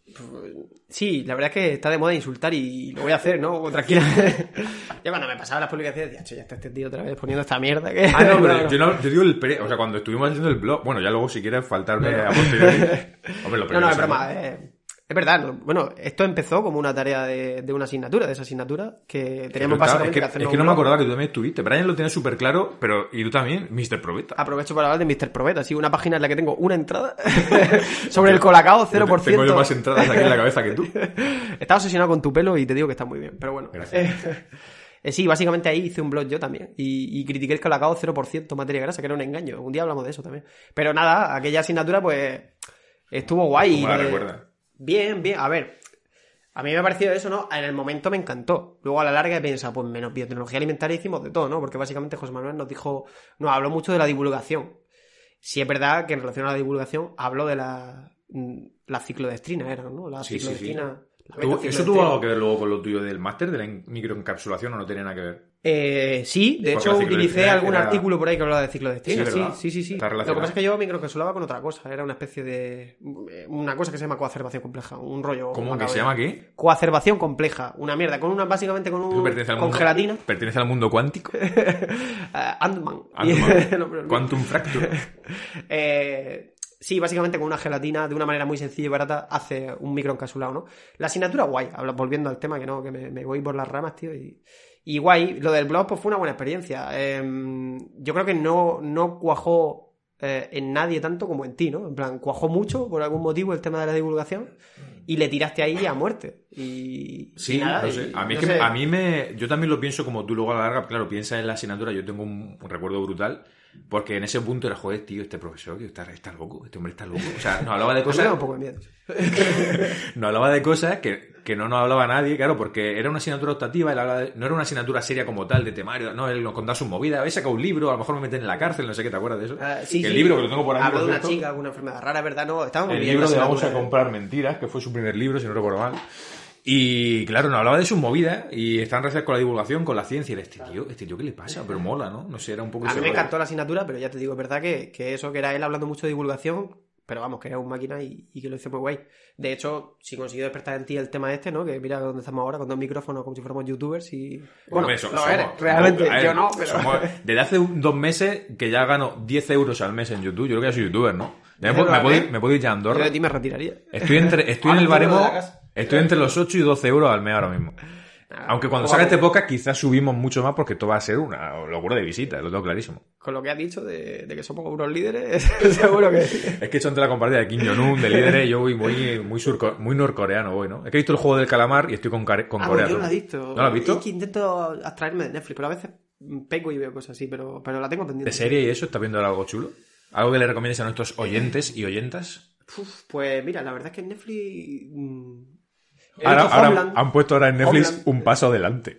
Sí, la verdad es que está de moda insultar y lo voy a hacer, ¿no? Tranquila. Yo cuando me pasaba las publicaciones decía, ya está este tío otra vez poniendo esta mierda. Que... Ah, no, pero yo digo o sea, cuando estuvimos haciendo el blog, bueno, ya luego si quieres faltarme a posteriori. Hombre, lo No, primero es broma. Es verdad, ¿no? Bueno, esto empezó como una tarea de una asignatura, de esa asignatura, que teníamos básicamente que hacernos Es que no un me blog. acordaba que tú también estuviste. Brian lo tenía súper claro, pero y tú también, Mr. Probeta. Aprovecho para hablar de Mr. Probeta, sí, una página en la que tengo una entrada sobre el Colacao 0%. Tengo yo más entradas aquí en la cabeza que tú. Estaba obsesionado con tu pelo y te digo que está muy bien, pero bueno. Gracias. Sí, básicamente ahí hice un blog yo también y critiqué el Colacao 0% materia grasa, que era un engaño. Un día hablamos de eso también. Pero nada, aquella asignatura pues estuvo guay. ¿Cómo la recuerdas? Bien, a ver... A mí me ha parecido eso, ¿no? En el momento me encantó. Luego a la larga he pensado, pues menos biotecnología alimentaria hicimos de todo, ¿no? Porque básicamente José Manuel nos habló mucho de la divulgación. Sí es verdad que en relación a la divulgación habló de la ciclodestrina, era, ¿no? La Sí. ciclodestrina. La ¿Eso beta-ciclodestrina. tuvo algo que ver luego con lo tuyo del máster, de la microencapsulación, o no tenía nada que ver? Sí, de Porque hecho la utilicé ciclodestrina algún era- artículo por ahí que hablaba de ciclodestrina. Sí, ¿verdad? Sí. Está Lo que relacionado. pasa es que yo microencapsulaba con otra cosa. Era una especie de... Una cosa que se llama coacervación compleja. Un rollo... ¿Cómo que macabro. se llama qué? Coacervación compleja. Una mierda. Básicamente con ¿Eso pertenece al con mundo? gelatina. ¿Pertenece al mundo cuántico? Ant-Man. Ant-Man. Quantum Fracture. Sí, básicamente con una gelatina, de una manera muy sencilla y barata, hace un microencapsulado, ¿no? La asignatura guay, volviendo al tema, que no, que me voy por las ramas, tío, y Y guay, lo del blog pues fue una buena experiencia. Yo creo que no cuajó en nadie tanto como en ti, ¿no? En plan, cuajó mucho por algún motivo el tema de la divulgación y le tiraste ahí a muerte. Sí, nada, no sé. Yo también lo pienso como tú luego a la larga, claro, piensas en la asignatura, yo tengo un recuerdo brutal, porque en ese punto era, joder, tío, este profesor, tío, está loco, este hombre está loco. O sea, nos hablaba de cosas... Me da un poco de miedo. Nos hablaba de cosas que no nos hablaba nadie, claro, porque era una asignatura optativa, no era una asignatura seria como tal, de temario, no, él nos contaba sus movidas, habéis sacado un libro, a lo mejor me meten en la cárcel, no sé qué, ¿te acuerdas de eso? Sí, el libro, que lo tengo por aquí. Hablo de una chica con una enfermedad rara, ¿verdad? No, estaba muy el bien. libro de Vamos a comprar mentiras, que fue su primer libro, si no recuerdo mal. Y claro, nos hablaba de sus movidas y están relacionadas con la divulgación, con la ciencia. Y este tío, ¿qué le pasa? Pero mola, ¿no? No sé, era un poco... A mí me encantó la asignatura, pero ya te digo, es verdad que eso que era él hablando mucho de divulgación, pero vamos, que era un máquina y que lo hizo muy guay. De hecho, si consiguió despertar en ti el tema este, ¿no? Que mira dónde estamos ahora, con 2 micrófonos, como si fuéramos youtubers y... Bueno, realmente, yo no, pero... Desde hace 2 meses que ya gano 10 euros al mes en YouTube, yo creo que ya soy youtuber, ¿no? Me puedo ir ya a Andorra. Yo de ti me retiraría. Estoy en el baremo... Estoy entre los 8 y 12 euros al mes ahora mismo. Aunque cuando salga este podcast quizás subimos mucho más porque esto va a ser una locura de visitas, lo tengo clarísimo. Con lo que has dicho de que somos unos líderes, seguro que... Es que he hecho ante la compartida de Kim Jong-un, de líderes, yo voy muy norcoreano voy, ¿no? Es que he visto el juego del calamar y estoy con Corea. Yo no lo he visto. ¿No lo has visto? Es que intento abstraerme de Netflix, pero a veces pego y veo cosas así, pero la tengo pendiente. ¿De serie y eso? ¿Estás viendo algo chulo? ¿Algo que le recomiendes a nuestros oyentes y oyentas? Pues mira, la verdad es que en Netflix... Ahora han puesto en Netflix Homeland. Un paso adelante.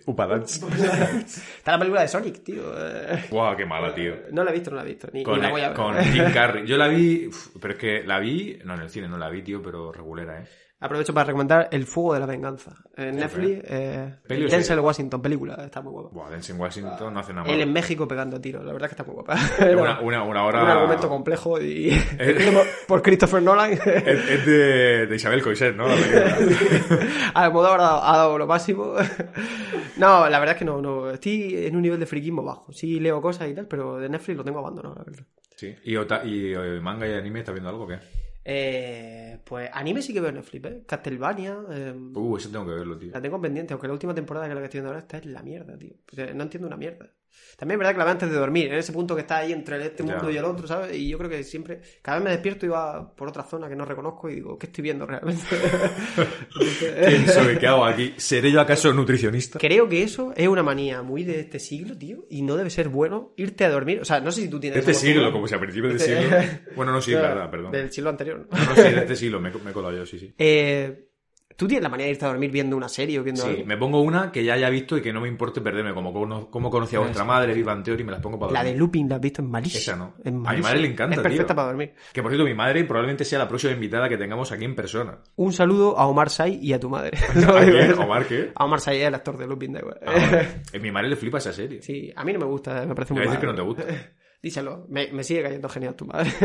Está la película de Sonic, tío. Guau, qué mala, tío. No la he visto. Ni la voy a ver. Con Jim Carrey. Yo la vi, pero es que la vi... No, en el cine no la vi, tío, pero regulera, ¿eh? Aprovecho para recomendar El fuego de la venganza. En Netflix, Denzel Washington, película. Está muy guapa. Buah, Denzel Washington no hace nada malo. Él en México pegando tiros. La verdad es que está muy guapa. Una hora... Un argumento complejo y... por Christopher Nolan. Es de Isabel Coixet, ¿no? Almodóvar ha dado lo máximo. No, la verdad es que no. Estoy en un nivel de friquismo bajo. Sí leo cosas y tal, pero de Netflix lo tengo abandonado, la verdad. Sí. ¿Y manga y anime estás viendo algo o qué? Pues anime sí que veo en Netflix, ¿eh? Castlevania. Eso tengo que verlo, tío. La tengo pendiente, aunque la última temporada, que es la que estoy viendo ahora, esta es la mierda, tío. No entiendo una mierda. También es verdad que la veo antes de dormir, en ese punto que está ahí entre este mundo y el otro, ¿sabes? Y yo creo que siempre, cada vez me despierto y va por otra zona que no reconozco y digo, ¿qué estoy viendo realmente? ¿Quién soy? ¿Qué hago aquí? ¿Seré yo acaso nutricionista? Creo que eso es una manía muy de este siglo, tío, y no debe ser bueno irte a dormir. O sea, no sé si tú tienes... Este siglo, como si a principios del siglo... Bueno, no, sí, verdad, perdón. Del siglo anterior. No, sí, de este siglo, me he colado yo, sí. ¿Tú tienes la manía de irte a dormir viendo una serie o viendo algo? Sí, me pongo una que ya haya visto y que no me importe perderme, como conocía a vuestra madre, Big Bang Theory, me las pongo para dormir. La de Lupin, ¿la has visto? Es malísima. Esa no. Es malísima. A mi madre le encanta, tío. Es perfecta para dormir. Que por cierto, mi madre probablemente sea la próxima invitada que tengamos aquí en persona. Un saludo a Omar Sy y a tu madre. ¿A quién? ¿Omar qué? A Omar Sy, el actor de Lupin, da igual. Mi madre le flipa esa serie. Sí, a mí no me gusta, me parece muy mal. Es que no te gusta. Díselo, me sigue cayendo genial tu madre.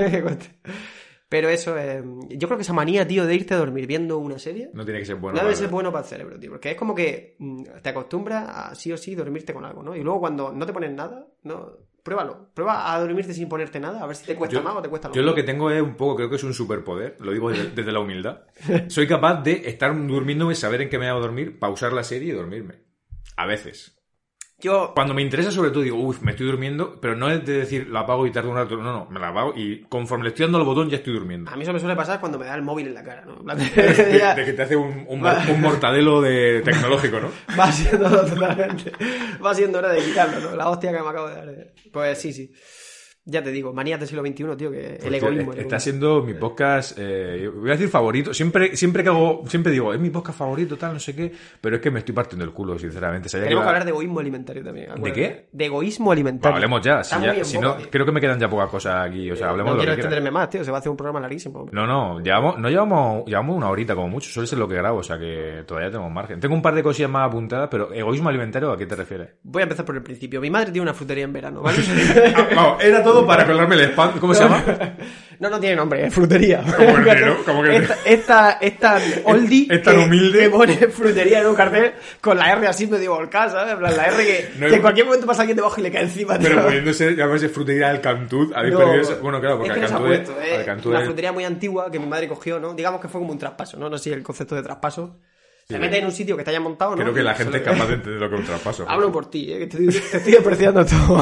Pero eso, yo creo que esa manía, tío, de irte a dormir viendo una serie... No tiene que ser bueno. No debe ser bueno para el cerebro, tío. Porque es como que te acostumbras a sí o sí dormirte con algo, ¿no? Y luego cuando no te pones nada, no... Pruébalo. Prueba a dormirte sin ponerte nada, a ver si te cuesta más o te cuesta lo Yo lo que tengo es un poco, creo que es un superpoder, lo digo desde la humildad. Soy capaz de estar durmiéndome, saber en qué me voy a dormir, pausar la serie y dormirme. A veces. Cuando me interesa, sobre todo, digo, me estoy durmiendo, pero no es de decir, la apago y tardo un rato. No, me la apago y conforme le estoy dando al botón ya estoy durmiendo. A mí eso me suele pasar cuando me da el móvil en la cara, ¿no? De que te hace un mortadelo tecnológico, ¿no? Va siendo totalmente. Va siendo hora de quitarlo, ¿no? La hostia que me acabo de dar. Pues sí. Ya te digo, manías del siglo XXI, tío, que el egoísmo. Está siendo mi podcast, voy a decir favorito. Siempre digo, es mi podcast favorito, tal, no sé qué, pero es que me estoy partiendo el culo, sinceramente. Tenemos que hablar de egoísmo alimentario también. ¿De qué? De egoísmo alimentario. Bueno, hablemos ya. Si no, creo que me quedan ya pocas cosas aquí. O sea, hablemos de lo que quieras. No quiero extenderme más, tío, se va a hacer un programa larguísimo. No, llevamos una horita como mucho, suele ser lo que grabo, o sea que todavía tenemos margen. Tengo un par de cosillas más apuntadas, pero egoísmo alimentario, ¿a qué te refieres? Voy a empezar por el principio. Mi madre tiene una frutería en verano, ¿vale? Vamos, era todo para colarme el spam. ¿Cómo se llama? No tiene nombre, es frutería. ¿Cómo que no? Es tan oldie, es tan humilde, que pone frutería en un cartel con la R así medio volcada, ¿sabes? En plan, la R que en cualquier momento pasa alguien debajo y le cae encima. Pero pudiéndose llamarse frutería del Cantut, habéis perdido eso. Bueno, claro, porque es que una frutería muy antigua que mi madre cogió, ¿no? Digamos que fue como un traspaso, ¿no? No sé si el concepto de traspaso Te metes en un sitio que te haya montado, ¿no? Creo que la gente es capaz de entender lo que es un traspaso. Hablo por ti, que te estoy apreciando todo.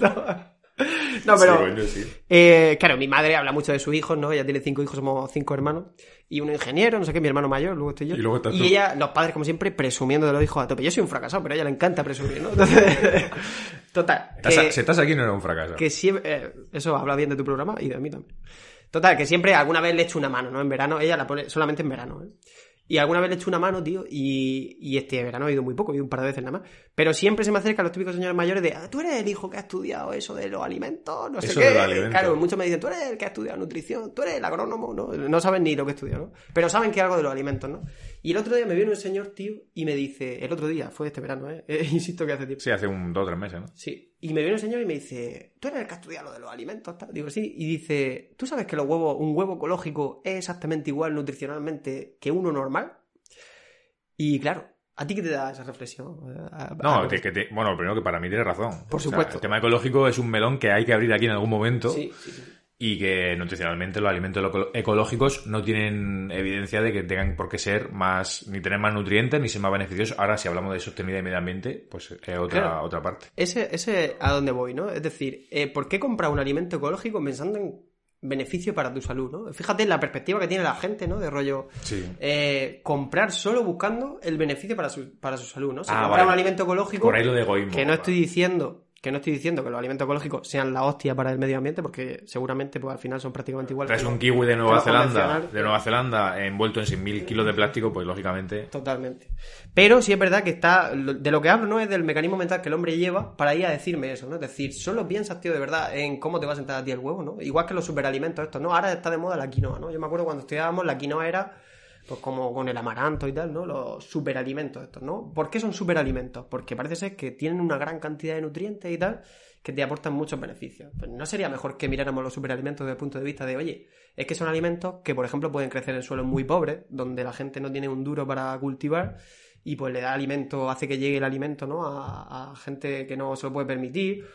No, pero... Sí, coño, sí. Claro, mi madre habla mucho de sus hijos, ¿no? Ella tiene 5 hijos, somos 5 hermanos. Y un ingeniero, no sé qué, mi hermano mayor, luego estoy yo. Y luego estás tú. Y ella, los padres, como siempre, presumiendo de los hijos a tope. Yo soy un fracasado, pero a ella le encanta presumir, ¿no? Entonces, total. Si estás aquí no era un fracaso. Que siempre... eso habla bien de tu programa y de mí también. Total, que siempre alguna vez le echo una mano, ¿no? En verano, ella la pone solamente en verano, ¿eh? Y alguna vez le echo una mano, tío, y este verano he ido muy poco, he ido un par de veces nada más. Pero siempre se me acercan los típicos señores mayores de, tú eres el hijo que ha estudiado eso de los alimentos, no sé eso qué. De los alimentos. Claro, muchos me dicen, tú eres el que ha estudiado nutrición, tú eres el agrónomo, ¿no? No saben ni lo que estudia, ¿no? Pero saben que es algo de los alimentos, ¿no? Y el otro día me viene un señor, tío, y me dice, el otro día, fue este verano, insisto que hace tiempo. Sí, hace 2 o 3 meses, ¿no? Sí. Y me viene un señor y me dice, ¿tú eres el que ha estudiado lo de los alimentos? Tal? Digo, sí. Y dice, ¿tú sabes que los huevos, un huevo ecológico es exactamente igual nutricionalmente que uno normal? Y claro, ¿a ti qué te da esa reflexión? No, bueno, primero que para mí tienes razón. Por supuesto. O sea, el tema ecológico es un melón que hay que abrir aquí en algún momento. Sí. Y que nutricionalmente los alimentos ecológicos no tienen evidencia de que tengan por qué ser más, ni tener más nutrientes, ni ser más beneficiosos. Ahora, si hablamos de sostenibilidad y medio ambiente, pues es otra parte. Ese a dónde voy, ¿no? Es decir, ¿por qué comprar un alimento ecológico pensando en beneficio para tu salud, ¿no? Fíjate en la perspectiva que tiene la gente, ¿no? De rollo, sí. Comprar solo buscando el beneficio para su salud, ¿no? Si comprar vale. un alimento ecológico, por ahí lo de egoísmo, que no estoy diciendo que los alimentos ecológicos sean la hostia para el medio ambiente, porque seguramente pues al final son prácticamente iguales. Traes un kiwi de Nueva Zelanda envuelto en 6.000 kilos de plástico, pues lógicamente... Totalmente. Pero sí es verdad que de lo que hablo no es del mecanismo mental que el hombre lleva para ir a decirme eso, ¿no? Es decir, solo piensas, tío, de verdad en cómo te va a sentar a ti el huevo, ¿no? Igual que los superalimentos estos, ¿no? Ahora está de moda la quinoa, ¿no? Yo me acuerdo cuando estudiábamos, la quinoa era... pues como con el amaranto y tal, ¿no? Los superalimentos estos, ¿no? ¿Por qué son superalimentos? Porque parece ser que tienen una gran cantidad de nutrientes y tal que te aportan muchos beneficios. Pues ¿no sería mejor que miráramos los superalimentos desde el punto de vista de, oye, es que son alimentos que, por ejemplo, pueden crecer en suelos muy pobres, donde la gente no tiene un duro para cultivar y pues le da alimento, hace que llegue el alimento, ¿no? A gente que no se lo puede permitir,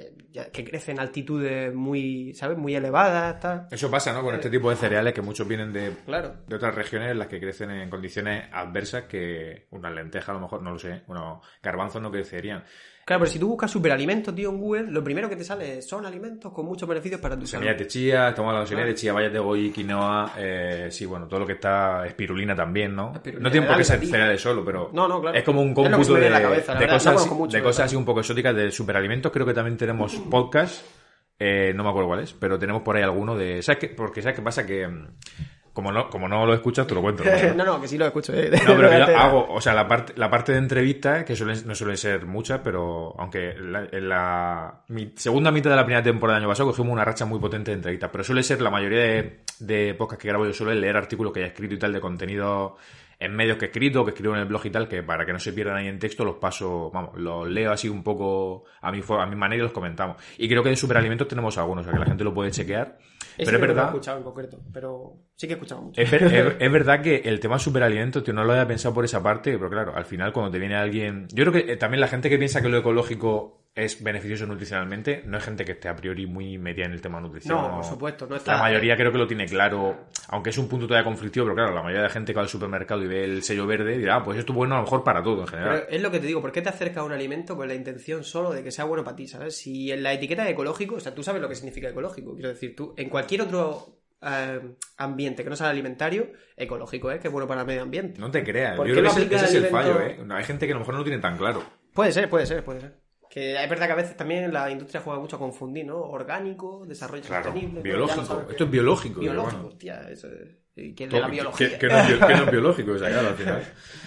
que crece en altitudes muy, ¿sabes? Muy elevadas, tal. Eso pasa, ¿no? Con este tipo de cereales que muchos vienen de otras regiones en las que crecen en condiciones adversas que unas lentejas a lo mejor, no lo sé, unos garbanzos no crecerían. Claro, pero si tú buscas superalimentos, tío, en Google, lo primero que te sale son alimentos con muchos beneficios para tu salud. Semillas de chía, estamos hablando de semillas de chía, bayas de goji, quinoa, sí, bueno, todo lo que está, espirulina también, ¿no? No tiene por qué ser cereales solo, pero no, claro. es como un cómputo de cosas, de cosas así un poco exóticas de superalimentos. Creo que también tenemos podcast, no me acuerdo cuál es, pero tenemos por ahí alguno de... ¿Sabes qué? Porque ¿sabes qué pasa? Que... Como no lo escuchas, te lo cuento. No, que sí lo escucho. No, pero que yo hago, o sea, la parte de entrevistas, que no suelen ser muchas, pero aunque mi segunda mitad de la primera temporada del año pasado cogimos una racha muy potente de entrevistas, pero suele ser la mayoría de podcasts que grabo yo suelo leer artículos que haya escrito y tal de contenido en medios que he escrito, que escribo en el blog y tal, que para que no se pierdan ahí en texto los paso, vamos, los leo así un poco a mi manera y los comentamos. Y creo que de superalimentos tenemos algunos, o sea que la gente lo puede chequear. Pero es verdad. No lo he escuchado en concreto, pero sí que he escuchado mucho. Es verdad que el tema superalimentos, tío, no lo había pensado por esa parte, pero claro, al final cuando te viene alguien... Yo creo que también la gente que piensa que lo ecológico es beneficioso nutricionalmente, no es gente que esté a priori muy metida en el tema nutrición. No, por supuesto. No está... La mayoría creo que lo tiene claro, aunque es un punto todavía conflictivo, pero claro, la mayoría de la gente que va al supermercado y ve el sello verde dirá, pues esto es bueno a lo mejor para todo en general. Pero es lo que te digo, ¿por qué te acercas a un alimento con la intención solo de que sea bueno para ti, ¿sabes? Si en la etiqueta de ecológico, o sea, tú sabes lo que significa ecológico, quiero decir, tú, en cualquier otro ambiente que no sea alimentario, ecológico es que es bueno para el medio ambiente. No te creas, yo creo que ese es el fallo, ¿eh? Hay gente que a lo mejor no lo tiene tan claro. Puede ser. Que es verdad que a veces también la industria juega mucho a confundir, ¿no? Orgánico, desarrollo sostenible. Biológico. Esto es biológico. Biológico, bueno. Hostia, eso es... ¿Quién de la biología? Que no es biológico, o sea, claro, al final.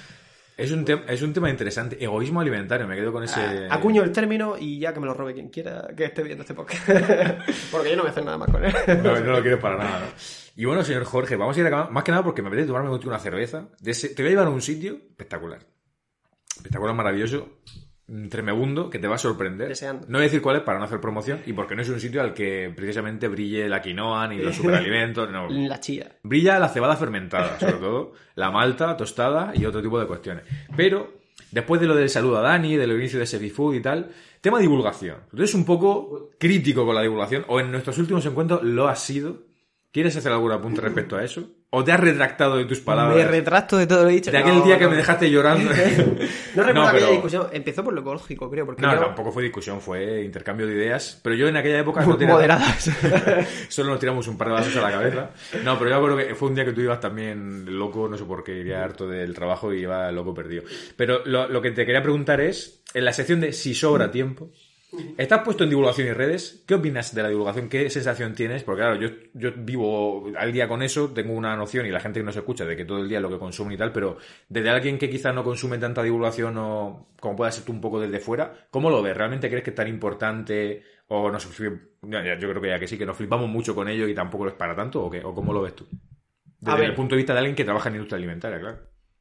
Es un tema interesante. Egoísmo alimentario, me quedo con ese... Acuño el término y ya que me lo robe quien quiera que esté viendo este podcast. Porque yo no voy a hacer nada más con él. No lo quiero para nada, ¿no? Y bueno, señor Jorge, vamos a ir acabando. Más que nada porque me apetece tomarme una cerveza. Te voy a llevar a un sitio espectacular. Espectacular, maravilloso. Tremebundo, que te va a sorprender. Deseando. No voy a decir cuál es para no hacer promoción y porque no es un sitio al que precisamente brille la quinoa ni los superalimentos. No. La chía. Brilla la cebada fermentada, sobre todo, la malta tostada y otro tipo de cuestiones. Pero, después de lo del saludo a Dani, del inicio de Sevifood y tal, tema divulgación. Tú eres un poco crítico con la divulgación, o en nuestros últimos encuentros lo has sido. ¿Quieres hacer algún apunte respecto a eso? ¿O te has retractado de tus palabras? Me retracto de todo lo dicho. De aquel día que me dejaste llorando. No recuerdo aquella discusión. Empezó por lo ecológico, creo. Porque tampoco fue discusión, fue intercambio de ideas. Pero yo en aquella época no moderadas. Solo nos tiramos un par de vasos a la cabeza. No, pero yo creo que fue un día que tú ibas también loco, no sé por qué, iría harto del trabajo y iba loco perdido. Pero lo que te quería preguntar es, en la sección de si sobra tiempo, ¿estás puesto en divulgación y redes? ¿Qué opinas de la divulgación? ¿Qué sensación tienes? Porque claro, yo vivo al día con eso, tengo una noción, y la gente que nos escucha, de que todo el día es lo que consumen y tal, pero desde alguien que quizás no consume tanta divulgación o como puedas ser tú un poco desde fuera, ¿cómo lo ves? ¿Realmente crees que es tan importante? O no sé, yo creo que ya que sí, que nos flipamos mucho con ello y tampoco lo es para tanto, ¿o qué? ¿O cómo lo ves tú? Desde el punto de vista de alguien que trabaja en industria alimentaria, claro.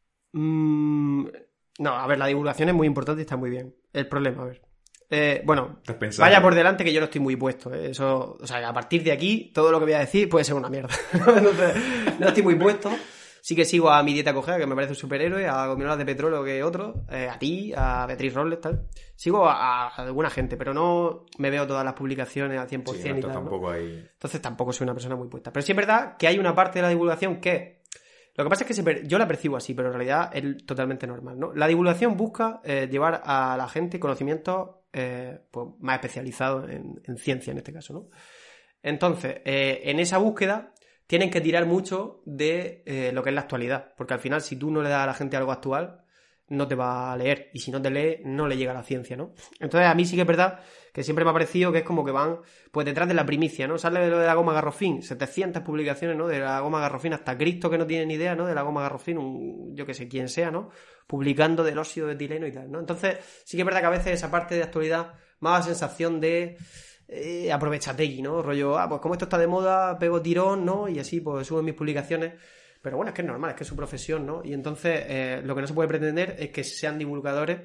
No, a ver, la divulgación es muy importante y está muy bien. El problema, a ver. Bueno, vaya por delante que yo no estoy muy puesto. Eso, o sea, a partir de aquí, todo lo que voy a decir puede ser una mierda. Entonces, no estoy muy puesto. Sí que sigo a mi dieta cojea, que me parece un superhéroe, a Gominolas de Petróleo, que otro, a ti, a Beatriz Robles, tal. Sigo a alguna gente, pero no me veo todas las publicaciones al 100% sí, y tal. Tampoco ¿no? hay... Entonces tampoco soy una persona muy puesta. Pero sí es verdad que hay una parte de la divulgación que... Lo que pasa es que yo la percibo así, pero en realidad es totalmente normal, ¿no? La divulgación busca llevar a la gente conocimientos pues, más especializados en ciencia, en este caso, ¿no? Entonces, en esa búsqueda tienen que tirar mucho de lo que es la actualidad, porque al final, si tú no le das a la gente algo actual, no te va a leer, y si no te lee, no le llega la ciencia, ¿no? Entonces, a mí sí que es verdad que siempre me ha parecido que es como que van pues detrás de la primicia, ¿no? Sale lo de la goma garrofín, 700 publicaciones, ¿no? De la goma garrofín, hasta Cristo que no tiene ni idea, ¿no? De la goma garrofín, yo que sé, quién sea, ¿no? Publicando del óxido de etileno y tal, ¿no? Entonces, sí que es verdad que a veces esa parte de actualidad me da la sensación de aprovechategui, ¿no? Rollo, pues como esto está de moda, pego tirón, ¿no? Y así, pues subo mis publicaciones. Pero bueno, es que es normal, es que es su profesión, ¿no? Y entonces lo que no se puede pretender es que sean divulgadores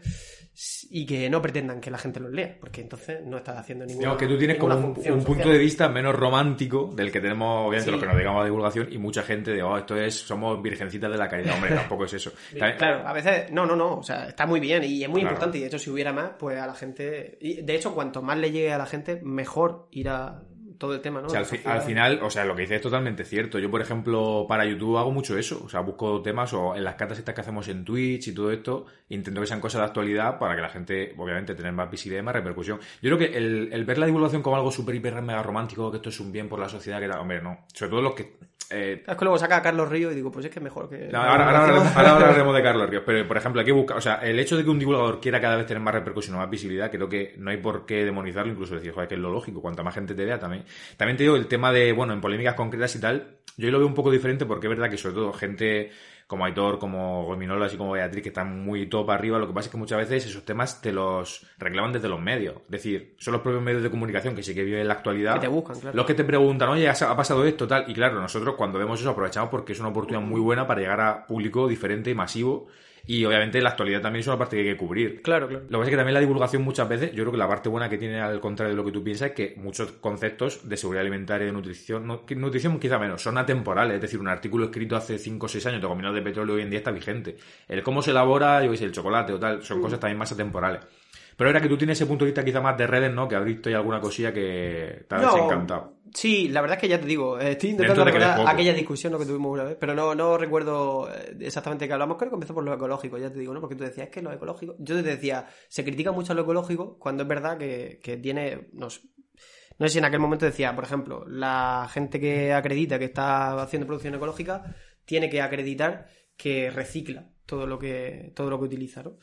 y que no pretendan que la gente los lea, porque entonces no estás haciendo ninguna Digamos que tú tienes como un punto de vista menos romántico del que tenemos, obviamente, sí, los que nos dedicamos a la divulgación, y mucha gente de, somos virgencitas de la caridad. Hombre, tampoco es eso. Claro, a veces, no, o sea, está muy bien y es muy importante, y de hecho si hubiera más, pues a la gente... Y de hecho, cuanto más le llegue a la gente, mejor irá... todo el tema, ¿no? O sea, al final, o sea, lo que dices es totalmente cierto. Yo, por ejemplo, para YouTube hago mucho eso. O sea, busco temas, o en las catas estas que hacemos en Twitch y todo esto, intento que sean cosas de actualidad para que la gente, obviamente, tenga más visibilidad y más repercusión. Yo creo que el ver la divulgación como algo súper, hiper, mega romántico, que esto es un bien por la sociedad, que tal, hombre, no. Sobre todo los que... Es que luego saca a Carlos Ríos y digo, pues es que es mejor que... No, ahora hablaremos de Carlos Ríos, pero por ejemplo, hay que buscar, o sea, el hecho de que un divulgador quiera cada vez tener más repercusión o más visibilidad, creo que no hay por qué demonizarlo, incluso decir, joder, que es lo lógico, cuanta más gente te vea también. También te digo, el tema de, bueno, en polémicas concretas y tal, yo lo veo un poco diferente, porque es verdad que sobre todo gente como Aitor, como Gominolas y como Beatriz, que están muy top arriba, lo que pasa es que muchas veces esos temas te los reclaman desde los medios. Es decir, son los propios medios de comunicación que sí que viven la actualidad, que te buscan, claro, los que te preguntan, oye, ha pasado esto, tal, y claro, nosotros cuando vemos eso aprovechamos porque es una oportunidad muy buena para llegar a público diferente y masivo. Y obviamente la actualidad también es una parte que hay que cubrir. Claro. Lo que pasa es que también la divulgación muchas veces, yo creo que la parte buena que tiene, al contrario de lo que tú piensas, es que muchos conceptos de seguridad alimentaria y de nutrición, nutrición quizá menos, son atemporales. Es decir, un artículo escrito hace 5 o 6 años de Gominolas de Petróleo hoy en día está vigente. El cómo se elabora, yo qué sé, el chocolate o tal, son cosas también más atemporales. Pero era que tú tienes ese punto de vista quizá más de redes, ¿no? Que has visto ya alguna cosilla que te ha desencantado. Sí, la verdad es que ya te digo, estoy intentando recordar aquella discusión que tuvimos una vez, pero no recuerdo exactamente qué hablamos. Creo que empezó por lo ecológico, ya te digo, ¿no? Porque tú decías, es que lo ecológico... Yo te decía, se critica mucho lo ecológico cuando es verdad que tiene... No sé si en aquel momento decía, por ejemplo, la gente que acredita que está haciendo producción ecológica tiene que acreditar que recicla todo lo que utiliza, ¿no?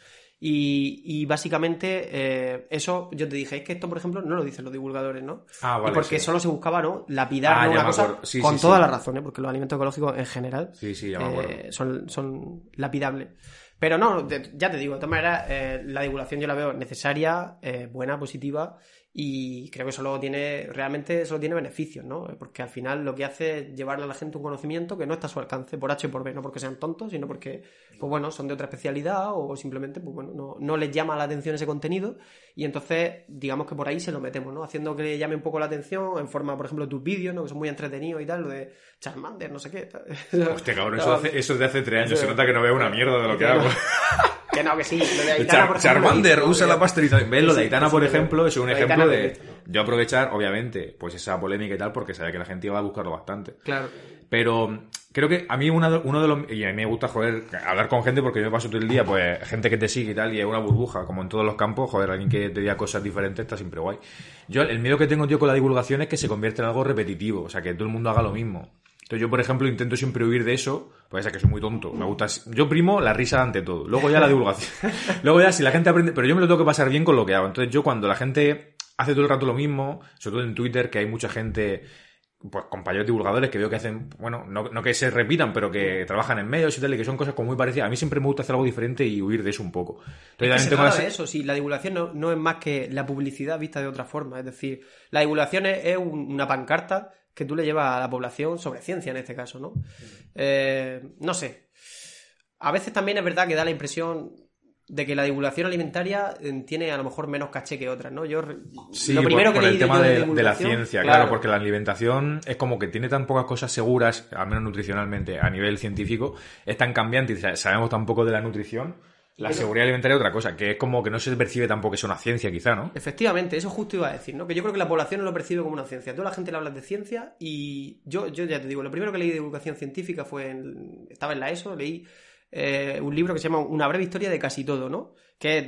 Y básicamente eso yo te dije, es que esto, por ejemplo, no lo dicen los divulgadores, ¿no? Vale, y porque sí, solo se buscaba, ¿no? Lapidar, ¿no? Una cosa con todas las razones, porque los alimentos ecológicos en general ya me acuerdo. son lapidables. Pero no, ya te digo, de todas maneras, la divulgación yo la veo necesaria, buena, positiva, y creo que realmente solo tiene beneficios, ¿no? Porque al final lo que hace es llevarle a la gente un conocimiento que no está a su alcance, por H y por B, no porque sean tontos, sino porque, pues bueno, son de otra especialidad o simplemente, pues bueno, no les llama la atención ese contenido, y entonces, digamos que por ahí se lo metemos, ¿no? Haciendo que le llame un poco la atención en forma, por ejemplo, tus vídeos, ¿no? Que son muy entretenidos y tal, lo de Charmander, no sé qué. Hostia, cabrón, eso es de hace 3 años, se nota que no veo una mierda de lo que hago. Que no, que sí. Lo de Aitana, por ejemplo, Charmander usa la pasteurización. ¿Ves? Lo de Aitana, por ejemplo, es un ejemplo de yo aprovechar, obviamente, pues esa polémica y tal, porque sabía que la gente iba a buscarlo bastante. Claro. Pero creo que a mí uno de los... Y a mí me gusta, joder, hablar con gente porque yo me paso todo el día, pues, gente que te sigue y tal, y es una burbuja, como en todos los campos, joder, alguien que te diga cosas diferentes está siempre guay. Yo, el miedo que tengo, tío, con la divulgación es que se convierte en algo repetitivo, o sea, que todo el mundo haga lo mismo. Entonces yo, por ejemplo, intento siempre huir de eso, pues es que soy muy tonto. Me gusta... Yo primo la risa ante todo. Luego ya la divulgación. Luego ya si la gente aprende... Pero yo me lo tengo que pasar bien con lo que hago. Entonces yo cuando la gente hace todo el rato lo mismo, sobre todo en Twitter, que hay mucha gente, pues compañeros divulgadores que veo que hacen, bueno, no que se repitan, pero que trabajan en medios y tal, y que son cosas como muy parecidas. A mí siempre me gusta hacer algo diferente y huir de eso un poco. Entonces, es que se trata de eso, sí, la divulgación no es más que la publicidad vista de otra forma. Es decir, la divulgación es una pancarta que tú le llevas a la población sobre ciencia en este caso, ¿no? No sé. A veces también es verdad que da la impresión de que la divulgación alimentaria tiene a lo mejor menos caché que otras, ¿no? Sí, lo primero por que el tema de la divulgación, ciencia, claro, porque la alimentación es como que tiene tan pocas cosas seguras, al menos nutricionalmente, a nivel científico, es tan cambiante y sabemos tan poco de la nutrición. La seguridad alimentaria es otra cosa, que es como que no se percibe tampoco que es una ciencia, quizá, ¿no? Efectivamente, eso justo iba a decir, ¿no? Que yo creo que la población no lo percibe como una ciencia. Tú a la gente le hablas de ciencia y yo ya te digo, lo primero que leí de divulgación científica estaba en la ESO, leí un libro que se llama Una breve historia de casi todo, ¿no? Que es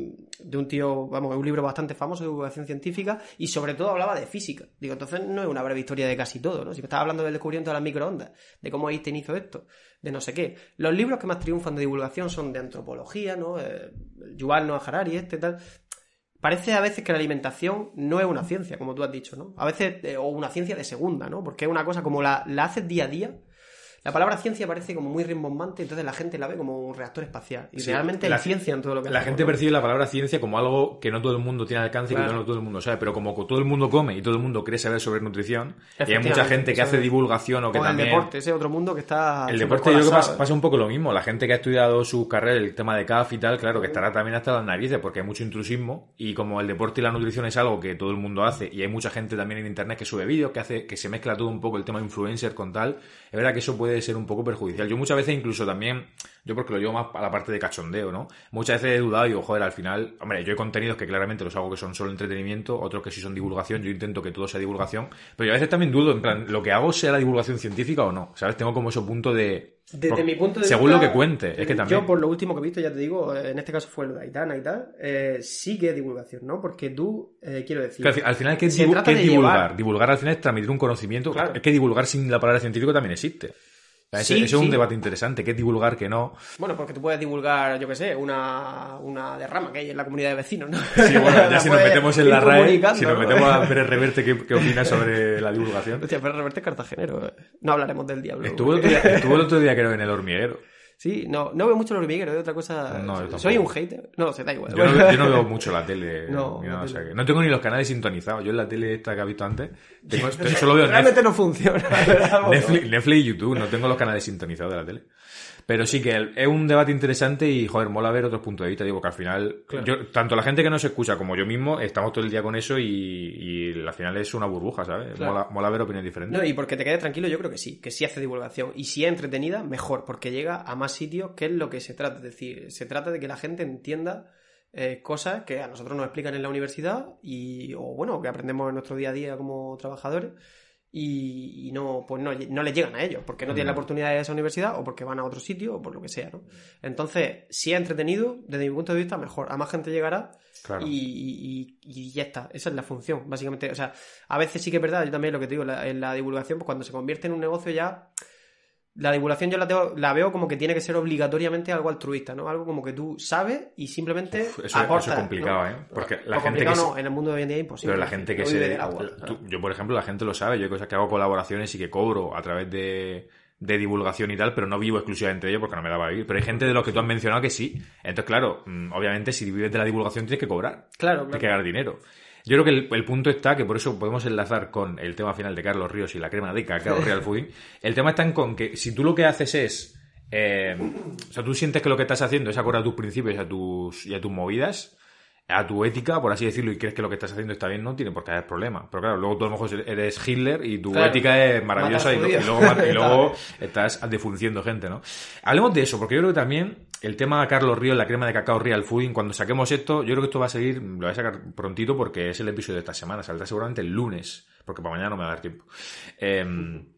de un tío, vamos, es un libro bastante famoso de divulgación científica y sobre todo hablaba de física. Digo, entonces no es una breve historia de casi todo, ¿no? Si me estaba hablando del descubrimiento de las microondas, de cómo Einstein hizo esto, de no sé qué. Los libros que más triunfan de divulgación son de antropología, ¿no? Yuval Noah Harari, tal. Parece a veces que la alimentación no es una ciencia, como tú has dicho, ¿no? A veces, o una ciencia de segunda, ¿no? Porque es una cosa como la haces día a día. La palabra ciencia parece como muy rimbombante, entonces la gente la ve como un reactor espacial. Y sí, realmente hay ciencia en todo lo que la hacemos, gente ¿no? percibe la palabra ciencia como algo que no todo el mundo tiene alcance y que no todo el mundo sabe. Pero como todo el mundo come y todo el mundo quiere saber sobre nutrición, y hay mucha gente que hace divulgación o que también... el deporte, ese otro mundo que está... El deporte yo creo que pasa un poco lo mismo. La gente que ha estudiado su carrera, el tema de CAF y tal, claro, que estará también hasta las narices porque hay mucho intrusismo y como el deporte y la nutrición es algo que todo el mundo hace y hay mucha gente también en internet que sube vídeos, que se mezcla todo un poco el tema influencer con tal, es verdad que eso puede ser un poco perjudicial. Yo muchas veces incluso también, yo porque lo llevo más a la parte de cachondeo, ¿no? Muchas veces he dudado y digo, joder, al final, hombre, yo hay contenidos que claramente los hago que son solo entretenimiento, otros que sí son divulgación, yo intento que todo sea divulgación, pero yo a veces también dudo, en plan, lo que hago sea la divulgación científica o no, ¿sabes? Tengo como ese punto de... Desde mi punto de según vista, lo que cuente, es que también... Yo, por lo último que he visto, ya te digo, en este caso fue lo de Aitana y tal, sí que es divulgación, ¿no? Porque tú, quiero decir... Claro, al final, ¿qué es divulgar? Divulgar al final es transmitir un conocimiento. Claro. Es que divulgar sin la palabra científico también existe. Eso es un debate interesante. ¿Qué es divulgar, qué no? Bueno, porque tú puedes divulgar, yo qué sé, una derrama que hay en la comunidad de vecinos, ¿no? Sí, bueno, ya si nos metemos en la RAE, si nos metemos a Pérez Reverte, ¿qué opinas sobre la divulgación? Hostia, Pérez Reverte es cartagenero. No hablaremos del diablo. Estuvo el otro día, creo, en El Hormiguero. Sí, no veo mucho el hormiguero, de otra cosa. No, soy un hater. No, se da igual. Yo no veo mucho la tele. No, o sea, que no tengo ni los canales sintonizados. Yo en la tele esta que has visto antes, solo veo realmente no funciona. Netflix y YouTube, no tengo los canales sintonizados de la tele. Pero sí que es un debate interesante y, joder, mola ver otros puntos de vista. Digo que al final, claro, tanto la gente que nos escucha como yo mismo, estamos todo el día con eso y al final es una burbuja, ¿sabes? Claro. Mola ver opiniones diferentes. No, y porque te quedes tranquilo, yo creo que sí hace divulgación. Y si es entretenida, mejor, porque llega a más sitios, que es lo que se trata. Es decir, se trata de que la gente entienda cosas que a nosotros nos explican en la universidad o bueno, que aprendemos en nuestro día a día como trabajadores. Y no les llegan a ellos, porque no tienen la oportunidad de ir a esa universidad, o porque van a otro sitio, o por lo que sea, ¿no? Entonces, si es entretenido, desde mi punto de vista, mejor. A más gente llegará, claro. y ya está. Esa es la función, básicamente. O sea, a veces sí que es verdad, yo también lo que te digo, en la divulgación, pues cuando se convierte en un negocio ya... La divulgación yo la veo como que tiene que ser obligatoriamente algo altruista, ¿no? Algo como que tú sabes y simplemente aportas. Eso es complicado, ¿no? Porque la gente que no, en el mundo de hoy en día es imposible. Pero la gente que se... Yo, por ejemplo, la gente lo sabe. Yo hay cosas que hago colaboraciones y que cobro a través de divulgación y tal, pero no vivo exclusivamente de ello porque no me da para vivir. Pero hay gente de los que tú has mencionado que sí. Entonces, claro, obviamente si vives de la divulgación tienes que cobrar. Claro. Tienes que ganar dinero. Yo creo que el punto está, que por eso podemos enlazar con el tema final de Carlos Ríos y la crema de cacao Real Fooding. El tema está en con que si tú lo que haces es... o sea, tú sientes que lo que estás haciendo es acorde a tus principios y a tus movidas, a tu ética, por así decirlo, y crees que lo que estás haciendo está bien, no tiene por qué haber problema. Pero claro, luego tú a lo mejor eres Hitler y tu ética es maravillosa y luego estás defundiendo gente, ¿no? Hablemos de eso, porque yo creo que también el tema de Carlos Ríos, la crema de cacao Real Fooding, cuando saquemos esto, yo creo que esto va a salir, lo voy a sacar prontito porque es el episodio de esta semana, saldrá seguramente el lunes, porque para mañana no me va a dar tiempo.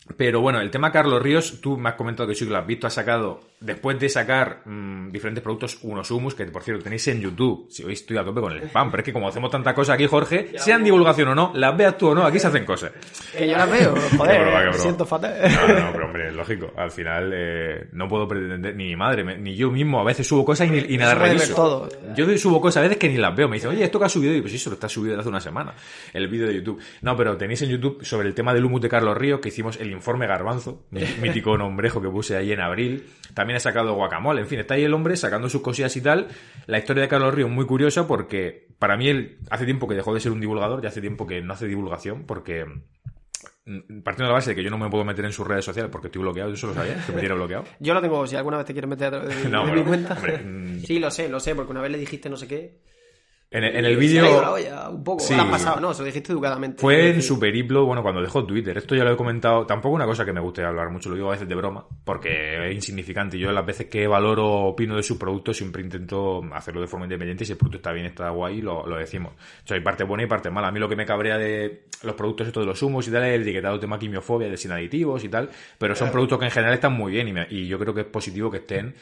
Pero bueno, el tema Carlos Ríos, tú me has comentado que sí que lo has visto, ha sacado, después de sacar diferentes productos, unos humus, que por cierto tenéis en YouTube. Si hoy estoy a tope con el spam, pero es que como hacemos tanta cosa aquí, Jorge, sean divulgación o no, las veas tú o no, aquí se hacen cosas. Que yo las veo, joder, Qué broma. me siento fatal. No, pero hombre, es lógico. Al final no puedo pretender, ni mi madre, ni yo mismo, a veces subo cosas y nada reviso. Todo. Yo subo cosas a veces que ni las veo. Me dicen, oye, esto que has subido, y pues eso lo está subido desde hace una semana, el vídeo de YouTube. No, pero tenéis en YouTube sobre el tema del humus de Carlos Ríos, que hicimos el informe Garbanzo, mítico nombrejo que puse ahí en abril. También ha sacado Guacamole. En fin, está ahí el hombre sacando sus cosillas y tal. La historia de Carlos Ríos es muy curiosa porque para mí él hace tiempo que dejó de ser un divulgador, ya hace tiempo que no hace divulgación porque... Partiendo de la base de que yo no me puedo meter en sus redes sociales porque estoy bloqueado, yo eso lo sabía, que me tiene bloqueado. Yo lo tengo, si alguna vez te quieres meter a través de, No, de bueno, mi cuenta. hombre, Sí, lo sé, porque una vez le dijiste no sé qué. En el Se vídeo... le ha ido la olla un poco. Sí. Lo has pasado, no, se lo dijiste educadamente. Fue Es en decir, su periplo, bueno, cuando dejó Twitter. Esto ya lo he comentado. Tampoco una cosa que me guste hablar mucho, lo digo a veces de broma, porque es insignificante. Yo las veces que valoro o opino de sus productos siempre intento hacerlo de forma independiente. Si el producto está bien, está guay, lo decimos. O sea, hay parte buena y parte mala. A mí lo que me cabrea de los productos estos de los humos y tal es el etiquetado tema quimiofobia, de sin aditivos y tal. Pero son productos que en general están muy bien y yo creo que es positivo que estén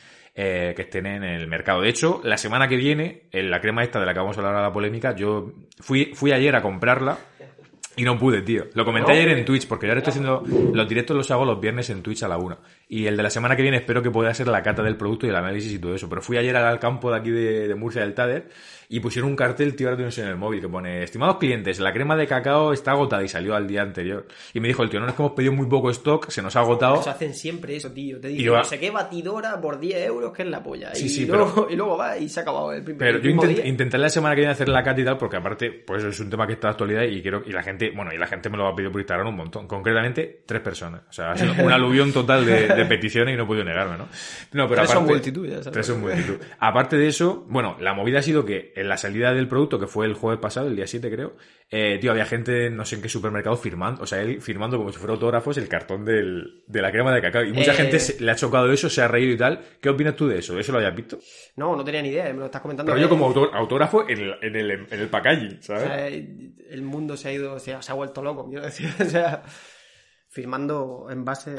en el mercado. De hecho, la semana que viene, en la crema esta de la que vamos a hablar a la polémica, yo fui ayer a comprarla y no pude, tío. Lo comenté ayer en Twitch, porque yo ahora estoy haciendo... Los directos los hago los viernes en Twitch a la 1. Y el de la semana que viene espero que pueda ser la cata del producto y el análisis y todo eso. Pero fui ayer al campo de aquí de Murcia del Tader y pusieron un cartel, tío, ahora tengo en el móvil, que pone: estimados clientes, la crema de cacao está agotada, y salió al día anterior. Y me dijo el tío: no, es que hemos pedido muy poco stock, se nos ha agotado. Eso hacen siempre eso, tío. Te Y digo, va- no sé qué batidora por 10 euros, que es la polla. Sí, y, sí, luego, y luego va y se ha acabado el primer Pero yo mismo día. intentaré la semana que viene hacer la cata y tal, porque aparte, pues eso es un tema que está de actualidad y la gente me lo ha pedido por Instagram un montón. Concretamente, 3 personas. O sea, ha sido un aluvión total de peticiones y no he podido negarme, ¿no? No, pero 3 son aparte, multitud, ya sabes. 3 son multitud. Aparte de eso, bueno, la movida ha sido que en la salida del producto, que fue el jueves pasado, el día 7 creo, tío, había gente, no sé en qué supermercado, firmando, o sea, él firmando como si fuera autógrafos el cartón de la crema de cacao. Y mucha gente le ha chocado eso, se ha reído y tal. ¿Qué opinas tú de eso? ¿Eso lo habías visto? No tenía ni idea, me lo estás comentando. Pero yo como autógrafo en el packaging, O ¿sabes? sea, el mundo se ha ido, se ha vuelto loco, quiero decir. O sea, firmando en base...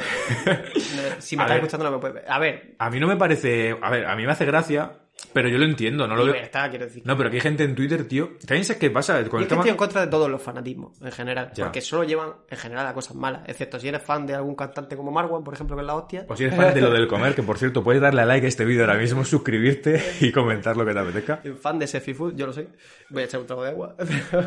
Si me A estás ver. escuchando no me puedes ver. A ver, A mí no me parece... A ver, a mí me hace gracia, pero yo lo entiendo, no lo veo... libertad, quiero decir. No, pero que hay gente en Twitter, tío... ¿También sabes qué pasa con Y el es que tema? estoy en contra de todos los fanatismos, en general. Ya. Porque solo llevan, en general, a cosas malas. Excepto si eres fan de algún cantante como Marwan, por ejemplo, que es la hostia. O si eres fan de lo del comer, que por cierto, puedes darle a like a este vídeo ahora mismo, suscribirte y comentar lo que te apetezca. Fan de Sefi Food, yo lo sé. Voy a echar un trago de agua.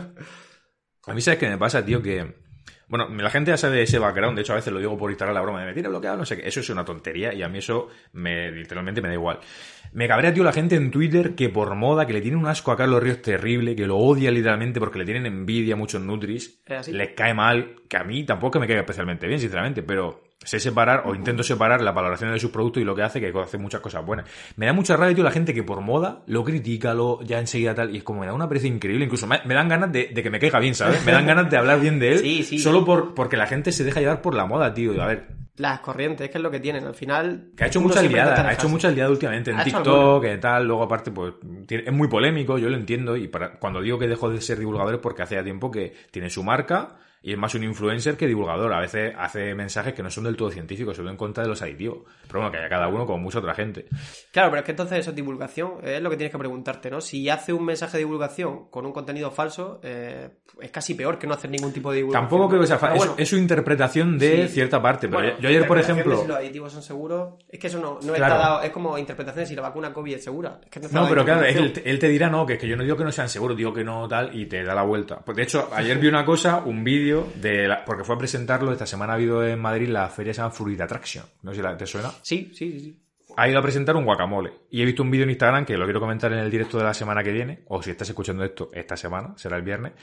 A mí sabes qué me pasa, tío, que... Bueno, la gente ya sabe ese background, de hecho a veces lo digo por Instagram la broma de me tiene bloqueado, no sé qué. Eso es una tontería y a mí eso literalmente me da igual. Me cabrea, tío, la gente en Twitter que por moda, que le tiene un asco a Carlos Ríos terrible, que lo odia literalmente porque le tienen envidia a muchos nutris, ¿Es así? les cae mal, que a mí tampoco es que me caiga especialmente bien, sinceramente, pero sé separar o intento separar la valoración de sus productos y lo que hace, que hace muchas cosas buenas. Me da mucha rabia, tío, la gente que por moda lo critica, ya enseguida tal, y es como me da una pereza increíble, incluso me dan ganas de que me caiga bien, ¿sabes? Me dan ganas de hablar bien de él, Sí. solo porque la gente se deja llevar por la moda, tío. A ver, Las corrientes, que es lo que tienen. Al final... que ha hecho uno muchas siempre liadas, intenta ha hecho alejarse. muchas liadas últimamente en Ha hecho TikTok, y tal, luego aparte, pues, es muy polémico, yo lo entiendo, y cuando digo que dejó de ser divulgador es porque hace ya tiempo que tiene su marca, y es más un influencer que divulgador. A veces hace mensajes que no son del todo científicos, se van en contra de los aditivos. Pero bueno, que haya cada uno como mucha otra gente. Claro, pero es que entonces eso es divulgación, es lo que tienes que preguntarte, ¿no? Si hace un mensaje de divulgación con un contenido falso, es casi peor que no hacer ningún tipo de divulgación. Tampoco creo que sea Pero fácil, bueno, es su interpretación de sí. cierta parte. Pero Bueno, yo ayer, por interpretación de ejemplo... si los aditivos son seguros, es que eso no Claro. está dado, es como interpretación de si la vacuna COVID es segura. Es que está No, dado pero claro, interpretación. él te dirá no, que es que yo no digo que no sean seguros, digo que no tal, y te da la vuelta. Pues de hecho, ayer vi una cosa, un vídeo, porque fue a presentarlo, esta semana ha habido en Madrid la feria, se llama Fruit Attraction, no sé si te suena. Sí. Ha ido a presentar un guacamole. Y he visto un vídeo en Instagram que lo quiero comentar en el directo de la semana que viene, o si estás escuchando esto esta semana, será el viernes,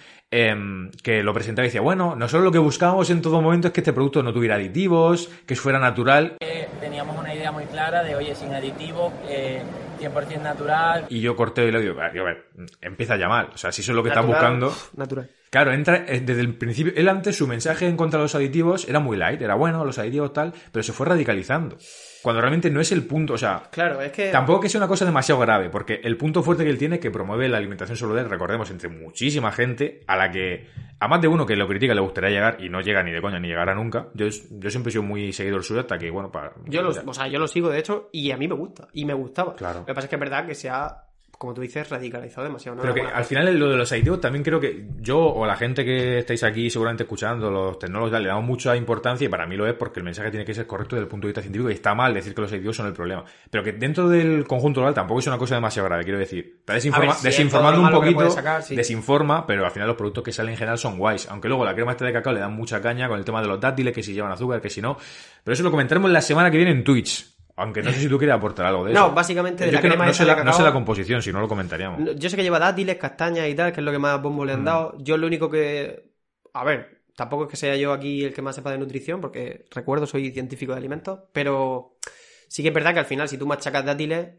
que lo presentaba y decía, bueno, nosotros lo que buscábamos en todo momento es que este producto no tuviera aditivos, que fuera natural. Teníamos una idea muy clara de, oye, sin aditivos, 100% natural. Y yo corté y le digo, a ver, empieza a llamar. O sea, si eso es lo que estás Natural, buscando... Natural. Claro, entra desde el principio. Él antes, su mensaje en contra de los aditivos era muy light, era bueno, los aditivos tal, pero se fue radicalizando. Cuando realmente no es el punto, o sea... Claro, es que... Tampoco que sea una cosa demasiado grave, porque el punto fuerte que él tiene es que promueve la alimentación saludable, recordemos, entre muchísima gente, a la que a más de uno que lo critica le gustaría llegar, y no llega ni de coña, ni llegará nunca. Yo siempre he sido muy seguidor suyo hasta que, bueno, para... Yo lo sigo, de hecho, y a mí me gusta, y me gustaba. Claro. Lo que pasa es que es verdad que se ha, como tú dices, radicalizado demasiado. ¿No? Pero que al final lo de los aditivos también creo que yo o la gente que estáis aquí seguramente escuchando, los tecnólogos, le damos mucha importancia y para mí lo es porque el mensaje tiene que ser correcto desde el punto de vista científico y está mal decir que los aditivos son el problema. Pero que dentro del conjunto global tampoco es una cosa demasiado grave, quiero decir. Está desinformando un poquito, sí. Desinforma, pero al final los productos que salen en general son guays. Aunque luego la crema esta de cacao le dan mucha caña con el tema de los dátiles, que si llevan azúcar, que si no. Pero eso lo comentaremos la semana que viene en Twitch. Aunque no sé si tú quieres aportar algo de eso. No, básicamente de la crema no sé la composición, si no lo comentaríamos. Yo sé que lleva dátiles, castañas y tal, que es lo que más bombo le han dado. Yo lo único que... A ver, tampoco es que sea yo aquí el que más sepa de nutrición, porque recuerdo, soy científico de alimentos, pero sí que es verdad que al final, si tú machacas dátiles,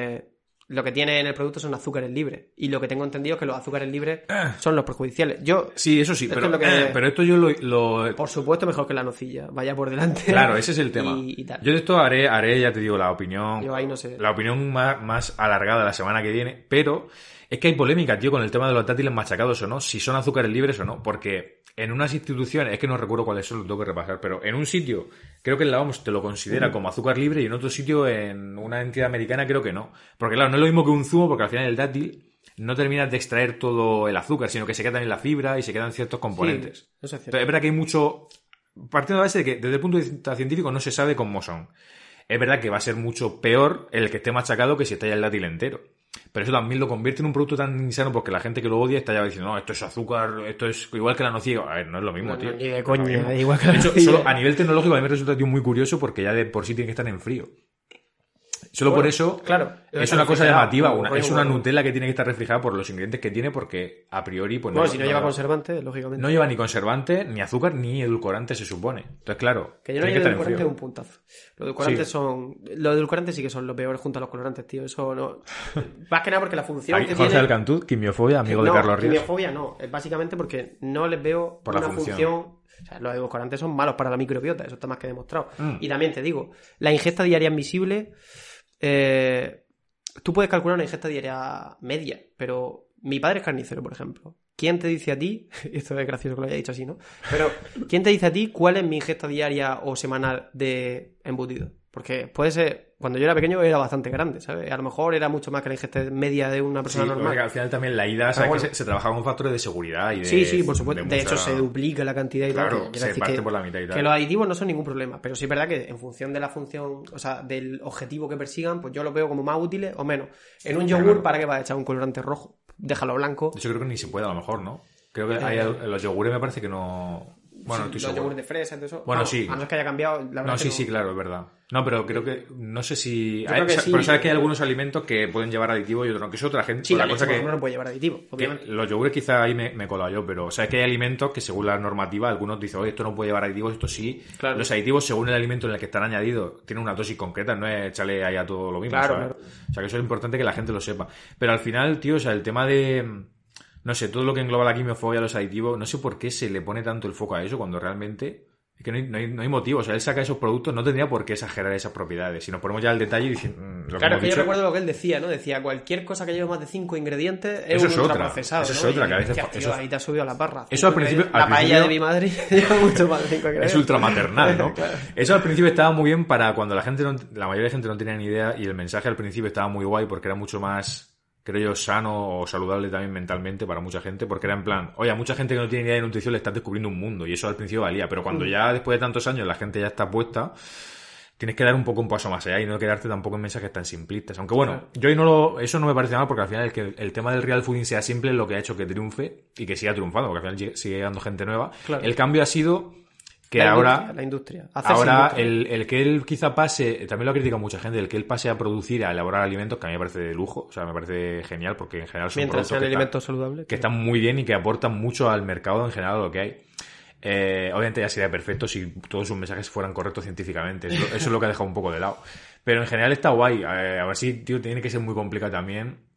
lo que tiene en el producto son azúcares libres. Y lo que tengo entendido es que los azúcares libres son los perjudiciales. Sí, eso sí, pero esto yo lo... Por supuesto, mejor que la nocilla. Vaya por delante. Claro, ese es el tema. Y tal. Yo de esto haré, ya te digo, la opinión... Yo ahí no sé. La opinión más alargada la semana que viene, pero es que hay polémica, tío, con el tema de los dátiles machacados o no, si son azúcares libres o no, porque en unas instituciones, es que no recuerdo cuáles son, lo tengo que repasar, pero en un sitio, creo que en la OMS te lo considera como azúcar libre y en otro sitio, en una entidad americana, creo que no. Porque claro, no es lo mismo que un zumo, porque al final el dátil no terminas de extraer todo el azúcar, sino que se queda también la fibra y se quedan ciertos componentes. Sí, eso es cierto. Entonces, es verdad que hay mucho... Partiendo de la base de que desde el punto de vista científico no se sabe cómo son. Es verdad que va a ser mucho peor el que esté machacado que si está ya el dátil entero. Pero eso también lo convierte en un producto tan insano porque la gente que lo odia está ya diciendo, no, esto es azúcar, esto es igual que la nocilla. A ver, no es lo mismo, tío. Ni de coña, no igual que la nocilla. De hecho, solo a nivel tecnológico a mí me resulta, tío, muy curioso porque ya de por sí tiene que estar en frío. Solo por eso, claro, es una cosa llamativa, es una Nutella que tiene que estar refrigerada por los ingredientes que tiene porque a priori... Pues, bueno, si no lleva conservante, lógicamente. No lleva ni conservante, ni azúcar, ni edulcorante, se supone. Entonces, claro, que yo no lleve edulcorante es un puntazo. Los edulcorantes sí que son lo peor junto a los colorantes, tío. Eso no... Más que nada porque la función que Jorge tiene... Alcantuz, quimiofobia, amigo de Carlos Ríos. Quimiofobia no, es básicamente porque no les veo por una la función... O sea, los edulcorantes son malos para la microbiota, eso está más que demostrado. Y también te digo, la ingesta diaria admisible... tú puedes calcular una ingesta diaria media, pero mi padre es carnicero, por ejemplo. ¿Quién te dice a ti, esto es gracioso que lo haya dicho así, ¿no? Pero, ¿quién te dice a ti cuál es mi ingesta diaria o semanal de embutido? Porque puede ser, cuando yo era pequeño era bastante grande, ¿sabes? A lo mejor era mucho más que la ingesta media de una persona normal. Porque al final también la ida, ¿sabes? Bueno, que se trabaja con factores de seguridad y de... Sí, por supuesto. De hecho, se duplica la cantidad y claro, tal. se parte por la mitad y tal. Que los aditivos no son ningún problema, pero sí es verdad que en función de la función, o sea, del objetivo que persigan, pues yo los veo como más útiles o menos. En un yogur, ¿para qué vas a echar un colorante rojo? Déjalo blanco. De hecho, creo que ni se puede a lo mejor, ¿no? Creo que los yogures me parece que no... Bueno, sí, los yogures de fresa y todo eso. Bueno, sí. A no es que haya cambiado, la verdad. No, sí, claro, es verdad. No, pero creo que... No sé si... Sí. Pero sabes que hay algunos alimentos que pueden llevar aditivos y otros no. Que es otra gente... Sí, la cosa que no puede llevar aditivos, obviamente. Los yogures quizá ahí me he colado yo, pero sabes que hay alimentos que según la normativa algunos dicen, oye, esto no puede llevar aditivos, esto sí. Claro. Los aditivos, según el alimento en el que están añadidos, tienen una dosis concreta, no es echarle ahí a todo lo mismo, claro, ¿sabes? Claro. O sea, que eso es importante que la gente lo sepa. Pero al final, tío, o sea, el tema de... No sé, todo lo que engloba la quimiofobia, los aditivos, no sé por qué se le pone tanto el foco a eso cuando realmente es que no hay motivo. O sea, él saca esos productos, no tendría por qué exagerar esas propiedades. Si nos ponemos ya al detalle y dicen... Claro, que yo recuerdo lo que él decía, ¿no? Decía, cualquier cosa que lleve más de 5 ingredientes es un ultraprocesado, ¿no? Eso es otra, que a veces... Tío, ahí te has subido a la barra. Eso al principio... La paella de mi madre lleva mucho más de 5 ingredientes. Es ultramaternal, ¿no? Claro. Eso al principio estaba muy bien para cuando la mayoría de gente no tenía ni idea y el mensaje al principio estaba muy guay porque era mucho más... creo yo, sano o saludable también mentalmente para mucha gente, porque era en plan, oye, a mucha gente que no tiene ni idea de nutrición le estás descubriendo un mundo, y eso al principio valía, pero cuando ya después de tantos años la gente ya está puesta, tienes que dar un poco un paso más allá y no quedarte tampoco en mensajes tan simplistas. Aunque bueno, yo ahí eso no me parece mal, porque al final el tema del real fooding sea simple es lo que ha hecho que triunfe y que siga triunfando, porque al final sigue llegando gente nueva. Claro. El cambio ha sido... que la industria. Ahora el que él quizá pase, también lo ha criticado mucha gente, el que él pase a producir, a elaborar alimentos, que a mí me parece de lujo, o sea, me parece genial porque en general son productos alimentos saludables que están muy bien y que aportan mucho al mercado en general lo que hay. Obviamente ya sería perfecto si todos sus mensajes fueran correctos científicamente, eso es lo que ha dejado un poco de lado, pero en general está guay. A ver si, tío, tiene que ser muy complicado también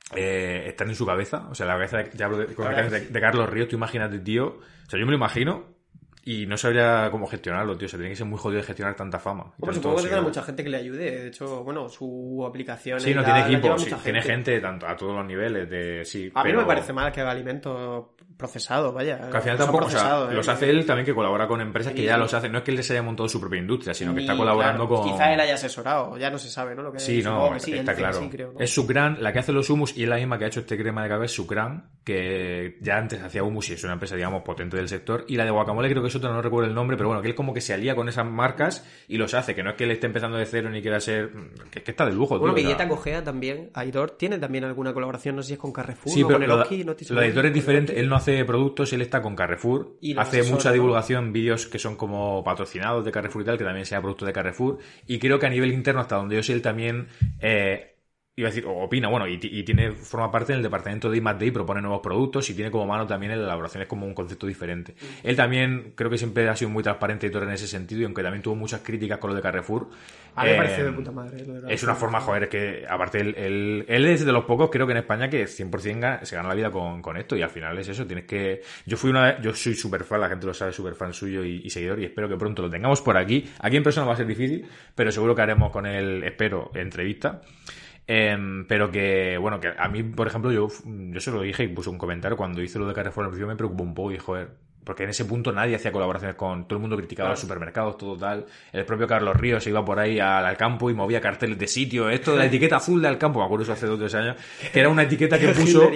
están en su cabeza. O sea, la cabeza ya hablo de Carlos Ríos, tú imagínate, tío. O sea, yo me lo imagino y no sabría cómo gestionarlo, tío. O sea, tiene que ser muy jodido de gestionar tanta fama. Bueno, supongo que tendrá mucha gente que le ayude. De hecho, bueno, su aplicación... Sí, no tiene equipo, sí, tiene gente tanto a todos los niveles. A mí no me parece mal que haga alimentos procesados, vaya. Que al final tampoco, o sea, los hace él también, que colabora con empresas que ya los hacen. No es que él se haya montado su propia industria, sino que está colaborando con... Quizá él haya asesorado, ya no se sabe, ¿no? Lo que sí, no, que sí, está claro. Sí, creo, ¿no? Es Sucran, la que hace los hummus, y es la misma que ha hecho este crema de cabeza, Sucran, que ya antes hacía hummus y es una empresa, digamos, potente del sector. Y la de guacamole creo que es otra, no recuerdo el nombre, pero bueno, que él como que se alía con esas marcas y los hace, que no es que él esté empezando de cero ni quiera ser... Que es que está de lujo, bueno, tío. Que Dieta Cogea también, Aitor, tiene también alguna colaboración, no sé si es con Carrefour sí, o pero con Eloski, no estoy seguro. Lo de Aitor es diferente, él no hace productos, él está con Carrefour, hace mucha divulgación, vídeos que son como patrocinados de Carrefour y tal, que también sea producto de Carrefour, y creo que a nivel interno, hasta donde yo sé, él también... iba a decir, opina, bueno, y forma parte del departamento de I+D y propone nuevos productos y tiene como mano también en la elaboración, es como un concepto diferente. Él también creo que siempre ha sido muy transparente y todo en ese sentido, y aunque también tuvo muchas críticas con lo de Carrefour. A mí me parece de puta madre. Es una forma, joder, es que aparte él es de los pocos, creo que en España, que 100% se gana la vida con esto, y al final es eso, tienes que... Yo soy súper fan, la gente lo sabe, súper fan suyo y seguidor, y espero que pronto lo tengamos por aquí. Aquí en persona va a ser difícil, pero seguro que haremos con él, espero, entrevista. Pero que, bueno, que a mí, por ejemplo, yo se lo dije y puse un comentario cuando hice lo de Carrefour al principio, me preocupó un poco y joder, porque en ese punto nadie hacía colaboraciones con... Todo el mundo criticaba los supermercados, todo tal. El propio Carlos Ríos se iba por ahí al campo y movía carteles de sitio. Esto de la etiqueta azul del campo, me acuerdo eso hace 2 o 3 años, que era una etiqueta que puso...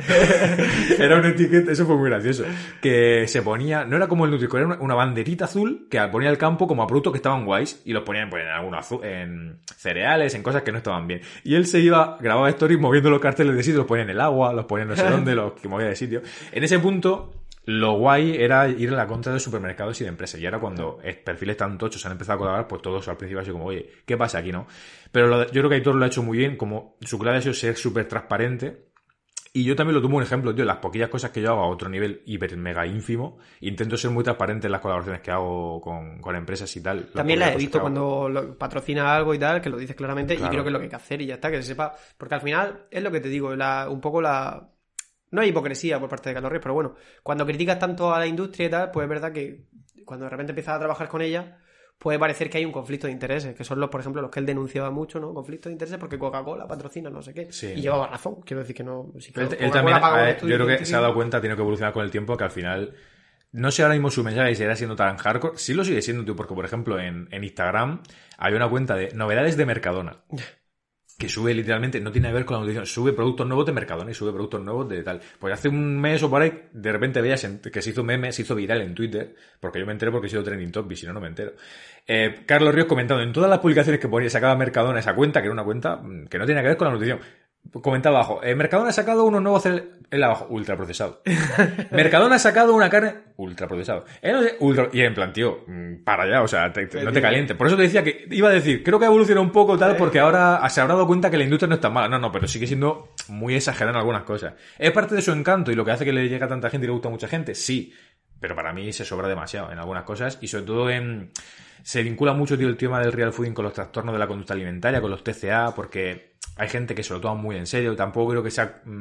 Era una etiqueta, eso fue muy gracioso, que se ponía... No era como el Nutrico, era una banderita azul que ponía al campo como a productos que estaban guays y los ponían en algunos en cereales, en cosas que no estaban bien. Y él se iba, grababa stories moviendo los carteles de sitio, los ponía en el agua, los ponía no sé dónde, los que movía de sitio. En ese punto... Lo guay era ir en la contra de supermercados y de empresas. Y ahora cuando perfiles tan tochos han empezado a colaborar, pues todos al principio ha sido como, oye, ¿qué pasa aquí, no? Pero yo creo que Aitor lo ha hecho muy bien, como su clave ha sido ser súper transparente. Y yo también lo tomo un ejemplo, tío, las poquillas cosas que yo hago a otro nivel hiper mega ínfimo, intento ser muy transparente en las colaboraciones que hago con empresas y tal. También las he visto cuando patrocina algo y tal, que lo dices claramente, claro. Y creo que es lo que hay que hacer y ya está, que se sepa. Porque al final es lo que te digo, un poco la... No hay hipocresía por parte de Carlos Ríos, pero bueno, cuando criticas tanto a la industria y tal, pues es verdad que cuando de repente empiezas a trabajar con ella, puede parecer que hay un conflicto de intereses, que son por ejemplo, los que él denunciaba mucho, ¿no? Conflictos de intereses porque Coca-Cola patrocina no sé qué. Sí. Y llevaba razón, quiero decir que no... Si que él también, yo creo que se ha dado cuenta, tiene que evolucionar con el tiempo, que al final... No sé ahora mismo su mensaje si seguirá siendo tan hardcore. Sí lo sigue siendo, tío, porque por ejemplo en Instagram hay una cuenta de novedades de Mercadona. Que sube literalmente, no tiene que ver con la nutrición, sube productos nuevos de Mercadona y sube productos nuevos de tal. Pues hace un mes o por ahí, de repente veías que se hizo meme, se hizo viral en Twitter, porque yo me enteré porque he sido trending topic, si no, no me entero. Carlos Ríos comentando en todas las publicaciones que ponía, sacaba Mercadona esa cuenta, que era una cuenta que no tenía que ver con la nutrición. Comentaba abajo, Mercadona ha sacado unos nuevos en abajo, ultraprocesado. Mercadona ha sacado una carne ultraprocesado. Y en plan, tío, para allá, o sea, no te calientes. Por eso te decía que iba a decir, creo que ha evolucionado un poco tal, porque ahora se habrá dado cuenta que la industria no es tan mala. No, pero sigue siendo muy exagerada en algunas cosas. ¿Es parte de su encanto y lo que hace que le llegue a tanta gente y le gusta a mucha gente? Sí. Pero para mí se sobra demasiado en algunas cosas y sobre todo se vincula mucho, tío, el tema del real fooding con los trastornos de la conducta alimentaria, con los TCA, porque hay gente que se lo toma muy en serio. Tampoco creo que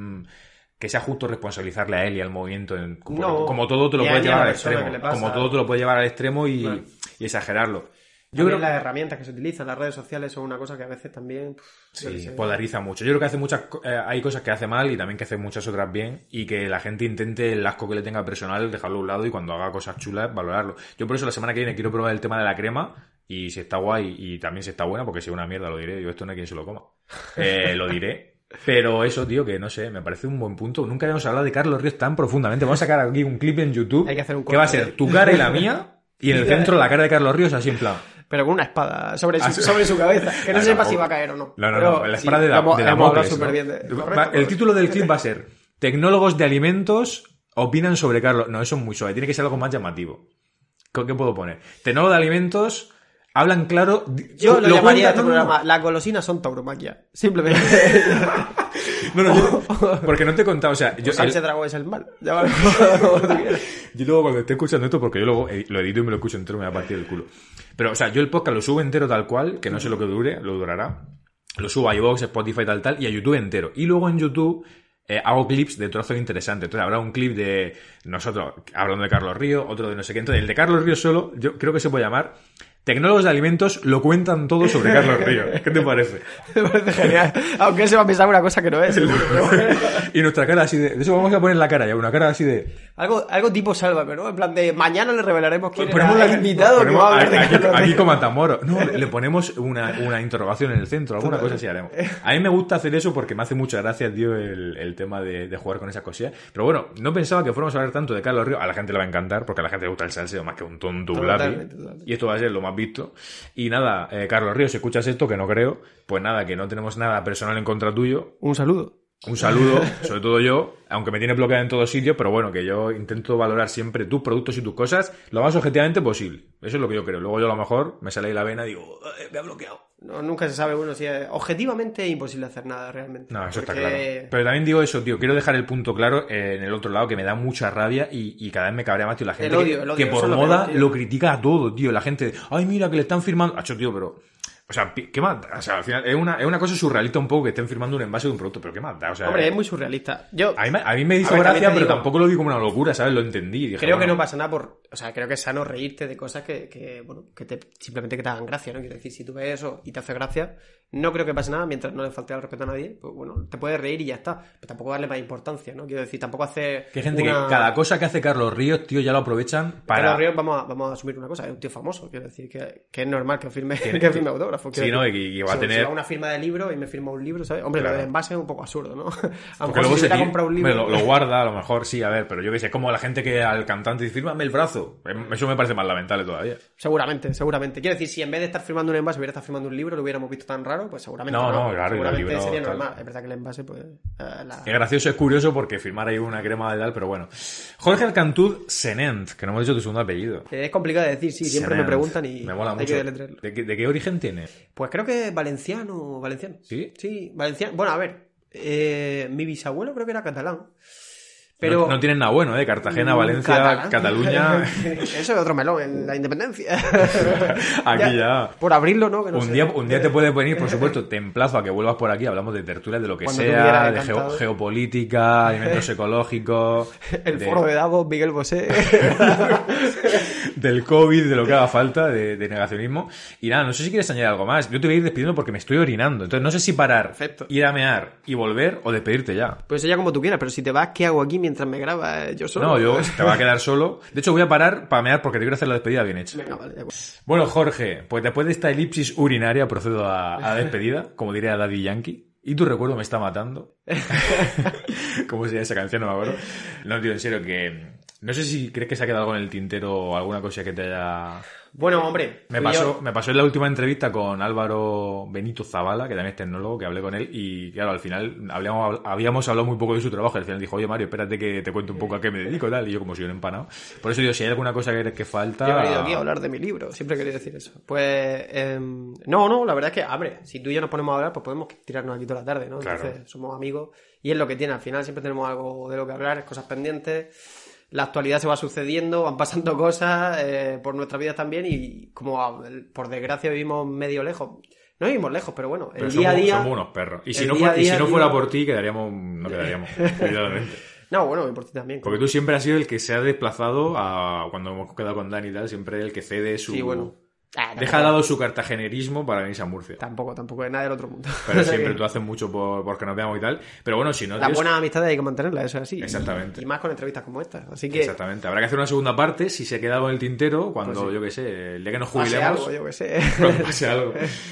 sea justo responsabilizarle a él y al movimiento. Como todo te lo puedes llevar al extremo. Como todo te lo puedes llevar al extremo y exagerarlo. Yo creo que las herramientas que se utilizan, las redes sociales, son una cosa que a veces también... Sí, polariza mucho. Yo creo que hay cosas que hace mal y también que hace muchas otras bien, y que la gente intente el asco que le tenga personal dejarlo a un lado y cuando haga cosas chulas valorarlo. Yo por eso la semana que viene quiero probar el tema de la crema y si está guay y también si está buena, porque si es una mierda lo diré. Yo esto no hay quien se lo coma. Lo diré. Pero eso, tío, que no sé, me parece un buen punto. Nunca habíamos hablado de Carlos Ríos tan profundamente. Vamos a sacar aquí un clip en YouTube hay que hacer un que va a ser tu cara y la mía y en el centro la cara de Carlos Ríos así en plan... Pero con una espada sobre su cabeza. Que no sepa si va a caer o no. No, la espada de Damocles, ¿no? El título del clip va a ser Tecnólogos de alimentos opinan sobre Carlos... No, eso es muy suave. Tiene que ser algo más llamativo. ¿Qué puedo poner? Tecnólogos de alimentos hablan claro... Yo lo llamaría este programa Las golosinas son tauromaquia. Simplemente. Porque no te he contado, o sea... Sánchez Dragó es el mal. Yo luego cuando esté escuchando esto, porque yo luego lo edito y me lo escucho entero, me va a partir el culo. Pero, o sea, yo el podcast lo subo entero tal cual, que no sé lo que dure, lo durará. lo subo a iVoox, Spotify, tal, y a YouTube entero. Y luego en YouTube hago clips de trozos interesantes. Entonces habrá un clip de nosotros hablando de Carlos Ríos, otro de no sé qué. Entonces el de Carlos Ríos solo, yo creo que se puede llamar Tecnólogos de Alimentos lo cuentan todo sobre Carlos Ríos. ¿Qué te parece? Me parece genial. Aunque él se va a pensar una cosa que no es, seguro. Pero bueno. Y nuestra cara así de eso vamos a poner la cara ya, una cara así de... Algo tipo Sálvame, ¿no? En plan de mañana le revelaremos quién ponemos era el invitado que va a hablar de Carlos aquí Ríos. con Matamoros. No, le ponemos una interrogación en el centro, alguna cosa así haremos. A mí me gusta hacer eso porque me hace mucha gracia, tío, el tema de jugar con esas cosillas. Pero bueno, no pensaba que fuéramos a hablar tanto de Carlos Ríos. A la gente le va a encantar porque a la gente le gusta el salseo más que un tonto Totalmente. Y esto va a ser lo más visto. Y nada, Carlos Ríos, si escuchas esto, que no creo, pues nada, que no tenemos nada personal en contra tuyo. Un saludo. Un saludo, sobre todo yo, aunque me tiene bloqueado en todos sitios, pero bueno, que yo intento valorar siempre tus productos y tus cosas lo más objetivamente posible. Eso es lo que yo creo. Luego yo a lo mejor me sale ahí la vena y digo, me ha bloqueado. No, nunca se sabe, bueno, si es, objetivamente es imposible hacer nada realmente. No, eso porque... está claro. Pero también digo eso, tío, quiero dejar el punto claro en el otro lado, que me da mucha rabia y cada vez me cabrea más, tío, la gente el odio, que por eso es moda peor, lo critica a todo, tío. La gente, ay, mira, que le están firmando... Acho, tío, pero... O sea, ¿qué más da? O sea, al final es una cosa surrealista un poco que estén firmando un envase de un producto, pero ¿qué más da? O sea, Hombre, es muy surrealista. A mí me hizo gracia, pero tampoco lo vi como una locura, ¿sabes? Lo entendí. Dije, creo que bueno, no pasa nada por... O sea, creo que es sano reírte de cosas bueno, simplemente que te hagan gracia, ¿no? Quiero decir, si tú ves eso y te hace gracia, no creo que pase nada mientras no le falte el respeto a nadie. Pues bueno, te puedes reír y ya está. Pero tampoco darle más importancia, ¿no? Quiero decir, tampoco hacer... Que hay gente que cada cosa que hace Carlos Ríos, tío, ya lo aprovechan para... Carlos Ríos, vamos a asumir una cosa, es un tío famoso. Quiero decir, que es normal que firme autógrafos. Sí, ¿no? Y va a tener... Si va a una firma de libro y me firma un libro, ¿sabes? Hombre, Claro. lo del envase es un poco absurdo, ¿no? Porque luego se compra un libro... lo guarda, a lo mejor sí, a ver, pero yo que sé, como la gente que al cantante dice, fírmame el brazo. Eso me parece más lamentable todavía. Seguramente. Quiero decir, si en vez de estar firmando un envase hubiera estado firmando un libro, lo hubiéramos visto tan raro, pues seguramente No, claro, seguramente y el libro, sería tal. normal. Es verdad que el envase, pues... Es gracioso, es curioso porque firmar ahí una crema de tal, pero bueno. Jorge Alcantud Senent, que no hemos dicho tu segundo apellido. Es complicado de decir, sí, siempre Senent. me preguntan y me mola hay mucho. que deletrearlo. ¿De qué origen tiene? Pues creo que valenciano. ¿Sí? Sí, valenciano. Bueno, a ver, mi bisabuelo creo que era catalán. Pero... No tienen nada bueno, ¿eh? Cartagena, Valencia, Cataluña... Eso es otro melón, en la independencia. Aquí ya. Por abrirlo, ¿no? Que no Un sé. día te puedes venir, por supuesto, te emplazo a que vuelvas por aquí, hablamos de tertulias, de lo que Cuando tú sea, quieras, de encantado. geopolítica, alimentos ecológicos... El foro de Davos, Miguel Bosé. del COVID, de lo que haga falta, de negacionismo. Y nada, no sé si quieres añadir algo más. Yo te voy a ir despidiendo porque me estoy orinando. Entonces no sé si parar, Perfecto. ir a mear y volver o despedirte ya. Pues ella como tú quieras, pero si te vas, ¿qué hago aquí mientras me grabas yo solo? No, te va a quedar solo. De hecho, voy a parar para mear porque te quiero hacer la despedida bien hecha. Venga, vale, de acuerdo. Bueno, Jorge, pues después de esta elipsis urinaria procedo a la despedida, como diría Daddy Yankee. Y tu recuerdo me está matando. ¿Cómo se llama esa canción? No me acuerdo. No, tío, en serio, que... No sé si crees que se ha quedado algo en el tintero o alguna cosa que te haya... Bueno, hombre. Me pasó en la última entrevista con Álvaro Benito Zavala, que también es tecnólogo, que hablé con él, y claro, al final habíamos hablado muy poco de su trabajo, y al final dijo, oye Mario, espérate que te cuente un poco a qué me dedico y tal, y yo como soy un empanado. Por eso digo, si hay alguna cosa que crees que falta... Yo he venido aquí a hablar de mi libro, siempre he querido decir eso. Pues, no, la verdad es que, hombre, si tú y yo nos ponemos a hablar, pues podemos tirarnos aquí toda la tarde, ¿no? Claro. Entonces, somos amigos, y es lo que tiene, al final siempre tenemos algo de lo que hablar, cosas pendientes... La actualidad se va sucediendo, van pasando cosas por nuestras vidas también y como por desgracia vivimos medio lejos. No vivimos lejos, pero bueno, el día a día... Somos unos perros. Y si el no día a día, fuera tío. por ti, no quedaríamos, cuidadamente. No, bueno, y por ti también. Porque tú siempre has sido el que se ha desplazado a... Cuando hemos quedado con Dani y tal, siempre el que cede su... Sí, bueno. Deja de lado su cartagenerismo para venirse a Murcia. Tampoco es nada del otro mundo. Pero siempre tú haces mucho por que nos veamos y tal. Pero bueno, si no... Las tío, buenas amistades hay que mantenerlas, eso es así. Exactamente. Y más con entrevistas como estas. Así que... Exactamente. Habrá que hacer una segunda parte si se ha quedado en el tintero cuando, Pues sí. yo qué sé, el día que nos pase jubilemos... algo, yo que sé. Cuando pase algo.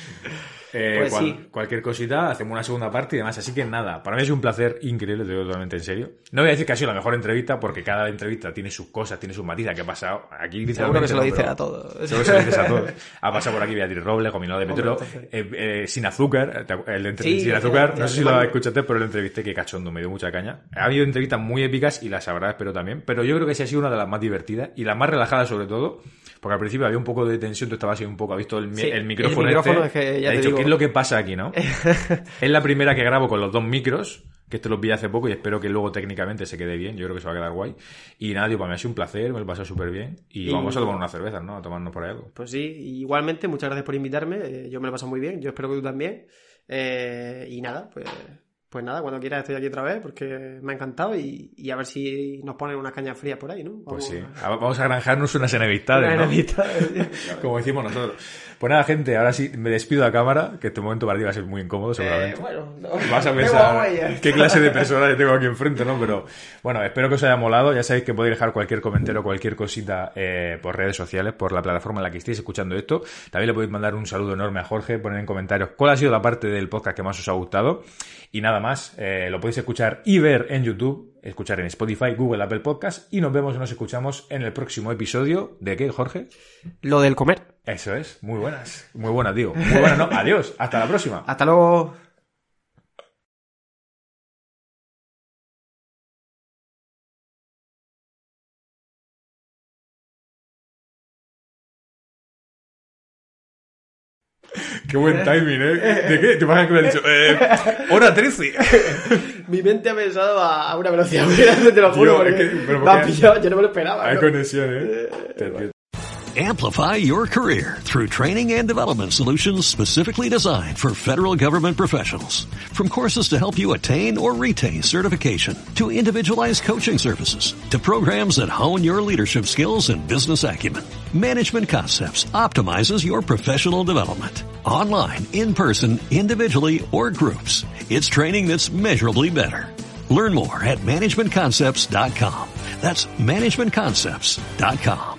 Pues sí. Cualquier cosita, hacemos una segunda parte y demás. Así que nada, para mí es un placer increíble, te digo totalmente en serio. No voy a decir que ha sido la mejor entrevista porque cada entrevista tiene sus cosas, tiene sus matices. ¿Qué ha pasado? Aquí Seguro que se lo dice pero- a todos. Seguro que se lo dices a todos. Ha pasado por aquí Beatriz Robles, Combinado de Petróleo, entonces. Sin azúcar. Sí, Sin azúcar, ya, no sé si lo escuchaste, pero lo entrevisté, que cachondo, me dio mucha caña. Ha habido entrevistas muy épicas y las habrá, espero también. Pero yo creo que sí ha sido una de las más divertidas y la más relajada sobre todo. Porque al principio había un poco de tensión, tú estabas así un poco, has visto el Sí, micrófono. el micrófono este, es que ya ha te dicho, digo. ¿qué es lo que pasa aquí, no? Es la primera que grabo con los dos micros, que este lo vi hace poco y espero que luego técnicamente se quede bien, yo creo que se va a quedar guay. Y nada, tío, para mí ha sido un placer, me lo he pasado súper bien y vamos a tomar unas cervezas, ¿no? A tomarnos por ahí algo. Pues sí, igualmente, muchas gracias por invitarme. Yo me lo he pasado muy bien, yo espero que tú también. Y nada, pues nada, cuando quieras estoy aquí otra vez porque me ha encantado y a ver si nos ponen unas cañas frías por ahí, ¿no? Pues sí, vamos a granjarnos unas enemistades, ¿no? Como decimos nosotros. Pues nada, gente, ahora sí me despido a cámara, que este momento para ti va a ser muy incómodo seguramente. Bueno, no. Vas a pensar qué clase de persona tengo aquí enfrente, ¿no? Pero bueno, espero que os haya molado. Ya sabéis que podéis dejar cualquier comentario, cualquier cosita por redes sociales, por la plataforma en la que estéis escuchando esto. También le podéis mandar un saludo enorme a Jorge, poner en comentarios cuál ha sido la parte del podcast que más os ha gustado. Y nada más, lo podéis escuchar y ver en YouTube, escuchar en Spotify, Google, Apple Podcast, y nos vemos y nos escuchamos en el próximo episodio. ¿De qué, Jorge? Lo del comer. Eso es, muy buenas, digo. Muy buenas, no, adiós, hasta la próxima. Hasta luego. Qué buen timing, ¿eh? ¿De qué? ¿Te imaginas que me ha dicho? ¡Hora 13! Mi mente ha pensado a una velocidad muy grande, te lo juro. Tío, me ha pillado, yo no me lo esperaba. Hay conexión, ¿eh? Amplify your career through training and development solutions specifically designed for federal government professionals. From courses to help you attain or retain certification, to individualized coaching services, to programs that hone your leadership skills and business acumen, Management Concepts optimizes your professional development. Online, in person, individually, or groups, it's training that's measurably better. Learn more at managementconcepts.com. That's managementconcepts.com.